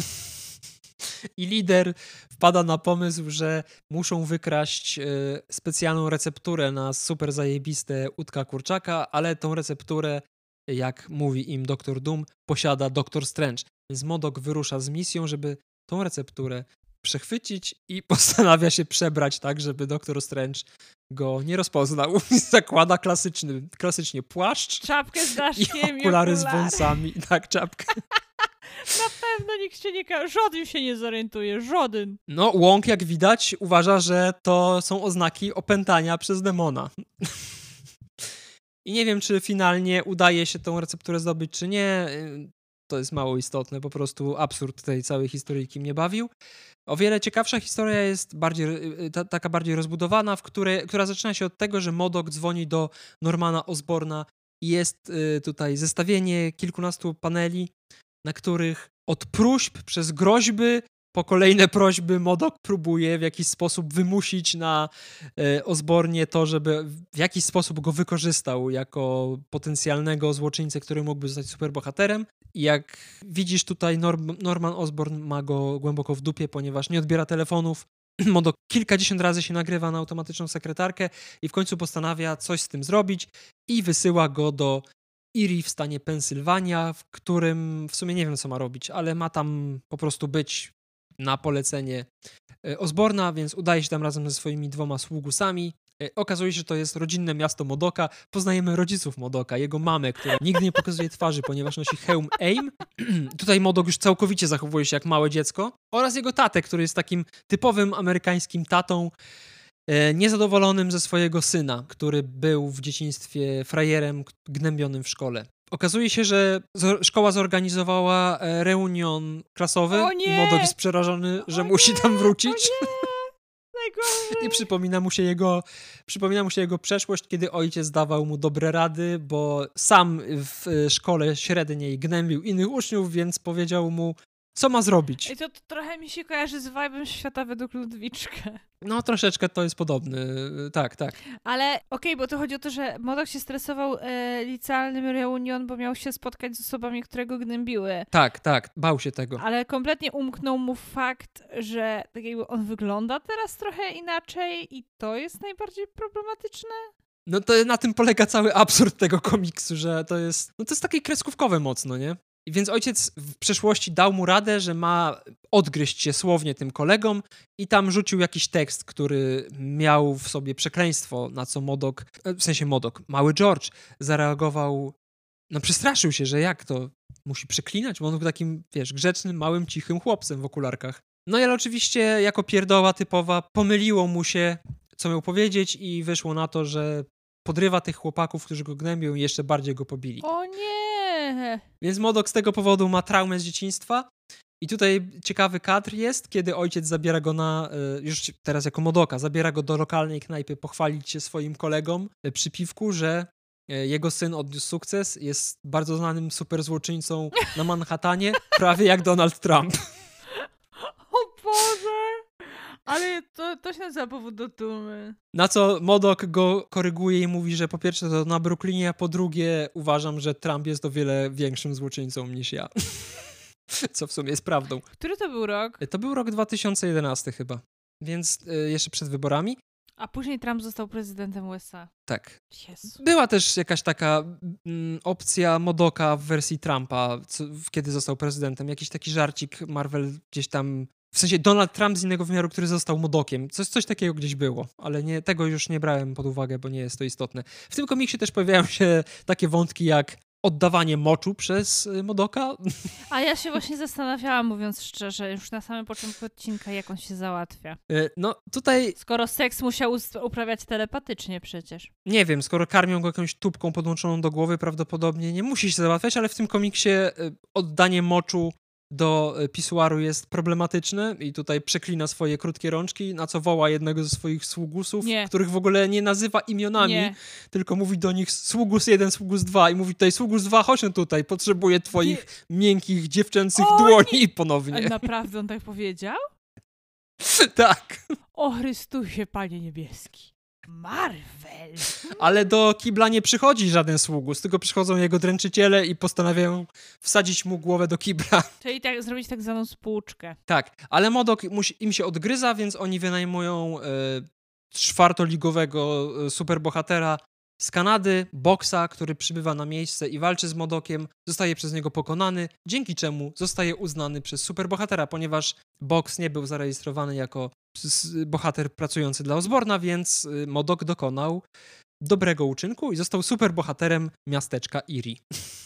i lider wpada na pomysł, że muszą wykraść y, specjalną recepturę na super zajebiste łódka kurczaka, ale tą recepturę, jak mówi im doktor Doom, posiada doktor Strange. Więc Modok wyrusza z misją, żeby tą recepturę przechwycić i postanawia się przebrać tak, żeby doktor Strange go nie rozpoznał. Zakłada klasyczny, klasycznie płaszcz Czapkę z i daszkiem okulary i z wąsami. Tak, czapkę. Na pewno nikt się nie... Ka- żaden się nie zorientuje, żaden. No, Wong, jak widać, uważa, że to są oznaki opętania przez demona. I nie wiem, czy finalnie udaje się tą recepturę zdobyć, czy nie. To jest mało istotne, po prostu absurd tej całej historyjki mnie bawił. O wiele ciekawsza historia jest bardziej, ta, taka bardziej rozbudowana, w której, która zaczyna się od tego, że Modok dzwoni do Normana Osborna i jest y, tutaj zestawienie kilkunastu paneli, na których od próśb przez groźby po kolejne prośby Modok próbuje w jakiś sposób wymusić na e, Osbornie to, żeby w jakiś sposób go wykorzystał jako potencjalnego złoczyńcę, który mógłby zostać superbohaterem. I jak widzisz tutaj, Norm- Norman Osborn ma go głęboko w dupie, ponieważ nie odbiera telefonów. Modok kilkadziesiąt razy się nagrywa na automatyczną sekretarkę i w końcu postanawia coś z tym zrobić i wysyła go do Erie w stanie Pensylwania, w którym w sumie nie wiem, co ma robić, ale ma tam po prostu być na polecenie Osborna, więc udaje się tam razem ze swoimi dwoma sługusami. Okazuje się, że to jest rodzinne miasto Modoka. Poznajemy rodziców Modoka, jego mamę, która nigdy nie pokazuje twarzy, ponieważ nosi hełm AIM. Tutaj Modok już całkowicie zachowuje się jak małe dziecko. Oraz jego tatę, który jest takim typowym amerykańskim tatą, niezadowolonym ze swojego syna, który był w dzieciństwie frajerem gnębionym w szkole. Okazuje się, że szkoła zorganizowała reunion klasowy O nie! i Modok jest przerażony, że O musi nie! tam wrócić. O nie! Najgorzej. I przypomina mu się jego, przypomina mu się jego przeszłość, kiedy ojciec dawał mu dobre rady, bo sam w szkole średniej gnębił innych uczniów, więc powiedział mu, co ma zrobić. I to, to trochę mi się kojarzy z vibe'em Świata według Ludwiczka. No troszeczkę to jest podobny, tak, tak. Ale okej, okay, bo to chodzi o to, że Modok się stresował e, licealnym reunion, bo miał się spotkać z osobami, które go gnębiły. Tak, tak, bał się tego. Ale kompletnie umknął mu fakt, że tak jakby on wygląda teraz trochę inaczej i to jest najbardziej problematyczne. No to na tym polega cały absurd tego komiksu, że to jest, no to jest takie kreskówkowe mocno, nie? I więc ojciec w przeszłości dał mu radę, że ma odgryźć się słownie tym kolegom i tam rzucił jakiś tekst, który miał w sobie przekleństwo, na co Modok, w sensie Modok, mały George zareagował, no przestraszył się, że jak to musi przeklinać, bo on był takim, wiesz, grzecznym, małym, cichym chłopcem w okularkach. No ale oczywiście jako pierdoła typowa pomyliło mu się, co miał powiedzieć i wyszło na to, że podrywa tych chłopaków, którzy go gnębią i jeszcze bardziej go pobili. O nie! Więc Modok z tego powodu ma traumę z dzieciństwa i tutaj ciekawy kadr jest, kiedy ojciec zabiera go na, już teraz jako Modoka, zabiera go do lokalnej knajpy pochwalić się swoim kolegom przy piwku, że E, Jego syn odniósł sukces, jest bardzo znanym superzłoczyńcą na Manhattanie, prawie jak Donald Trump. O Boże! Ale to, to się nazywa powód do dumy. Na co Modok go koryguje i mówi, że po pierwsze to na Brooklynie, a po drugie uważam, że Trump jest o wiele większym złoczyńcą niż ja. Co w sumie jest prawdą. Który to był rok? To był rok dwa tysiące jedenasty chyba, więc y, jeszcze przed wyborami. A później Trump został prezydentem U S A. Tak. Jezu. Była też jakaś taka mm, opcja Modoka w wersji Trumpa, co, kiedy został prezydentem. Jakiś taki żarcik Marvel gdzieś tam, w sensie Donald Trump z innego wymiaru, który został Modokiem. Coś, coś takiego gdzieś było, ale nie, tego już nie brałem pod uwagę, bo nie jest to istotne. W tym komiksie też pojawiają się takie wątki jak oddawanie moczu przez y, Modoka. A ja się właśnie zastanawiałam, mówiąc szczerze, już na samym początku odcinka, jak on się załatwia. Y, no tutaj Skoro seks musiał ust- uprawiać telepatycznie przecież. nie wiem, skoro karmią go jakąś tubką podłączoną do głowy, prawdopodobnie nie musi się załatwiać, ale w tym komiksie y, oddanie moczu do y, pisuaru jest problematyczne i tutaj przeklina swoje krótkie rączki, na co woła jednego ze swoich sługusów, Nie. których w ogóle nie nazywa imionami, Nie. tylko mówi do nich sługus jeden, sługus dwa i mówi tutaj sługus dwa, chodź no tutaj, potrzebuję twoich miękkich, dziewczęcych O, dłoni ponownie. Ale naprawdę on tak powiedział? Tak. O Chrystusie, Panie Niebieski. Marvel! Ale do kibla nie przychodzi żaden sługus, tylko przychodzą jego dręczyciele i postanawiają wsadzić mu głowę do kibla. Czyli tak, zrobić tak zwaną spłuczkę. Tak, ale Modok musi, im się odgryza, więc oni wynajmują e, czwartoligowego e, superbohatera z Kanady, Boxa, który przybywa na miejsce i walczy z Modokiem, zostaje przez niego pokonany, dzięki czemu zostaje uznany przez superbohatera, ponieważ Box nie był zarejestrowany jako s- bohater pracujący dla Osborna, więc y, Modok dokonał dobrego uczynku i został superbohaterem miasteczka Erie.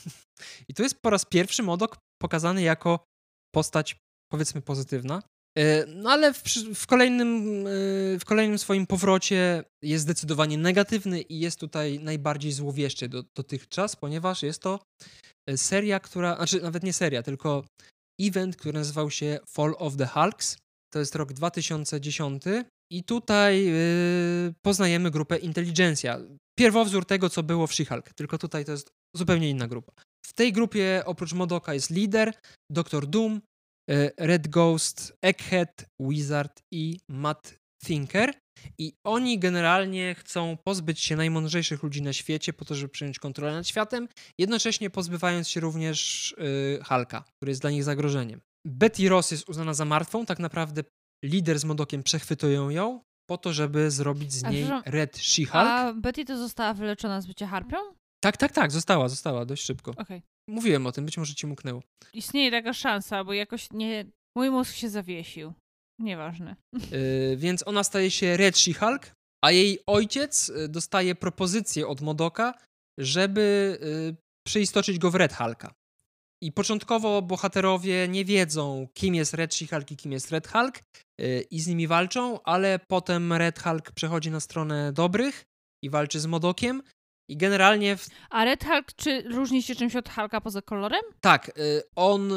I to jest po raz pierwszy Modok pokazany jako postać, powiedzmy, pozytywna. E, No ale w, przy- w, kolejnym, e, w kolejnym swoim powrocie jest zdecydowanie negatywny i jest tutaj najbardziej złowieszczy do, dotychczas, ponieważ jest to e, seria, która, znaczy nawet nie seria, tylko event, który nazywał się Fall of the Hulks. To jest rok dwa tysiące dziesiąty i tutaj e, poznajemy grupę Intelligencja. Pierwowzór tego, co było w She-Hulk, tylko tutaj to jest zupełnie inna grupa. W tej grupie oprócz Modoka jest Lider, doktor Doom, Red Ghost, Egghead, Wizard i Matt Thinker. I oni generalnie chcą pozbyć się najmądrzejszych ludzi na świecie po to, żeby przejąć kontrolę nad światem, jednocześnie pozbywając się również y, Hulka, który jest dla nich zagrożeniem. Betty Ross jest uznana za martwą, tak naprawdę Lider z Modokiem przechwytują ją po to, żeby zrobić z A niej przepraszam, Red She-Hulk. A Betty to została wyleczona z bycia harpią? Tak, tak, tak, została, została dość szybko. Okej. Mówiłem o tym, być może ci umknęło. Istnieje taka szansa, bo jakoś nie... Mój mózg się zawiesił. Nieważne. Yy, więc ona staje się Red She-Hulk, a jej ojciec y, dostaje propozycję od Modoka, żeby y, przeistoczyć go w Red Hulka. I początkowo bohaterowie nie wiedzą, kim jest Red She-Hulk i kim jest Red Hulk y, i z nimi walczą, ale potem Red Hulk przechodzi na stronę dobrych i walczy z Modokiem i generalnie w A Red Hulk, czy różni się czymś od Hulka poza kolorem? Tak, y, on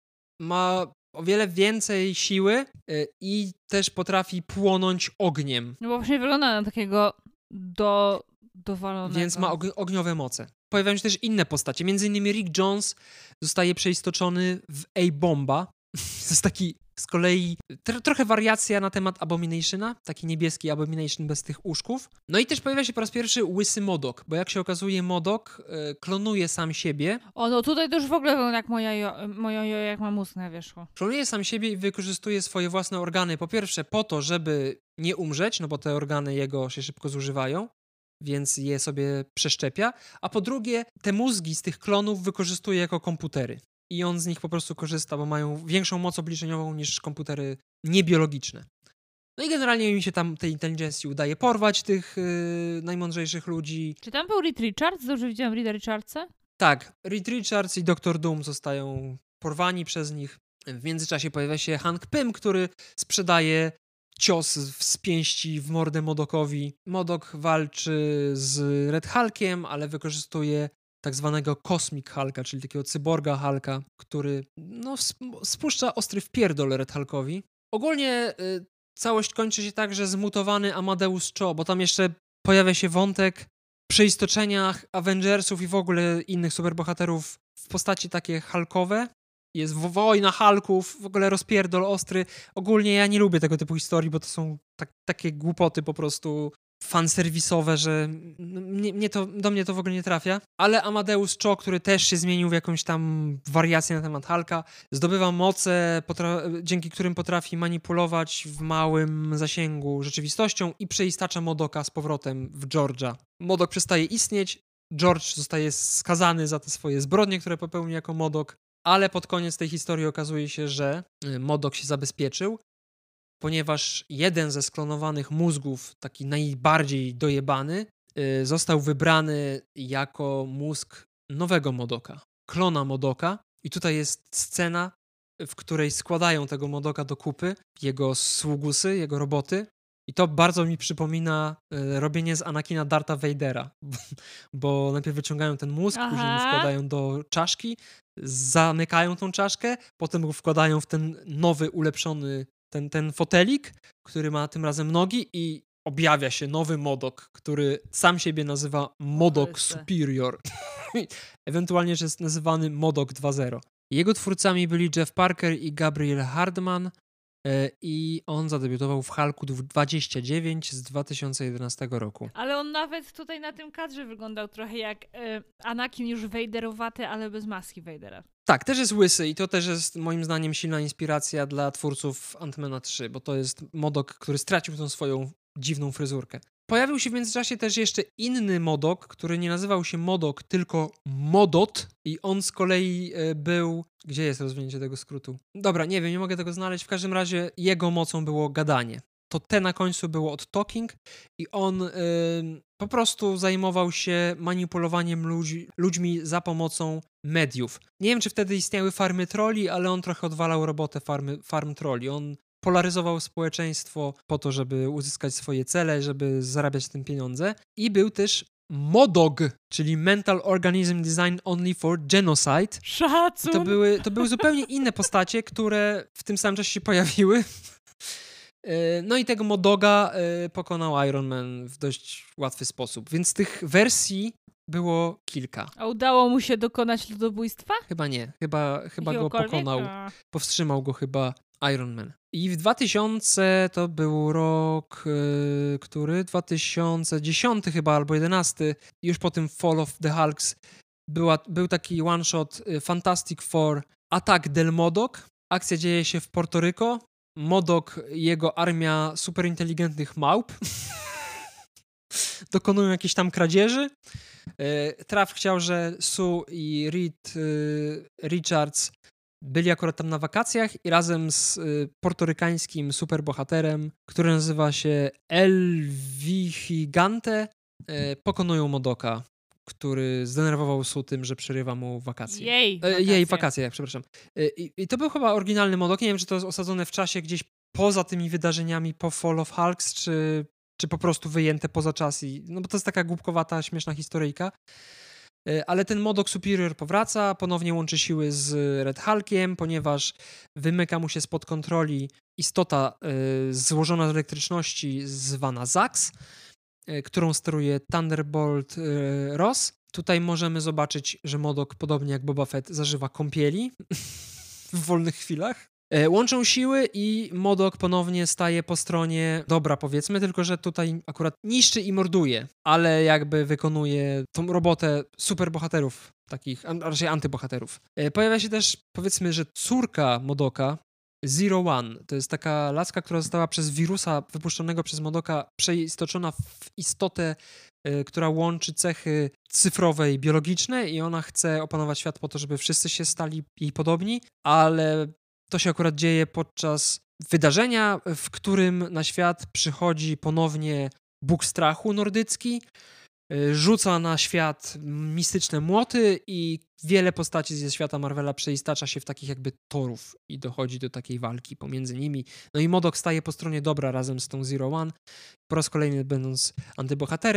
ma o wiele więcej siły y, i też potrafi płonąć ogniem, No bo właśnie wygląda na takiego do... dowalonego. więc ma og- ogniowe moce. Pojawiają się też inne postacie, między innymi Rick Jones zostaje przeistoczony w A-Bomba. To jest taki z kolei tr- trochę wariacja na temat Abominationa, taki niebieski Abomination bez tych uszków. No i też pojawia się po raz pierwszy łysy Modok, bo jak się okazuje Modok y, klonuje sam siebie, O, no tutaj to już w ogóle wygląda jak moja jo, moja jo, jak ma mózg na wierzchu. klonuje sam siebie i wykorzystuje swoje własne organy, po pierwsze po to, żeby nie umrzeć, no bo te organy jego się szybko zużywają, więc je sobie przeszczepia, a po drugie te mózgi z tych klonów wykorzystuje jako komputery. I on z nich po prostu korzysta, bo mają większą moc obliczeniową niż komputery niebiologiczne. No i generalnie mi się tam tej inteligencji udaje porwać tych yy, najmądrzejszych ludzi. Czy tam był Reed Richards? Dobrze widziałam Reeda Richardsa? Tak, Reed Richards i doktor Doom zostają porwani przez nich. W międzyczasie pojawia się Hank Pym, który sprzedaje cios z pięści w mordę Modokowi. Modok walczy z Red Hulkiem, ale wykorzystuje tak zwanego Cosmic Hulka, czyli takiego cyborga Hulka, który no, sp- spuszcza ostry wpierdol Red Hulkowi. Ogólnie y, całość kończy się tak, że zmutowany Amadeus Cho, bo tam jeszcze pojawia się wątek przeistoczeniach Avengersów i w ogóle innych superbohaterów w postaci takie Hulkowe. Jest wo- wojna Hulków, w ogóle rozpierdol ostry. Ogólnie ja nie lubię tego typu historii, bo to są tak, takie głupoty po prostu fanserwisowe, że mnie, mnie to, do mnie to w ogóle nie trafia. Ale Amadeus Cho, który też się zmienił w jakąś tam wariację na temat Hulka, zdobywa moce, potra- dzięki którym potrafi manipulować w małym zasięgu rzeczywistością i przeistacza Modoka z powrotem w George'a. Modok przestaje istnieć, George zostaje skazany za te swoje zbrodnie, które popełnił jako Modok, ale pod koniec tej historii okazuje się, że Modok się zabezpieczył, ponieważ jeden ze sklonowanych mózgów, taki najbardziej dojebany, yy, został wybrany jako mózg nowego Modoka, klona Modoka. I tutaj jest scena, w której składają tego Modoka do kupy, jego sługusy, jego roboty. I to bardzo mi przypomina yy, robienie z Anakina Dartha Vadera, bo, bo najpierw wyciągają ten mózg, Aha. później go wkładają do czaszki, zamykają tą czaszkę, potem go wkładają w ten nowy, ulepszony Ten, ten fotelik, który ma tym razem nogi i objawia się nowy Modok, który sam siebie nazywa Modok Chryste. Superior. Ewentualnie, że jest nazywany Modok dwa zero. Jego twórcami byli Jeff Parker i Gabriel Hardman e, i on zadebiutował w Hulku dwadzieścia dziewięć z dwa tysiące jedenastego roku. Ale on nawet tutaj na tym kadrze wyglądał trochę jak y, Anakin już Vaderowaty, ale bez maski Vadera. Tak, też jest łysy i to też jest moim zdaniem silna inspiracja dla twórców Ant-Mana trzy, bo to jest Modok, który stracił tą swoją dziwną fryzurkę. Pojawił się w międzyczasie też jeszcze inny Modok, który nie nazywał się Modok, tylko Modot i on z kolei e, był... Gdzie jest rozwinięcie tego skrótu? Dobra, nie wiem, nie mogę tego znaleźć. W każdym razie jego mocą było gadanie. To T na końcu było od talking i on y, po prostu zajmował się manipulowaniem ludzi, ludźmi za pomocą mediów. Nie wiem, czy wtedy istniały farmy trolli, ale on trochę odwalał robotę farmy, farm trolli. On polaryzował społeczeństwo po to, żeby uzyskać swoje cele, żeby zarabiać tym pieniądze. I był też Modog, czyli Mental Organism Design Only for Genocide. Szacun! To były, to były zupełnie inne postacie, które w tym samym czasie się pojawiły. No i tego Modoga pokonał Iron Man w dość łatwy sposób, więc tych wersji było kilka. A udało mu się dokonać ludobójstwa? Chyba nie, chyba, chyba go Jakiegokolwiek? pokonał, A. powstrzymał go chyba Iron Man. I w dwa tysiące to był rok, yy, który? dwa tysiące dziesiąty chyba, albo jedenasty, już po tym Fall of the Hulks była, był taki one-shot y, Fantastic Four Attack del Modok. Akcja dzieje się w Porto-Rico. Modok i jego armia superinteligentnych małp dokonują jakiejś tam kradzieży. Traf chciał, że Sue i Reed Richards byli akurat tam na wakacjach i razem z portorykańskim superbohaterem, który nazywa się El Vigigante, pokonują Modoka, który zdenerwował Sue tym, że przerywa mu wakacje. Jej, E, wakacje. jej wakacje, przepraszam. E, i, I to był chyba oryginalny Modok. Nie wiem, czy to jest osadzone w czasie gdzieś poza tymi wydarzeniami po Fall of Hulks, czy, czy po prostu wyjęte poza czas. I, no bo to jest taka głupkowata, śmieszna historyjka. E, ale ten Modok Superior powraca, ponownie łączy siły z Red Hulkiem, ponieważ wymyka mu się spod kontroli istota e, złożona z elektryczności zwana Zax, e, którą steruje Thunderbolt e, Ross. Tutaj możemy zobaczyć, że Modok, podobnie jak Boba Fett, zażywa kąpieli w wolnych chwilach. E, łączą siły i Modok ponownie staje po stronie dobra, powiedzmy, tylko że tutaj akurat niszczy i morduje, ale jakby wykonuje tą robotę superbohaterów, takich, a raczej antybohaterów. E, pojawia się też, powiedzmy, że córka Modoka, Zero One. To jest taka laska, która została przez wirusa wypuszczonego przez Modoka przeistoczona w istotę, y, która łączy cechy cyfrowe i biologiczne i ona chce opanować świat po to, żeby wszyscy się stali jej podobni, ale to się akurat dzieje podczas wydarzenia, w którym na świat przychodzi ponownie Bóg strachu nordycki, y, rzuca na świat mistyczne młoty i wiele postaci ze świata Marvela przeistacza się w takich jakby torów i dochodzi do takiej walki pomiędzy nimi. No i Modok staje po stronie dobra razem z tą Zero One, po raz kolejny będąc antybohaterem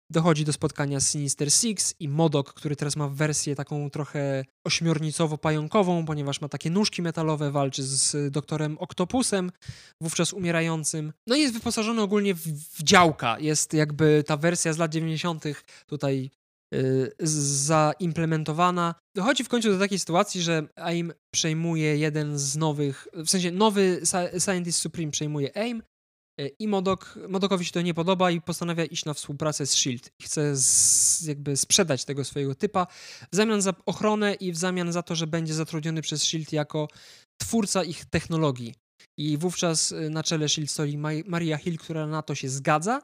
dochodzi do spotkania z Sinister Six i MODOK, który teraz ma wersję taką trochę ośmiornicowo-pająkową, ponieważ ma takie nóżki metalowe, walczy z doktorem Octopusem, wówczas umierającym. No i jest wyposażony ogólnie w, w działka. Jest jakby ta wersja z lat dziewięćdziesiątych tutaj yy, zaimplementowana. Dochodzi w końcu do takiej sytuacji, że AIM przejmuje jeden z nowych, w sensie nowy Scientist Supreme przejmuje AIM, i Modok, Modokowi się to nie podoba i postanawia iść na współpracę z S H I E L D. Chce z, jakby sprzedać tego swojego typa w zamian za ochronę i w zamian za to, że będzie zatrudniony przez S H I E L D jako twórca ich technologii. I wówczas na czele S H I E L D stoi Maria Hill, która na to się zgadza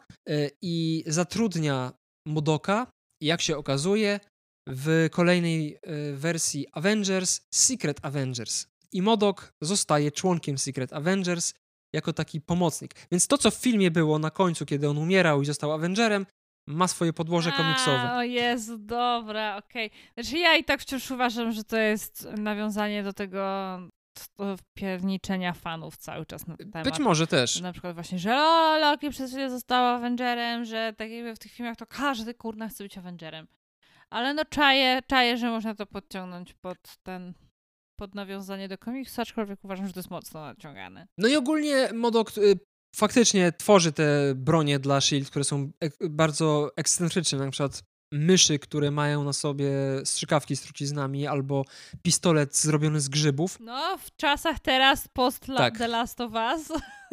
i zatrudnia Modoka, jak się okazuje, w kolejnej wersji Avengers, Secret Avengers. I Modok zostaje członkiem Secret Avengers jako taki pomocnik. Więc to, co w filmie było na końcu, kiedy on umierał i został Avengerem, ma swoje podłoże komiksowe. A, o Jezu, dobra, okej. Okay. Znaczy ja i tak wciąż uważam, że to jest nawiązanie do tego do pierniczenia fanów cały czas na ten temat. Być może też. Na przykład właśnie, że o, Loki przez chwilę został Avengerem, że tak jakby w tych filmach to każdy kurna chce być Avengerem. Ale no czaję, czaję, że można to podciągnąć pod ten... pod nawiązanie do komiksu, aczkolwiek uważam, że to jest mocno naciągane. No i ogólnie Modok y, faktycznie tworzy te bronie dla S H I E L D, które są ek- bardzo ekscentryczne, na przykład myszy, które mają na sobie strzykawki z truciznami, albo pistolet zrobiony z grzybów. No, w czasach teraz post tak. The Last of Us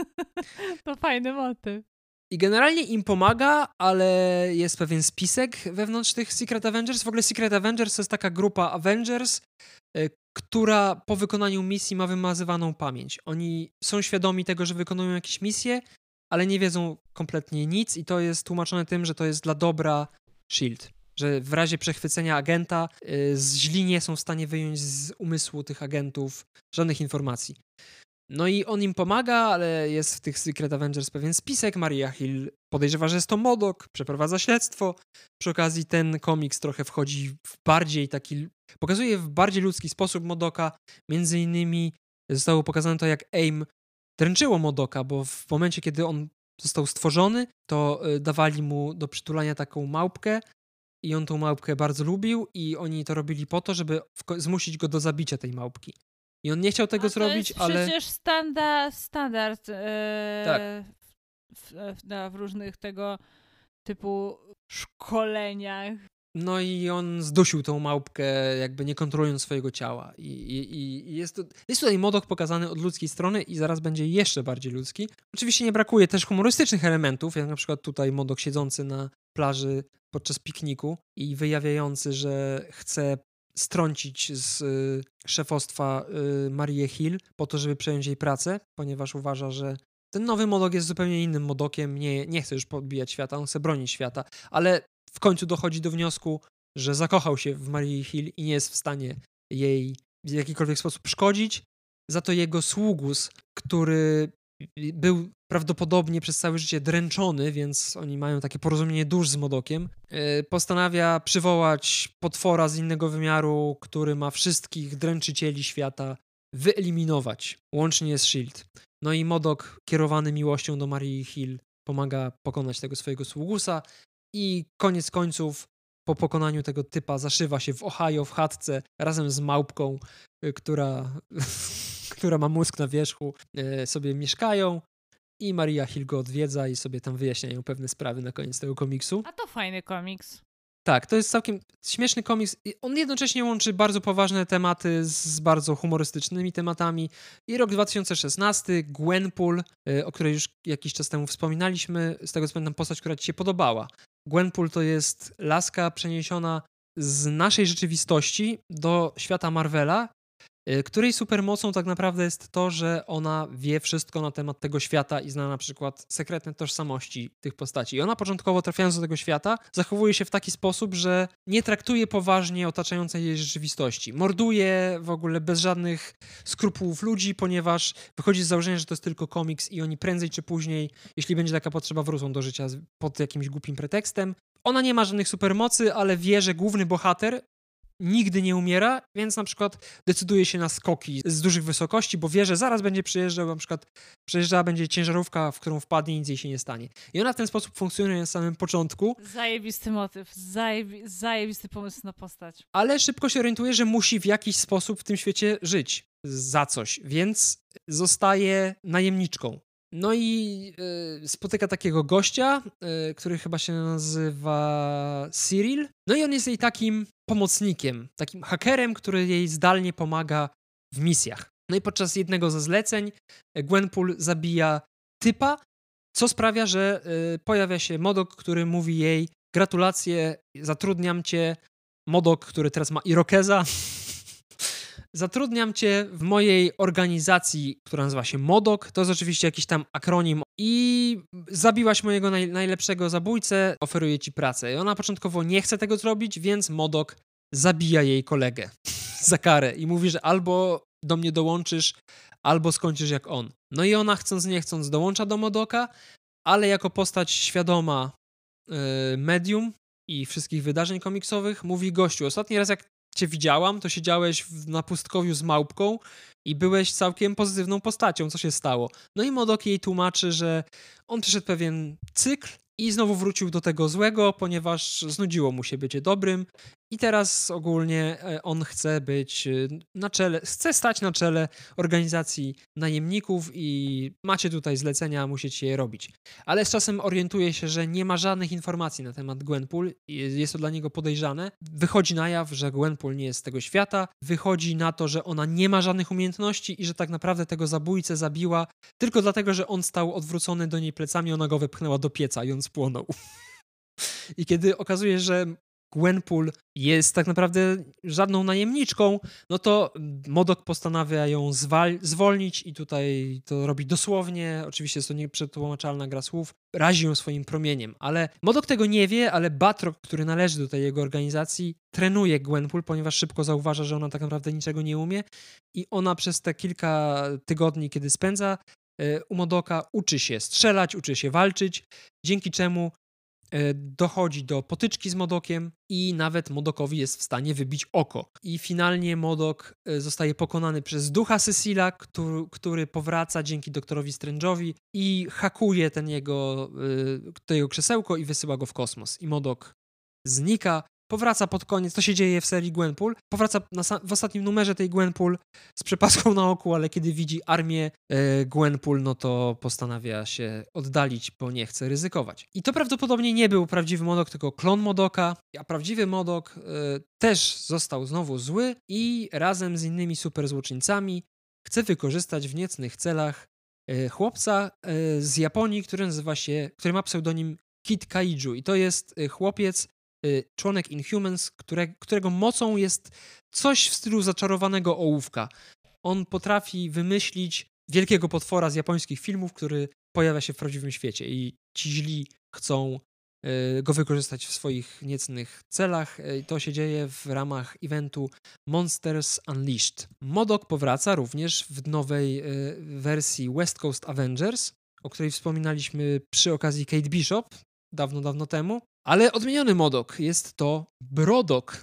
to fajny motyw. I generalnie im pomaga, ale jest pewien spisek wewnątrz tych Secret Avengers. W ogóle Secret Avengers to jest taka grupa Avengers, y, która po wykonaniu misji ma wymazywaną pamięć. Oni są świadomi tego, że wykonują jakieś misje, ale nie wiedzą kompletnie nic i to jest tłumaczone tym, że to jest dla dobra S H I E L D. Że w razie przechwycenia agenta y, źli nie są w stanie wyjąć z umysłu tych agentów żadnych informacji. No i on im pomaga, ale jest w tych Secret Avengers pewien spisek. Maria Hill podejrzewa, że jest to Modok, przeprowadza śledztwo. Przy okazji ten komiks trochę wchodzi w bardziej taki... Pokazuje w bardziej ludzki sposób Modoka. Między innymi zostało pokazane to, jak AIM dręczyło Modoka, bo w momencie, kiedy on został stworzony, to dawali mu do przytulania taką małpkę i on tą małpkę bardzo lubił i oni to robili po to, żeby zmusić go do zabicia tej małpki. I on nie chciał tego A to zrobić, jest ale... przecież standard, standard yy, tak. w, w, w różnych tego typu szkoleniach. No i on zdusił tą małpkę, jakby nie kontrolując swojego ciała. I, i, i jest, to, jest tutaj Modok pokazany od ludzkiej strony i zaraz będzie jeszcze bardziej ludzki. Oczywiście nie brakuje też humorystycznych elementów, jak na przykład tutaj Modok siedzący na plaży podczas pikniku i wyjawiający, że chce strącić z y, szefostwa y, Marię Hill po to, żeby przejąć jej pracę, ponieważ uważa, że ten nowy Modok jest zupełnie innym Modokiem, nie, nie chce już podbijać świata, on chce bronić świata, ale w końcu dochodzi do wniosku, że zakochał się w Marii Hill i nie jest w stanie jej w jakikolwiek sposób szkodzić. Za to jego sługus, który był prawdopodobnie przez całe życie dręczony, więc oni mają takie porozumienie dusz z Modokiem, postanawia przywołać potwora z innego wymiaru, który ma wszystkich dręczycieli świata wyeliminować, łącznie z S H I E L D. No i Modok, kierowany miłością do Marii Hill, pomaga pokonać tego swojego sługusa i koniec końców po pokonaniu tego typa zaszywa się w Ohio w chatce razem z małpką, która, która ma mózg na wierzchu, sobie mieszkają i Maria Hill go odwiedza i sobie tam wyjaśniają pewne sprawy na koniec tego komiksu. A to fajny komiks. Tak, to jest całkiem śmieszny komiks. On jednocześnie łączy bardzo poważne tematy z bardzo humorystycznymi tematami. I rok dwa tysiące szesnasty, Gwenpool, o której już jakiś czas temu wspominaliśmy, z tego co pamiętam, postać, która ci się podobała. Gwenpool to jest laska przeniesiona z naszej rzeczywistości do świata Marvela, której supermocą tak naprawdę jest to, że ona wie wszystko na temat tego świata i zna na przykład sekretne tożsamości tych postaci. I ona początkowo, trafiając do tego świata, zachowuje się w taki sposób, że nie traktuje poważnie otaczającej jej rzeczywistości. Morduje w ogóle bez żadnych skrupułów ludzi, ponieważ wychodzi z założenia, że to jest tylko komiks i oni prędzej czy później, jeśli będzie taka potrzeba, wrócą do życia pod jakimś głupim pretekstem. Ona nie ma żadnych supermocy, ale wie, że główny bohater nigdy nie umiera, więc na przykład decyduje się na skoki z dużych wysokości, bo wie, że zaraz będzie przyjeżdżał, na przykład przejeżdżała będzie ciężarówka, w którą wpadnie i nic jej się nie stanie. I ona w ten sposób funkcjonuje na samym początku. Zajebisty motyw, zajebi- zajebisty pomysł na postać. Ale szybko się orientuje, że musi w jakiś sposób w tym świecie żyć za coś, więc zostaje najemniczką. No i y, spotyka takiego gościa, y, który chyba się nazywa Cyril. No i on jest jej takim pomocnikiem, takim hakerem, który jej zdalnie pomaga w misjach. No i podczas jednego ze zleceń Gwenpool zabija typa, co sprawia, że y, pojawia się Modok, który mówi jej: gratulacje, zatrudniam cię. Modok, który teraz ma irokeza. Zatrudniam cię w mojej organizacji, która nazywa się Modok. To jest oczywiście jakiś tam akronim. I zabiłaś mojego naj- najlepszego zabójcę, oferuję ci pracę. I ona początkowo nie chce tego zrobić, więc Modok zabija jej kolegę za karę i mówi, że albo do mnie dołączysz, albo skończysz jak on. No i ona, chcąc nie chcąc, dołącza do Modoka, ale jako postać świadoma yy, medium i wszystkich wydarzeń komiksowych mówi: gościu, ostatni raz jak cię widziałam, to siedziałeś w, na pustkowiu z małpką i byłeś całkiem pozytywną postacią. Co się stało? No i Modok jej tłumaczy, że on przeszedł pewien cykl i znowu wrócił do tego złego, ponieważ znudziło mu się bycie dobrym i teraz ogólnie on chce być na czele, chce stać na czele organizacji najemników i macie tutaj zlecenia, musicie je robić. Ale z czasem orientuje się, że nie ma żadnych informacji na temat Gwenpool i jest to dla niego podejrzane. Wychodzi na jaw, że Gwenpool nie jest z tego świata, wychodzi na to, że ona nie ma żadnych umiejętności i że tak naprawdę tego zabójcę zabiła tylko dlatego, że on stał odwrócony do niej plecami, ona go wepchnęła do pieca i on spłonął. I kiedy okazuje, że Gwenpool jest tak naprawdę żadną najemniczką, no to Modok postanawia ją zwal- zwolnić i tutaj to robi dosłownie, oczywiście jest to nieprzetłumaczalna gra słów, razi ją swoim promieniem, ale Modok tego nie wie, ale Batroc, który należy do tej jego organizacji, trenuje Gwenpool, ponieważ szybko zauważa, że ona tak naprawdę niczego nie umie i ona przez te kilka tygodni, kiedy spędza u Modoka, uczy się strzelać, uczy się walczyć, dzięki czemu dochodzi do potyczki z Modokiem i nawet Modokowi jest w stanie wybić oko. I finalnie Modok zostaje pokonany przez ducha Cecila, który, który powraca dzięki doktorowi Strange'owi i hakuje ten jego, to jego krzesełko i wysyła go w kosmos. I Modok znika. Powraca pod koniec, to się dzieje w serii Gwenpool, powraca na sam, w ostatnim numerze tej Gwenpool z przepaską na oku, ale kiedy widzi armię e, Gwenpool, no to postanawia się oddalić, bo nie chce ryzykować. I to prawdopodobnie nie był prawdziwy Modok, tylko klon Modoka, a prawdziwy Modok e, też został znowu zły i razem z innymi superzłoczyńcami chce wykorzystać w niecnych celach e, chłopca e, z Japonii, który nazywa się, który ma pseudonim Kid Kaiju i to jest e, chłopiec, członek Inhumans, które, którego mocą jest coś w stylu zaczarowanego ołówka. On potrafi wymyślić wielkiego potwora z japońskich filmów, który pojawia się w prawdziwym świecie i ci źli chcą y, go wykorzystać w swoich niecnych celach. I to się dzieje w ramach eventu Monsters Unleashed. Modok powraca również w nowej y, wersji West Coast Avengers, o której wspominaliśmy przy okazji Kate Bishop dawno, dawno temu. Ale odmieniony Modok, jest to Brodok.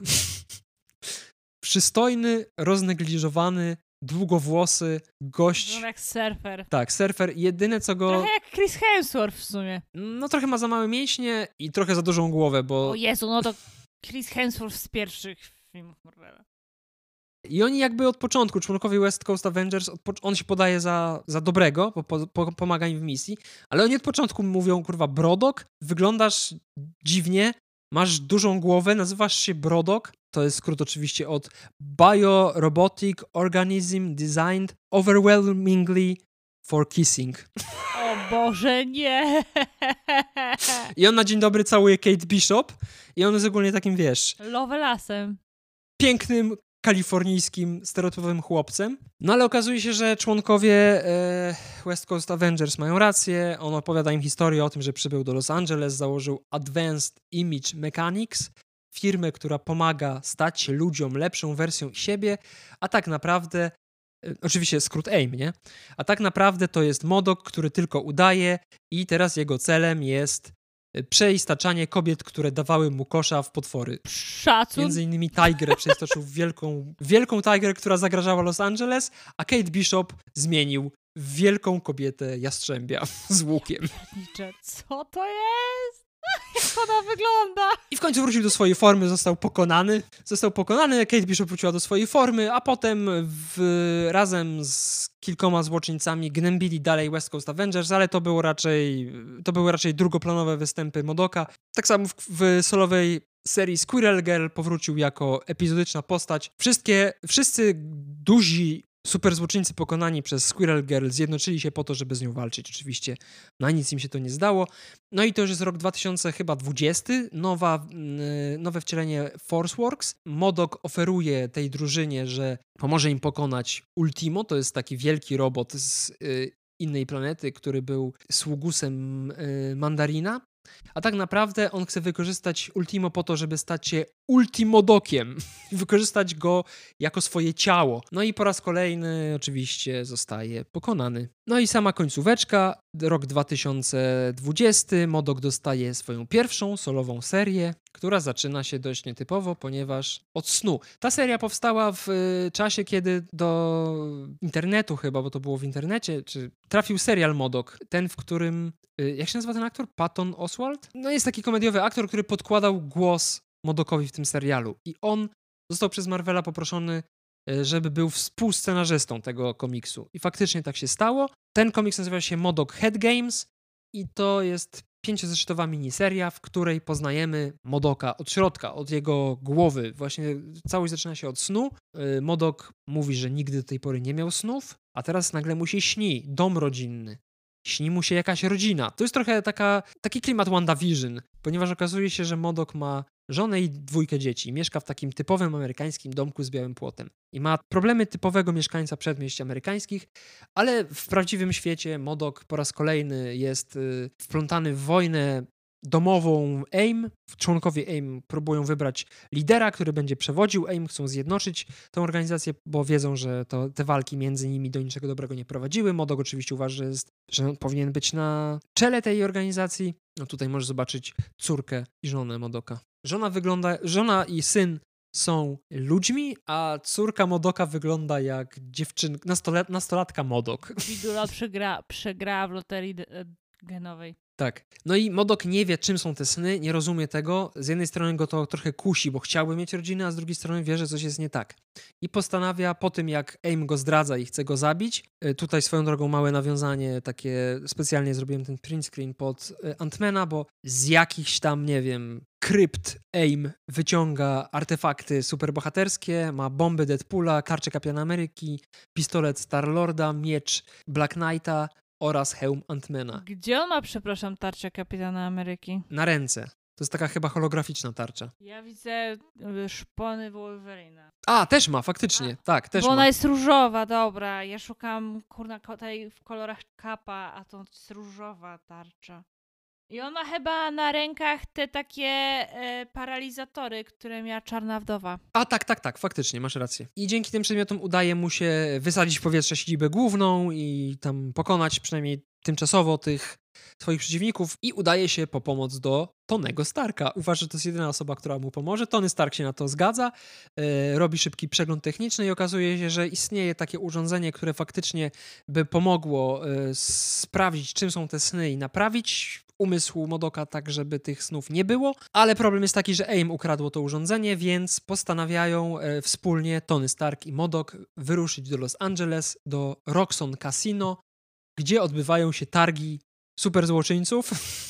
Przystojny, roznegliżowany, długowłosy gość. No jak surfer. Tak, surfer. Jedyne co go... Trochę jak Chris Hemsworth w sumie. No trochę ma za małe mięśnie i trochę za dużą głowę, bo... O Jezu, no to Chris Hemsworth z pierwszych filmów Marvela. I oni jakby od początku, członkowie West Coast Avengers, on się podaje za, za dobrego, bo po, po, pomaga im w misji, ale oni od początku mówią, kurwa, Brodok, wyglądasz dziwnie, masz dużą głowę, nazywasz się Brodok, to jest skrót oczywiście od Biorobotic Organism Designed Overwhelmingly for Kissing. O Boże, nie! I on na dzień dobry całuje Kate Bishop i on jest ogólnie takim, wiesz... Lovelasem. Pięknym, kalifornijskim, stereotypowym chłopcem. No ale okazuje się, że członkowie e, West Coast Avengers mają rację. On opowiada im historię o tym, że przybył do Los Angeles, założył Advanced Image Mechanics, firmę, która pomaga stać się ludziom lepszą wersją siebie, a tak naprawdę, e, oczywiście skrót AIM, nie? A tak naprawdę to jest Modok, który tylko udaje i teraz jego celem jest przeistaczanie kobiet, które dawały mu kosza w potwory. Szacun. Między innymi Tigrę przeistoczył w wielką, wielką Tigrę, która zagrażała Los Angeles, a Kate Bishop zmienił w wielką kobietę jastrzębia z łukiem. Piernicze, co to jest? Jak ona wygląda? I w końcu wrócił do swojej formy, został pokonany. Został pokonany, Kate Bishop wróciła do swojej formy, a potem w, razem z kilkoma złoczyńcami gnębili dalej West Coast Avengers, ale to było raczej, to były raczej drugoplanowe występy Modoka. Tak samo w, w solowej serii Squirrel Girl powrócił jako epizodyczna postać. Wszystkie, wszyscy duzi super złoczyńcy pokonani przez Squirrel Girl zjednoczyli się po to, żeby z nią walczyć. Oczywiście na nic im się to nie zdało. No i to już jest rok dwa tysiące dwudziesty, nowa, yy, nowe wcielenie Forceworks. Modok oferuje tej drużynie, że pomoże im pokonać Ultimo, to jest taki wielki robot z yy, innej planety, który był sługusem yy, Mandarina. A tak naprawdę on chce wykorzystać Ultimo po to, żeby stać się Ultimodokiem i wykorzystać go jako swoje ciało. No i po raz kolejny oczywiście zostaje pokonany. No i sama końcóweczka, rok dwa tysiące dwudziesty, Modok dostaje swoją pierwszą solową serię, która zaczyna się dość nietypowo, ponieważ od snu. Ta seria powstała w y, czasie, kiedy do internetu chyba, bo to było w internecie, czy trafił serial Modok, ten, w którym, y, jak się nazywa ten aktor? Patton Oswalt? No jest taki komediowy aktor, który podkładał głos Modokowi w tym serialu i on został przez Marvela poproszony, y, żeby był współscenarzystą tego komiksu. I faktycznie tak się stało. Ten komiks nazywa się Modok Head Games i to jest pięciozeszytowa miniseria, w której poznajemy Modoka od środka, od jego głowy. Właśnie całość zaczyna się od snu. Modok mówi, że nigdy do tej pory nie miał snów, a teraz nagle mu się śni dom rodzinny. Śni mu się jakaś rodzina. To jest trochę taka, taki klimat WandaVision, ponieważ okazuje się, że Modok ma żonę i dwójkę dzieci. Mieszka w takim typowym amerykańskim domku z białym płotem. I ma problemy typowego mieszkańca przedmieść amerykańskich, ale w prawdziwym świecie Modok po raz kolejny jest y, wplątany w wojnę domową AIM. Członkowie AIM próbują wybrać lidera, który będzie przewodził AIM, chcą zjednoczyć tę organizację, bo wiedzą, że to, te walki między nimi do niczego dobrego nie prowadziły. Modok oczywiście uważa, że, jest, że on powinien być na czele tej organizacji. No tutaj możesz zobaczyć córkę i żonę Modoka. Żona wygląda, żona i syn są ludźmi, a córka Modoka wygląda jak dziewczynka, nastolet, nastolatka Modok. Widula przegra, przegrała w loterii genowej. Tak. No i Modok nie wie, czym są te sny, nie rozumie tego. Z jednej strony go to trochę kusi, bo chciałby mieć rodzinę, a z drugiej strony wie, że coś jest nie tak. I postanawia po tym, jak AIM go zdradza i chce go zabić, tutaj swoją drogą małe nawiązanie, takie specjalnie zrobiłem ten print screen pod Ant-Mana, bo z jakichś tam, nie wiem, krypt AIM wyciąga artefakty superbohaterskie, ma bomby Deadpoola, tarczę Kapitana Ameryki, pistolet Star-Lorda, miecz Black Knighta oraz hełm Ant-Mana. Gdzie on ma, przepraszam, tarczę Kapitana Ameryki? Na ręce. To jest taka chyba holograficzna tarcza. Ja widzę szpony Wolverina. A, też ma, faktycznie. A, tak, też bo ma. ona jest różowa, dobra. Ja szukam, kurna, tutaj w kolorach kapa, a to jest różowa tarcza. I on ma chyba na rękach te takie e, paralizatory, które miała Czarna Wdowa. A tak, tak, tak, faktycznie, masz rację. I dzięki tym przedmiotom udaje mu się wysadzić w powietrze siedzibę główną i tam pokonać przynajmniej tymczasowo tych swoich przeciwników i udaje się po pomoc do Tonego Starka. Uważa, że to jest jedyna osoba, która mu pomoże. Tony Stark się na to zgadza, e, robi szybki przegląd techniczny i okazuje się, że istnieje takie urządzenie, które faktycznie by pomogło e, sprawdzić, czym są te sny i naprawić umysł Modoka tak, żeby tych snów nie było, ale problem jest taki, że AIM ukradło to urządzenie, więc postanawiają e, wspólnie Tony Stark i Modok wyruszyć do Los Angeles, do Roxxon Casino, gdzie odbywają się targi superzłoczyńców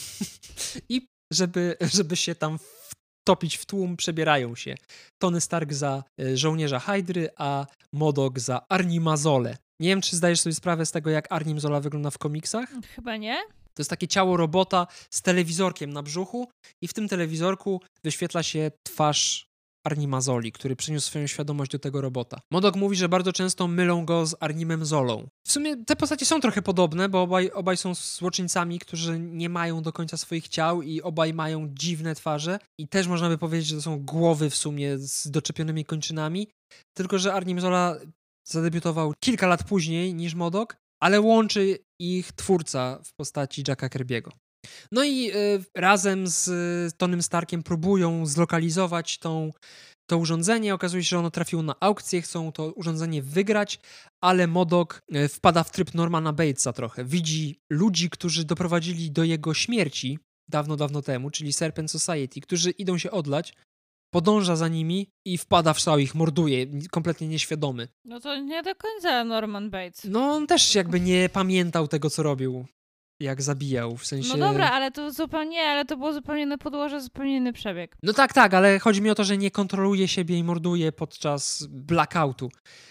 i żeby, żeby się tam wtopić w tłum, przebierają się Tony Stark za żołnierza Hydry, a Modok za Arnim-Azolę. Nie wiem, czy zdajesz sobie sprawę z tego, jak Arnim-Zola wygląda w komiksach? Chyba nie. To jest takie ciało robota z telewizorkiem na brzuchu i w tym telewizorku wyświetla się twarz Arnim-Azoli, który przyniósł swoją świadomość do tego robota. Modok mówi, że bardzo często mylą go z Arnimem Zolą. W sumie te postacie są trochę podobne, bo obaj, obaj są złoczyńcami, którzy nie mają do końca swoich ciał i obaj mają dziwne twarze i też można by powiedzieć, że to są głowy w sumie z doczepionymi kończynami, tylko że Arnim Zola zadebiutował kilka lat później niż Modok, ale łączy ich twórca w postaci Jacka Kirby'ego. No i y, razem z y, Tonym Starkiem próbują zlokalizować tą, to urządzenie. Okazuje się, że ono trafiło na aukcję, chcą to urządzenie wygrać, ale Modok y, wpada w tryb Normana Batesa trochę. Widzi ludzi, którzy doprowadzili do jego śmierci dawno, dawno temu, czyli Serpent Society, którzy idą się odlać, podąża za nimi i wpada w szał, ich morduje, kompletnie nieświadomy. No to nie do końca Norman Bates. No on też jakby nie pamiętał tego, co robił, jak zabijał, w sensie... No dobra, ale to zupełnie, ale to było zupełnie na podłoże, zupełnie inny przebieg. No tak, tak, ale chodzi mi o to, że nie kontroluje siebie i morduje podczas blackoutu.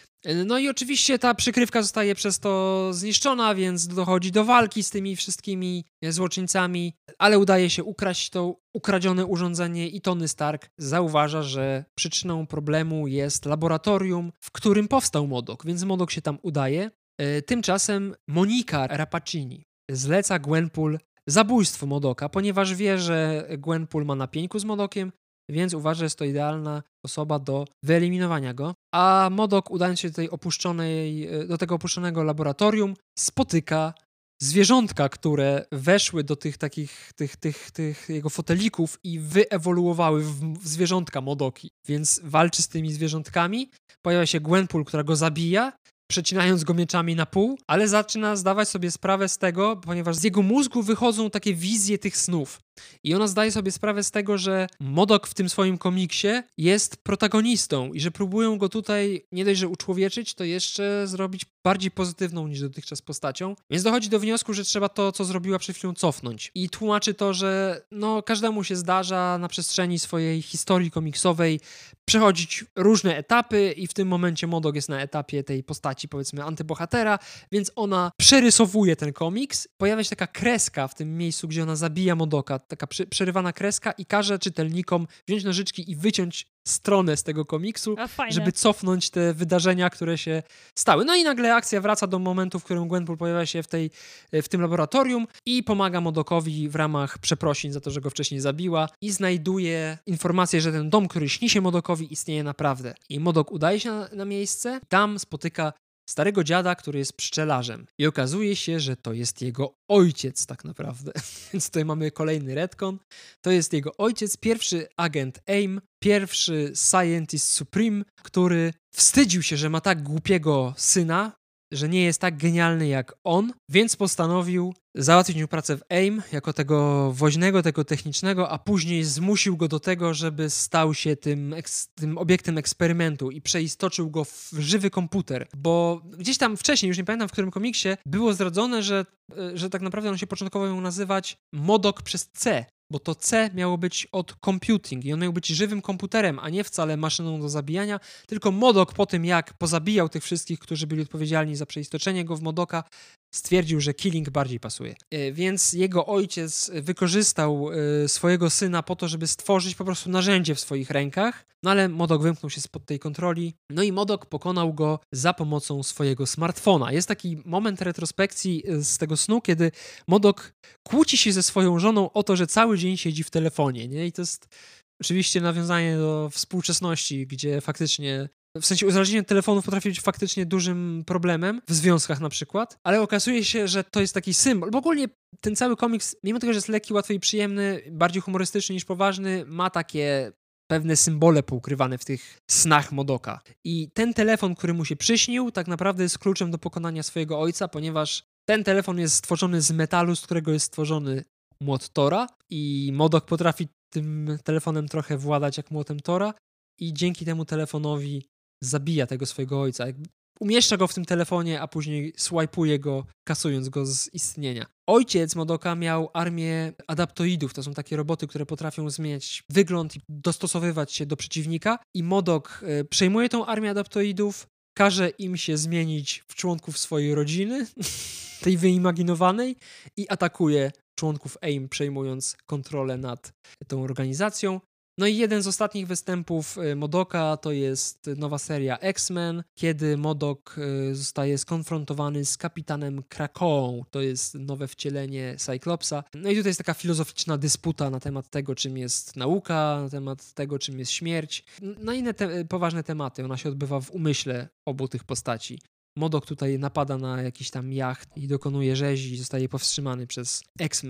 No i oczywiście ta przykrywka zostaje przez to zniszczona, więc dochodzi do walki z tymi wszystkimi złoczyńcami, ale udaje się ukraść to ukradzione urządzenie i Tony Stark zauważa, że przyczyną problemu jest laboratorium, w którym powstał Modok, więc Modok się tam udaje. Tymczasem Monica Rappaccini zleca Gwenpool zabójstwo Modoka, ponieważ wie, że Gwenpool ma na pieńku z Modokiem, więc uważa, że jest to idealna osoba do wyeliminowania go. A Modok, udając się do tej opuszczonej, do tego opuszczonego laboratorium, spotyka zwierzątka, które weszły do tych takich, tych, tych, tych jego fotelików i wyewoluowały w, w zwierzątka Modoki. Więc walczy z tymi zwierzątkami. Pojawia się Gwenpool, która go zabija, przecinając go mieczami na pół, ale zaczyna zdawać sobie sprawę z tego, ponieważ z jego mózgu wychodzą takie wizje tych snów. I ona zdaje sobie sprawę z tego, że Modok w tym swoim komiksie jest protagonistą i że próbują go tutaj nie dość, że uczłowieczyć, to jeszcze zrobić bardziej pozytywną niż dotychczas postacią. Więc dochodzi do wniosku, że trzeba to, co zrobiła przed chwilą, cofnąć. I tłumaczy to, że no, każdemu się zdarza na przestrzeni swojej historii komiksowej przechodzić różne etapy i w tym momencie Modok jest na etapie tej postaci, powiedzmy, antybohatera, więc ona przerysowuje ten komiks. Pojawia się taka kreska w tym miejscu, gdzie ona zabija Modoka, taka przy, przerywana kreska i każe czytelnikom wziąć nożyczki i wyciąć stronę z tego komiksu, żeby cofnąć te wydarzenia, które się stały. No i nagle akcja wraca do momentu, w którym Gwenpool pojawia się w, tej, w tym laboratorium i pomaga Modokowi w ramach przeprosin za to, że go wcześniej zabiła i znajduje informację, że ten dom, który śni się Modokowi, istnieje naprawdę. I Modok udaje się na, na miejsce, tam spotyka starego dziada, który jest pszczelarzem. I okazuje się, że to jest jego ojciec tak naprawdę. Więc tutaj mamy kolejny retcon. To jest jego ojciec, pierwszy agent A I M, pierwszy Scientist Supreme, który wstydził się, że ma tak głupiego syna, że nie jest tak genialny jak on, więc postanowił załatwić mu pracę w A I M jako tego woźnego, tego technicznego, a później zmusił go do tego, żeby stał się tym, eks, tym obiektem eksperymentu i przeistoczył go w żywy komputer. Bo gdzieś tam wcześniej, już nie pamiętam w którym komiksie, było zdradzone, że, że tak naprawdę on się początkowo miał nazywać Modok przez C, bo to C miało być od computing i on miał być żywym komputerem, a nie wcale maszyną do zabijania, tylko Modok po tym, jak pozabijał tych wszystkich, którzy byli odpowiedzialni za przeistoczenie go w Modoka, stwierdził, że killing bardziej pasuje. Więc jego ojciec wykorzystał swojego syna po to, żeby stworzyć po prostu narzędzie w swoich rękach, no ale Modok wymknął się spod tej kontroli, no i Modok pokonał go za pomocą swojego smartfona. Jest taki moment retrospekcji z tego snu, kiedy Modok kłóci się ze swoją żoną o to, że cały dzień siedzi w telefonie, nie? I to jest oczywiście nawiązanie do współczesności, gdzie faktycznie w sensie uzależnienie od telefonów potrafi być faktycznie dużym problemem, w związkach na przykład, ale okazuje się, że to jest taki symbol, bo ogólnie ten cały komiks, mimo tego, że jest lekki, łatwy i przyjemny, bardziej humorystyczny niż poważny, ma takie pewne symbole poukrywane w tych snach Modoka. I ten telefon, który mu się przyśnił, tak naprawdę jest kluczem do pokonania swojego ojca, ponieważ ten telefon jest stworzony z metalu, z którego jest stworzony młot Tora i Modok potrafi tym telefonem trochę władać jak młotem Tora i dzięki temu telefonowi zabija tego swojego ojca. Umieszcza go w tym telefonie, a później swajpuje go, kasując go z istnienia. Ojciec Modoka miał armię adaptoidów. To są takie roboty, które potrafią zmieniać wygląd i dostosowywać się do przeciwnika. I Modok y, przejmuje tą armię adaptoidów, każe im się zmienić w członków swojej rodziny, tej wyimaginowanej, i atakuje członków A I M, przejmując kontrolę nad tą organizacją. No i jeden z ostatnich występów Modoka to jest nowa seria X-Men, kiedy Modok zostaje skonfrontowany z kapitanem Krakoą. To jest nowe wcielenie Cyclopsa. No i tutaj jest taka filozoficzna dysputa na temat tego, czym jest nauka, na temat tego, czym jest śmierć. Na inne te- poważne tematy. Ona się odbywa w umyśle obu tych postaci. Modok tutaj napada na jakiś tam jacht i dokonuje rzezi i zostaje powstrzymany przez X-Men.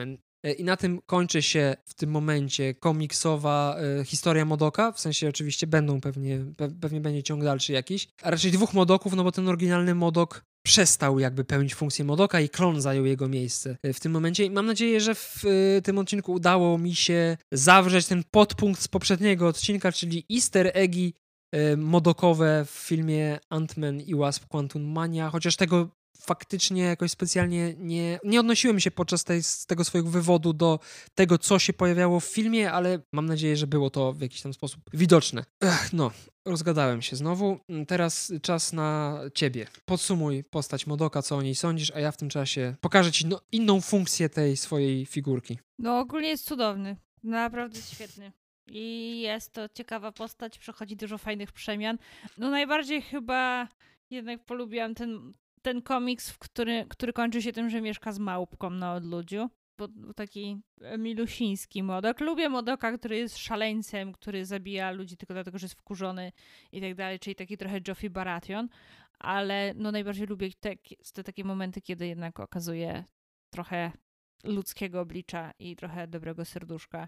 I na tym kończy się w tym momencie komiksowa e, historia Modoka, w sensie oczywiście będą pewnie, pe, pewnie będzie ciąg dalszy jakiś, a raczej dwóch Modoków, no bo ten oryginalny Modok przestał jakby pełnić funkcję Modoka i klon zajął jego miejsce w tym momencie. I mam nadzieję, że w y, tym odcinku udało mi się zawrzeć ten podpunkt z poprzedniego odcinka, czyli easter eggi y, modokowe w filmie Ant-Man i Wasp Quantumania, chociaż tego faktycznie jakoś specjalnie nie, nie odnosiłem się podczas tej, z tego swojego wywodu do tego, co się pojawiało w filmie, ale mam nadzieję, że było to w jakiś tam sposób widoczne. Ech, no, rozgadałem się znowu. Teraz czas na ciebie. Podsumuj postać Modoka, co o niej sądzisz, a ja w tym czasie pokażę ci no, inną funkcję tej swojej figurki. No ogólnie jest cudowny. Naprawdę jest świetny. I jest to ciekawa postać, przechodzi dużo fajnych przemian. No najbardziej chyba jednak polubiłam ten, ten komiks, w który, który kończy się tym, że mieszka z małpką na odludziu. Bo, bo taki milusiński Modok. Lubię Modoka, który jest szaleńcem, który zabija ludzi tylko dlatego, że jest wkurzony i tak dalej, czyli taki trochę Joffrey Baratheon, ale no najbardziej lubię te, te takie momenty, kiedy jednak okazuje trochę ludzkiego oblicza i trochę dobrego serduszka.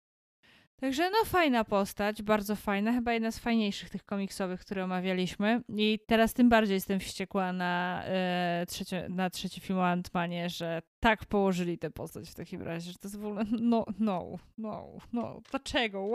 Także no fajna postać, bardzo fajna, chyba jedna z fajniejszych tych komiksowych, które omawialiśmy i teraz tym bardziej jestem wściekła na, e, trzecie, na trzeci film o Ant-Manie, że tak położyli tę postać w takim razie, że to jest w ogóle no, no, no, no, dlaczego,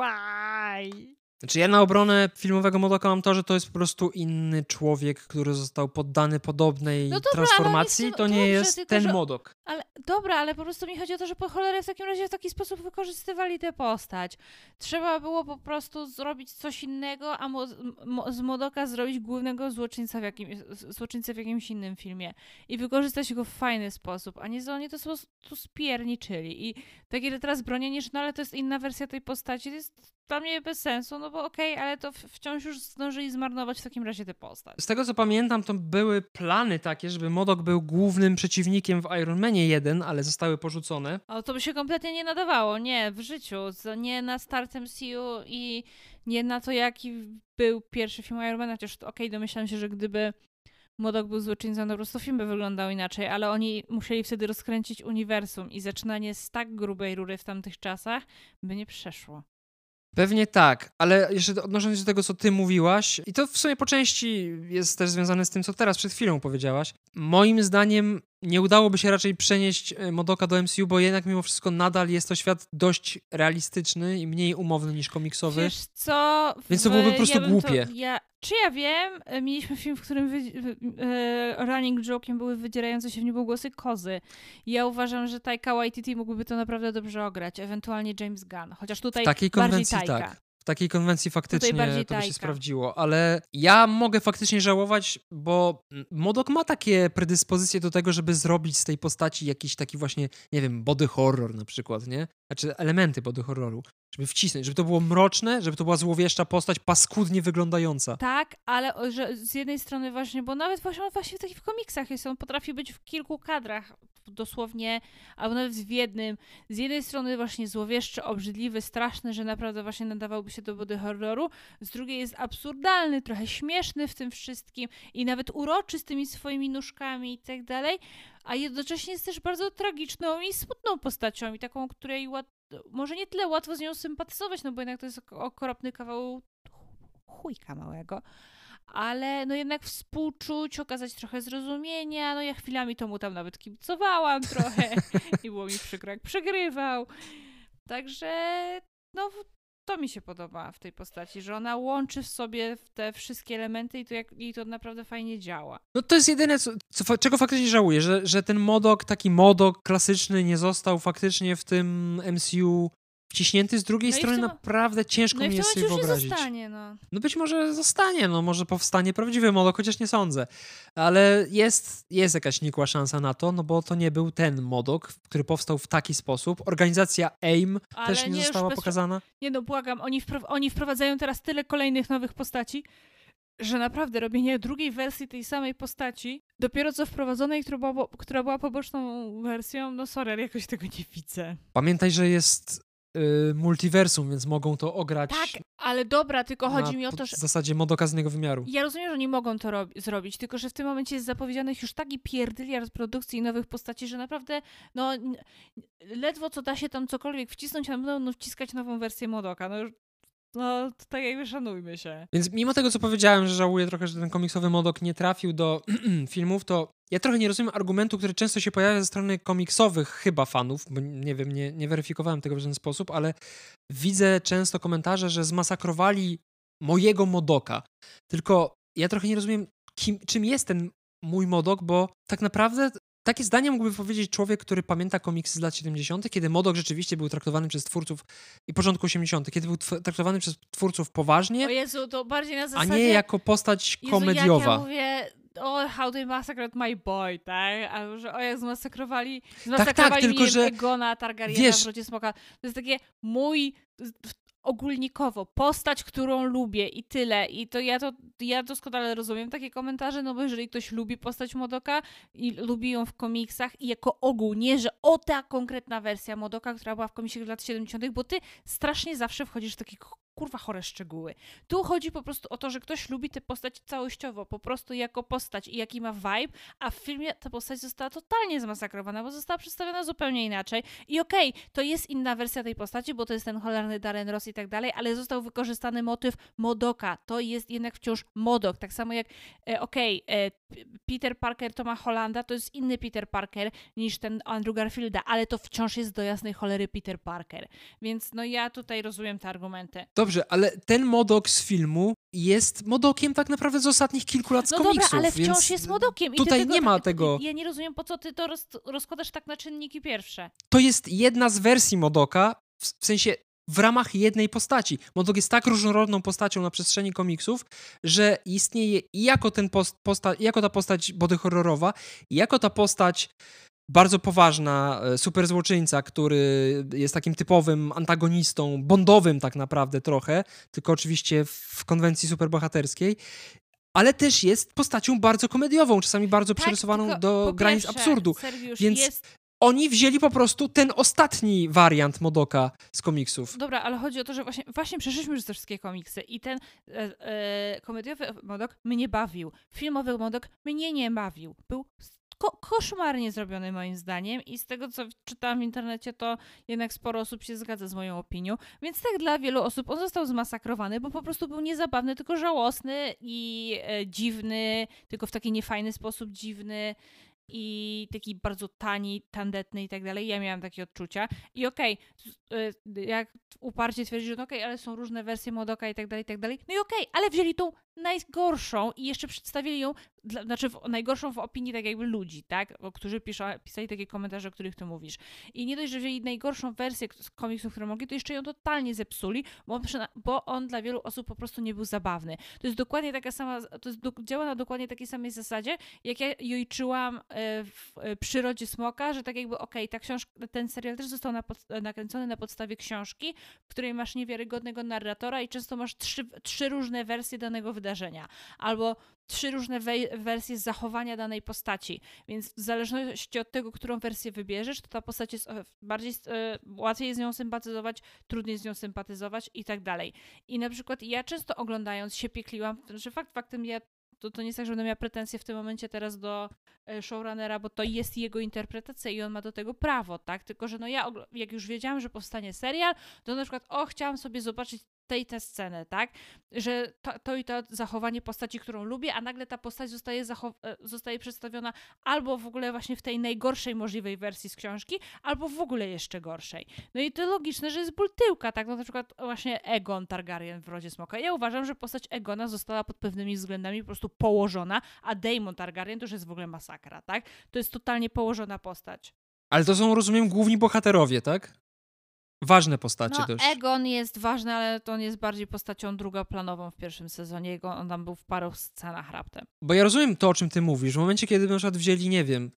why? Znaczy ja na obronę filmowego Modoka mam to, że to jest po prostu inny człowiek, który został poddany podobnej no dobra, transformacji, ale to dobrze, nie jest tylko, ten że... Modok. Ale dobra, ale po prostu mi chodzi o to, że po cholerę w takim razie w taki sposób wykorzystywali tę postać. Trzeba było po prostu zrobić coś innego, a mo, mo, z Modoka zrobić głównego złoczyńca w, jakim, złoczyńcę w jakimś innym filmie i wykorzystać go w fajny sposób, a nie, że oni to po prostu spierniczyli. I takie teraz bronienie, że no ale to jest inna wersja tej postaci, to jest dla mnie bez sensu, no bo okej, okay, ale to wciąż już zdążyli zmarnować w takim razie tę postać. Z tego co pamiętam, to były plany takie, żeby Modok był głównym przeciwnikiem w Iron Manie jeden, ale zostały porzucone. O, to by się kompletnie nie nadawało, nie, w życiu, nie na start M C U i nie na to, jaki był pierwszy film Iron Man, chociaż okej, okay, domyślam się, że gdyby Modok był złoczyńcą, to po prostu film by wyglądał inaczej, ale oni musieli wtedy rozkręcić uniwersum i zaczynanie z tak grubej rury w tamtych czasach by nie przeszło. Pewnie tak, ale jeszcze odnosząc się do tego, co ty mówiłaś, i to w sumie po części jest też związane z tym, co teraz przed chwilą powiedziałaś, moim zdaniem nie udałoby się raczej przenieść Modoka do M C U, bo jednak mimo wszystko nadal jest to świat dość realistyczny i mniej umowny niż komiksowy. Wiesz co? W, Więc to byłoby po prostu ja głupie. To, ja, czy ja wiem, mieliśmy film, w którym wy, e, running joke'iem były wydzierające się w niebo głosy kozy. Ja uważam, że Taika Waititi mógłby to naprawdę dobrze ograć, ewentualnie James Gunn, chociaż tutaj w takiej konwencji bardziej Taika. tak. W takiej konwencji faktycznie to by Taika. się sprawdziło, ale ja mogę faktycznie żałować, bo Modok ma takie predyspozycje do tego, żeby zrobić z tej postaci jakiś taki właśnie, nie wiem, body horror na przykład, nie? Znaczy elementy body horroru. Żeby wcisnąć, żeby to było mroczne, żeby to była złowieszcza postać, paskudnie wyglądająca. Tak, ale o, że z jednej strony właśnie, bo nawet właśnie, właśnie w takich komiksach jest, on potrafi być w kilku kadrach, dosłownie, albo nawet w jednym. Z jednej strony właśnie złowieszczy, obrzydliwy, straszny, że naprawdę właśnie nadawałby się do body horroru, z drugiej jest absurdalny, trochę śmieszny w tym wszystkim i nawet uroczy z tymi swoimi nóżkami i tak dalej, a jednocześnie jest też bardzo tragiczną i smutną postacią i taką, której łat- może nie tyle łatwo z nią sympatyzować, no bo jednak to jest okropny kawał chujka małego, ale no jednak współczuć, okazać trochę zrozumienia, no ja chwilami to mu tam nawet kibicowałam trochę i było mi przykro, jak przegrywał. Także no to mi się podoba w tej postaci, że ona łączy w sobie te wszystkie elementy i to, jak, i to naprawdę fajnie działa. No to jest jedyne, co, co, czego faktycznie żałuję, że, że ten Modok, taki Modok klasyczny nie został faktycznie w tym M C U wciśnięty. Z drugiej no strony tym, naprawdę ciężko no mi jest sobie już wyobrazić. Nie zostanie, no. No być może zostanie, no może powstanie prawdziwy Modok, chociaż nie sądzę. Ale jest, jest jakaś nikła szansa na to, no bo to nie był ten Modok, który powstał w taki sposób. Organizacja AIM Ale też nie, nie została bez... pokazana. Nie no, błagam, oni, wpro... oni wprowadzają teraz tyle kolejnych nowych postaci, że naprawdę robienie drugiej wersji tej samej postaci, dopiero co wprowadzonej, która była, która była poboczną wersją, no sorry, ale jakoś tego nie widzę. Pamiętaj, że jest y, multiversum, więc mogą to ograć Tak, ale dobra, tylko chodzi na mi o po- to, że... w zasadzie Modoka z innego wymiaru. Ja rozumiem, że nie mogą to rob- zrobić, tylko że w tym momencie jest zapowiedzianych już taki pierdyliard produkcji i nowych postaci, że naprawdę, no, n- ledwo co da się tam cokolwiek wcisnąć, a będą wciskać nową wersję Modoka. No już, no, to tak jakby szanujmy się. Więc mimo tego, co powiedziałem, że żałuję trochę, że ten komiksowy Modok nie trafił do filmów, to ja trochę nie rozumiem argumentu, który często się pojawia ze strony komiksowych chyba fanów, bo nie wiem, nie, nie weryfikowałem tego w żaden sposób, ale widzę często komentarze, że zmasakrowali mojego Modoka. Tylko ja trochę nie rozumiem, kim, czym jest ten mój Modok, bo tak naprawdę takie zdanie mógłby powiedzieć człowiek, który pamięta komiksy z lat siedemdziesiątych, kiedy Modok rzeczywiście był traktowany przez twórców i początku osiemdziesiątych, kiedy był tw- traktowany przez twórców poważnie, O Jezu, to bardziej na a zasadzie... nie jako postać Jezu, komediowa. jak ja mówię, o, how they massacred my boy, tak? A że o, jak zmasakrowali, tak, zmasakrowali tylko nie wiem, że Egona Targaryena wiesz- w Rodzie Smoka. To jest takie mój ogólnikowo, postać, którą lubię i tyle. I to ja to ja doskonale rozumiem takie komentarze, no bo jeżeli ktoś lubi postać Modoka i lubi ją w komiksach i jako ogół, nie, że o ta konkretna wersja Modoka, która była w komiksach lat siedemdziesiątych, bo ty strasznie zawsze wchodzisz w takie kurwa chore szczegóły. Tu chodzi po prostu o to, że ktoś lubi tę postać całościowo, po prostu jako postać i jaki ma vibe, a w filmie ta postać została totalnie zmasakrowana, bo została przedstawiona zupełnie inaczej. I okej, okay, to jest inna wersja tej postaci, bo to jest ten cholerny Darren Ross i tak dalej, ale został wykorzystany motyw Modoka. To jest jednak wciąż Modok. Tak samo jak, e, okej, okay, e, Peter Parker Toma Hollanda to jest inny Peter Parker niż ten Andrew Garfielda, ale to wciąż jest do jasnej cholery Peter Parker. Więc no ja tutaj rozumiem te argumenty. Dobrze, ale ten Modok z filmu jest Modokiem tak naprawdę z ostatnich kilku lat z no komiksów. dobra, ale więc wciąż jest Modokiem. I tutaj ty tego, nie ma tak, tego. Ja nie rozumiem, po co ty to roz, rozkładasz tak na czynniki pierwsze. To jest jedna z wersji Modoka, w, w sensie w ramach jednej postaci. Modok jest tak różnorodną postacią na przestrzeni komiksów, że istnieje i jako, ten post, posta, i jako ta postać body horrorowa, i jako ta postać bardzo poważna, super złoczyńca, który jest takim typowym antagonistą, bondowym tak naprawdę trochę, tylko oczywiście w konwencji superbohaterskiej, ale też jest postacią bardzo komediową, czasami bardzo tak, przerysowaną do po granic pierwsze, absurdu. Sergiusz, Więc jest... oni wzięli po prostu ten ostatni wariant Modoka z komiksów. Dobra, ale chodzi o to, że właśnie, właśnie przeszliśmy już te wszystkie komiksy i ten e, e, komediowy Modok mnie bawił. Filmowy Modok mnie nie bawił. Był ko- koszmarnie zrobiony moim zdaniem i z tego, co czytałam w internecie, to jednak sporo osób się zgadza z moją opinią. Więc tak dla wielu osób on został zmasakrowany, bo po prostu był niezabawny, tylko żałosny i e, dziwny, tylko w taki niefajny sposób dziwny. I taki bardzo tani, tandetny i tak dalej. Ja miałam takie odczucia. I okej, okay, jak uparcie twierdzi, że no okej, okay, ale są różne wersje Modoka i tak dalej, i tak dalej. No i okej, okay, ale wzięli tą najgorszą i jeszcze przedstawili ją, dla, znaczy w, najgorszą w opinii tak jakby ludzi, tak? O, którzy piszą, pisali takie komentarze, o których ty mówisz. I nie dość, że wzięli najgorszą wersję z komiksów, które mogli, to jeszcze ją totalnie zepsuli, bo on, bo on dla wielu osób po prostu nie był zabawny. To jest dokładnie taka sama, to jest do, działa na dokładnie takiej samej zasadzie, jak ja jojczyłam w Przyrodzie Smoka, że tak jakby okej, okay, ta książka, ten serial też został napod, nakręcony na podstawie książki, w której masz niewiarygodnego narratora i często masz trzy, trzy różne wersje danego wydarzenia. Albo trzy różne we- wersje zachowania danej postaci. Więc w zależności od tego, którą wersję wybierzesz, to ta postać jest bardziej, e, łatwiej z nią sympatyzować, trudniej z nią sympatyzować i tak dalej. I na przykład ja często oglądając się piekliłam, że fakt faktem ja To, to nie jest tak, że będę miała pretensje w tym momencie teraz do showrunnera, bo to jest jego interpretacja i on ma do tego prawo, tak? Tylko, że no ja, jak już wiedziałam, że powstanie serial, to na przykład, o, chciałam sobie zobaczyć tej tę scenę, tak? Że to, to i to zachowanie postaci, którą lubię, a nagle ta postać zostaje, zachow- zostaje przedstawiona albo w ogóle właśnie w tej najgorszej możliwej wersji z książki, albo w ogóle jeszcze gorszej. No i to logiczne, że jest ból tyłka, tak? No na przykład właśnie Egon Targaryen w Rodzie Smoka. Ja uważam, że postać Egona została pod pewnymi względami po prostu położona, a Daemon Targaryen to już jest w ogóle masakra, tak? To jest totalnie położona postać. Ale to są, rozumiem, główni bohaterowie, tak? Ważne postacie no, też. Egon jest ważny, ale to on jest bardziej postacią drugoplanową w pierwszym sezonie. Jego, on tam był w paru scenach raptem. Bo ja rozumiem to, o czym ty mówisz. W momencie, kiedy na przykład wzięli, nie wiem,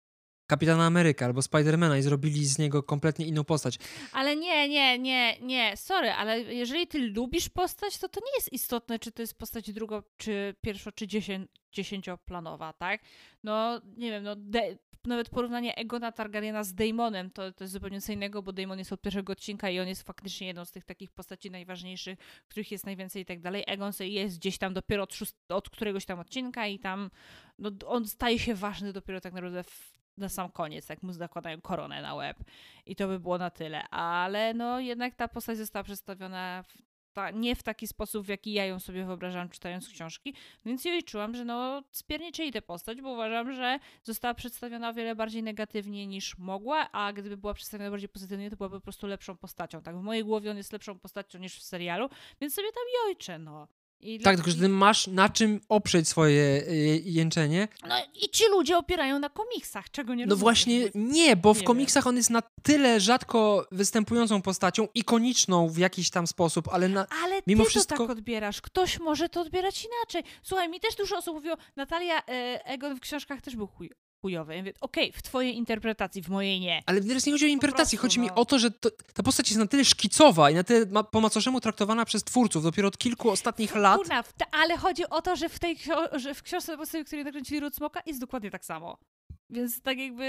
Kapitana Ameryka albo Spidermana i zrobili z niego kompletnie inną postać. Ale nie, nie, nie, nie, sorry, ale jeżeli ty lubisz postać, to to nie jest istotne, czy to jest postać drugo, czy pierwszo, czy dziesię- dziesięcioplanowa, tak? No, nie wiem, no de- nawet porównanie Egona Targaryena z Daemonem to, to jest zupełnie co innego, bo Daemon jest od pierwszego odcinka i on jest faktycznie jedną z tych takich postaci najważniejszych, których jest najwięcej i tak dalej. Egon sobie jest gdzieś tam dopiero od, szóst- od któregoś tam odcinka i tam no, on staje się ważny dopiero tak naprawdę w, na sam koniec, jak mu zakładają koronę na łeb. I to by było na tyle. Ale no jednak ta postać została przedstawiona w ta, nie w taki sposób, w jaki ja ją sobie wyobrażałam czytając książki, więc ja czułam, że no spierniczyli tę postać, bo uważam, że została przedstawiona o wiele bardziej negatywnie niż mogła, a gdyby była przedstawiona bardziej pozytywnie, to byłaby po prostu lepszą postacią. Tak, w mojej głowie on jest lepszą postacią niż w serialu, więc sobie tam jojczę, no. I Tak, dla- tylko że ty masz na czym oprzeć swoje y, jęczenie. No i ci ludzie opierają na komiksach, czego nie No rozumiem. właśnie nie, bo w Nie komiksach on jest na tyle rzadko występującą postacią, ikoniczną w jakiś tam sposób, ale na... Ale Mimo ty wszystko- to tak odbierasz. Ktoś może to odbierać inaczej. Słuchaj, mi też dużo osób mówiło, Natalia e, Egon w książkach też był chuj, chujowy. Ja mówię, okej, w twojej interpretacji, w mojej nie. Ale teraz nie chodzi o interpretację, prostu, chodzi mi no. o to, że to, ta postać jest na tyle szkicowa i na tyle ma, po macoszemu traktowana przez twórców dopiero od kilku ostatnich lat. Kurna, w te, ale chodzi o to, że w tej ksio- że w książce, podstawie której nakręcili Ród Smoka, jest dokładnie tak samo. Więc tak jakby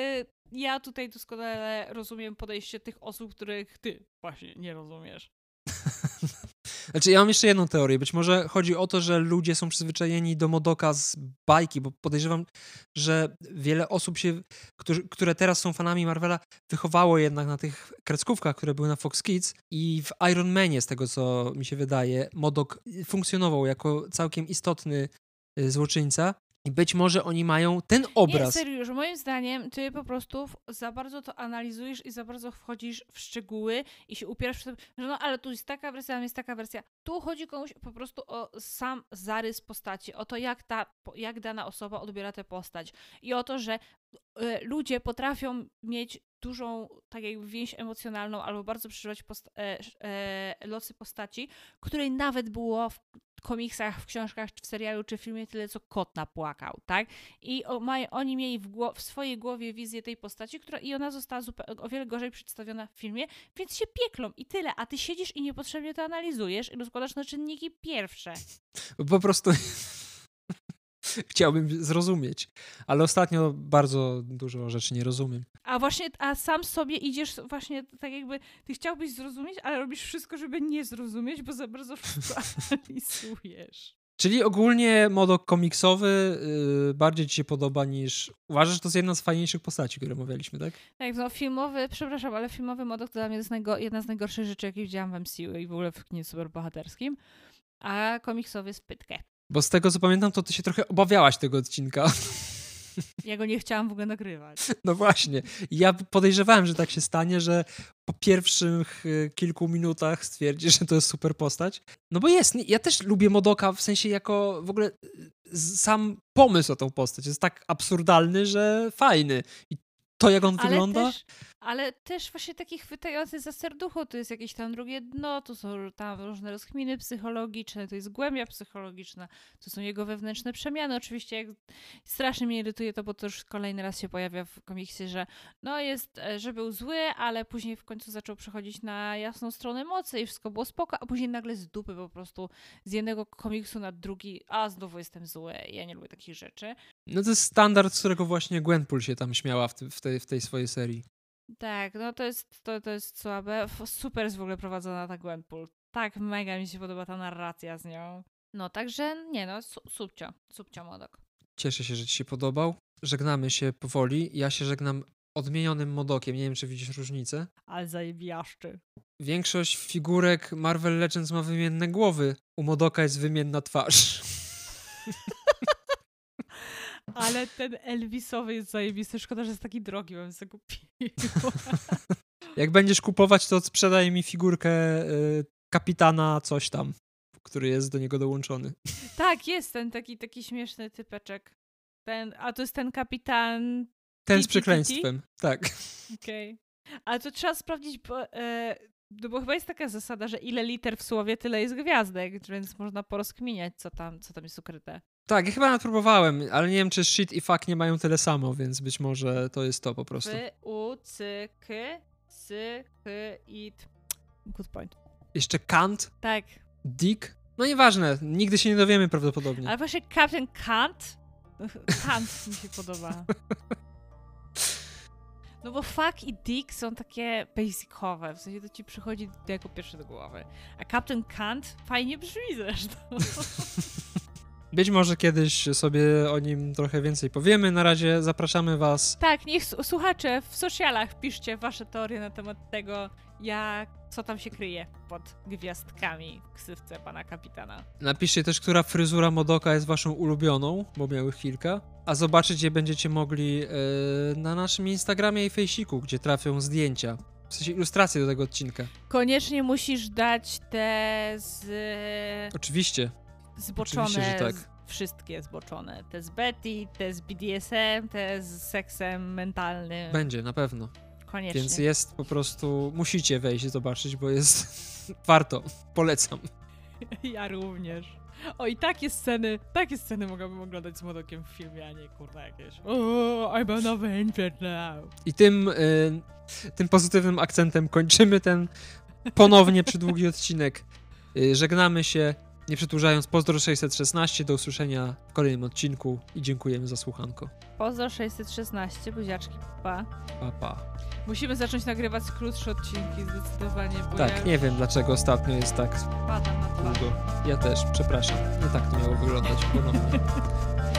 ja tutaj doskonale rozumiem podejście tych osób, których ty właśnie nie rozumiesz. Znaczy, ja mam jeszcze jedną teorię. Być może chodzi o to, że ludzie są przyzwyczajeni do Modoka z bajki, bo podejrzewam, że wiele osób się, którzy, które teraz są fanami Marvela, wychowało jednak na tych kreskówkach, które były na Fox Kids i w Iron Manie, z tego co mi się wydaje, Modok funkcjonował jako całkiem istotny y, złoczyńca. I być może oni mają ten Nie, obraz. serio, już moim zdaniem ty po prostu w- za bardzo to analizujesz i za bardzo wchodzisz w szczegóły i się upierasz w tym, że no ale tu jest taka wersja, tam jest taka wersja. Tu chodzi komuś po prostu o sam zarys postaci, o to jak, ta, jak dana osoba odbiera tę postać i o to, że e, ludzie potrafią mieć dużą tak jakby więź emocjonalną albo bardzo przeżywać posta- e, e, losy postaci, której nawet było w komiksach, w książkach, czy w serialu, czy w filmie tyle, co kot napłakał, tak? I o, maj, oni mieli w, gło- w swojej głowie wizję tej postaci, która i ona została zupe- o wiele gorzej przedstawiona w filmie, więc się pieklą i tyle, a ty siedzisz i niepotrzebnie to analizujesz i rozkładasz na czynniki pierwsze. Po prostu chciałbym zrozumieć, ale ostatnio bardzo dużo rzeczy nie rozumiem. A właśnie, a sam sobie idziesz właśnie tak jakby, ty chciałbyś zrozumieć, ale robisz wszystko, żeby nie zrozumieć, bo za bardzo wszystko analizujesz. Czyli ogólnie Modok komiksowy yy, bardziej ci się podoba niż... Uważasz, że to jest jedna z fajniejszych postaci, które omawialiśmy, tak? Tak, no filmowy, przepraszam, ale filmowy Modok to dla mnie jest najgo- jedna z najgorszych rzeczy, jakie widziałam w M C U i w ogóle w kinie superbohaterskim, a komiksowy jest pytkę. Bo z tego, co pamiętam, to ty się trochę obawiałaś tego odcinka. Ja go nie chciałam w ogóle nagrywać. No właśnie. Ja podejrzewałem, że tak się stanie, że po pierwszych y, kilku minutach stwierdzisz, że to jest super postać. No bo jest. Nie? Ja też lubię Modoka w sensie jako w ogóle y, sam pomysł o tą postać jest tak absurdalny, że fajny. I to, jak on Ale wygląda... też, ale też właśnie taki chwytający za serducho, to jest jakieś tam drugie dno, to są tam różne rozkminy psychologiczne, to jest głębia psychologiczna, to są jego wewnętrzne przemiany. Oczywiście jak strasznie mnie irytuje to, bo to już kolejny raz się pojawia w komiksie, że no jest, e, że był zły, ale później w końcu zaczął przechodzić na jasną stronę mocy i wszystko było spoko, a później nagle z dupy po prostu z jednego komiksu na drugi, a znowu jestem zły, ja nie lubię takich rzeczy. No to jest standard, z którego właśnie Gwenpool się tam śmiała w, ty, w, tej, w tej swojej serii. Tak, no to jest, to, to jest słabe. F- Super jest w ogóle prowadzona ta Gwenpool. Tak, mega mi się podoba ta narracja z nią. No, także nie no, su- subcio, subcio Modok. Cieszę się, że ci się podobał. Żegnamy się powoli. Ja się żegnam odmienionym Modokiem. Nie wiem, czy widzisz różnicę. Ale zajebiaszczy. Większość figurek Marvel Legends ma wymienne głowy. U Modoka jest wymienna twarz. Ale ten Elvisowy jest zajebisty. Szkoda, że jest taki drogi, bym sobie kupił. Jak będziesz kupować, to sprzedaj mi figurkę y, kapitana coś tam, który jest do niego dołączony. Tak, jest ten taki, taki śmieszny typeczek. Ten, a to jest ten kapitan... Ten Ti, z ti, ti, ti? przekleństwem. Tak. Okej. Ale to trzeba sprawdzić, bo, e, no bo chyba jest taka zasada, że ile liter w słowie, tyle jest gwiazdek, więc można porozkminiać, co tam, co tam jest ukryte. Tak, ja chyba nawet próbowałem, ale nie wiem, czy shit i fuck nie mają tyle samo, więc być może to jest to po prostu. W, U, C, K, S, H, I, T. Good point. Jeszcze Kant, Tak. Dick. No nieważne, nigdy się nie dowiemy prawdopodobnie. Ale właśnie Captain Kant. Kant mi się podoba. No bo fuck i dick są takie basicowe, w sensie to ci przychodzi jako pierwsze do głowy. A Captain Kant fajnie brzmi zresztą. Być może kiedyś sobie o nim trochę więcej powiemy. Na razie zapraszamy was. Tak, niech s- słuchacze w socialach piszcie wasze teorie na temat tego, jak, co tam się kryje pod gwiazdkami w ksywce pana kapitana. Napiszcie też, która fryzura Modoka jest waszą ulubioną, bo miały kilka. A zobaczyć je będziecie mogli yy, na naszym Instagramie i Fejsiku, gdzie trafią zdjęcia. W sensie ilustracje do tego odcinka. Koniecznie musisz dać te z... Oczywiście. zboczone, Oczywiście, że tak. z, wszystkie zboczone. Te z Betty, te z B D S M, te z seksem mentalnym. Będzie, na pewno. Koniecznie. Więc jest po prostu... Musicie wejść i zobaczyć, bo jest... Warto. Polecam. Ja również. O, i takie sceny, takie sceny mogłabym oglądać z Modokiem w filmie, a nie kurwa jakieś. Oh, I'm an Avenger now. I tym, y, tym pozytywnym akcentem kończymy ten ponownie przydługi odcinek. Y, żegnamy się, nie przedłużając. Pozdro sześćset szesnaście, do usłyszenia w kolejnym odcinku i dziękujemy za słuchanko. Pozdro sześćset szesnaście, buziaczki, pa. Pa, pa. Musimy zacząć nagrywać krótsze odcinki zdecydowanie, bo Tak, ja nie wiem dlaczego ostatnio jest tak padam na twarz. długo. Ja też, przepraszam. Nie tak to miało wyglądać ponownie.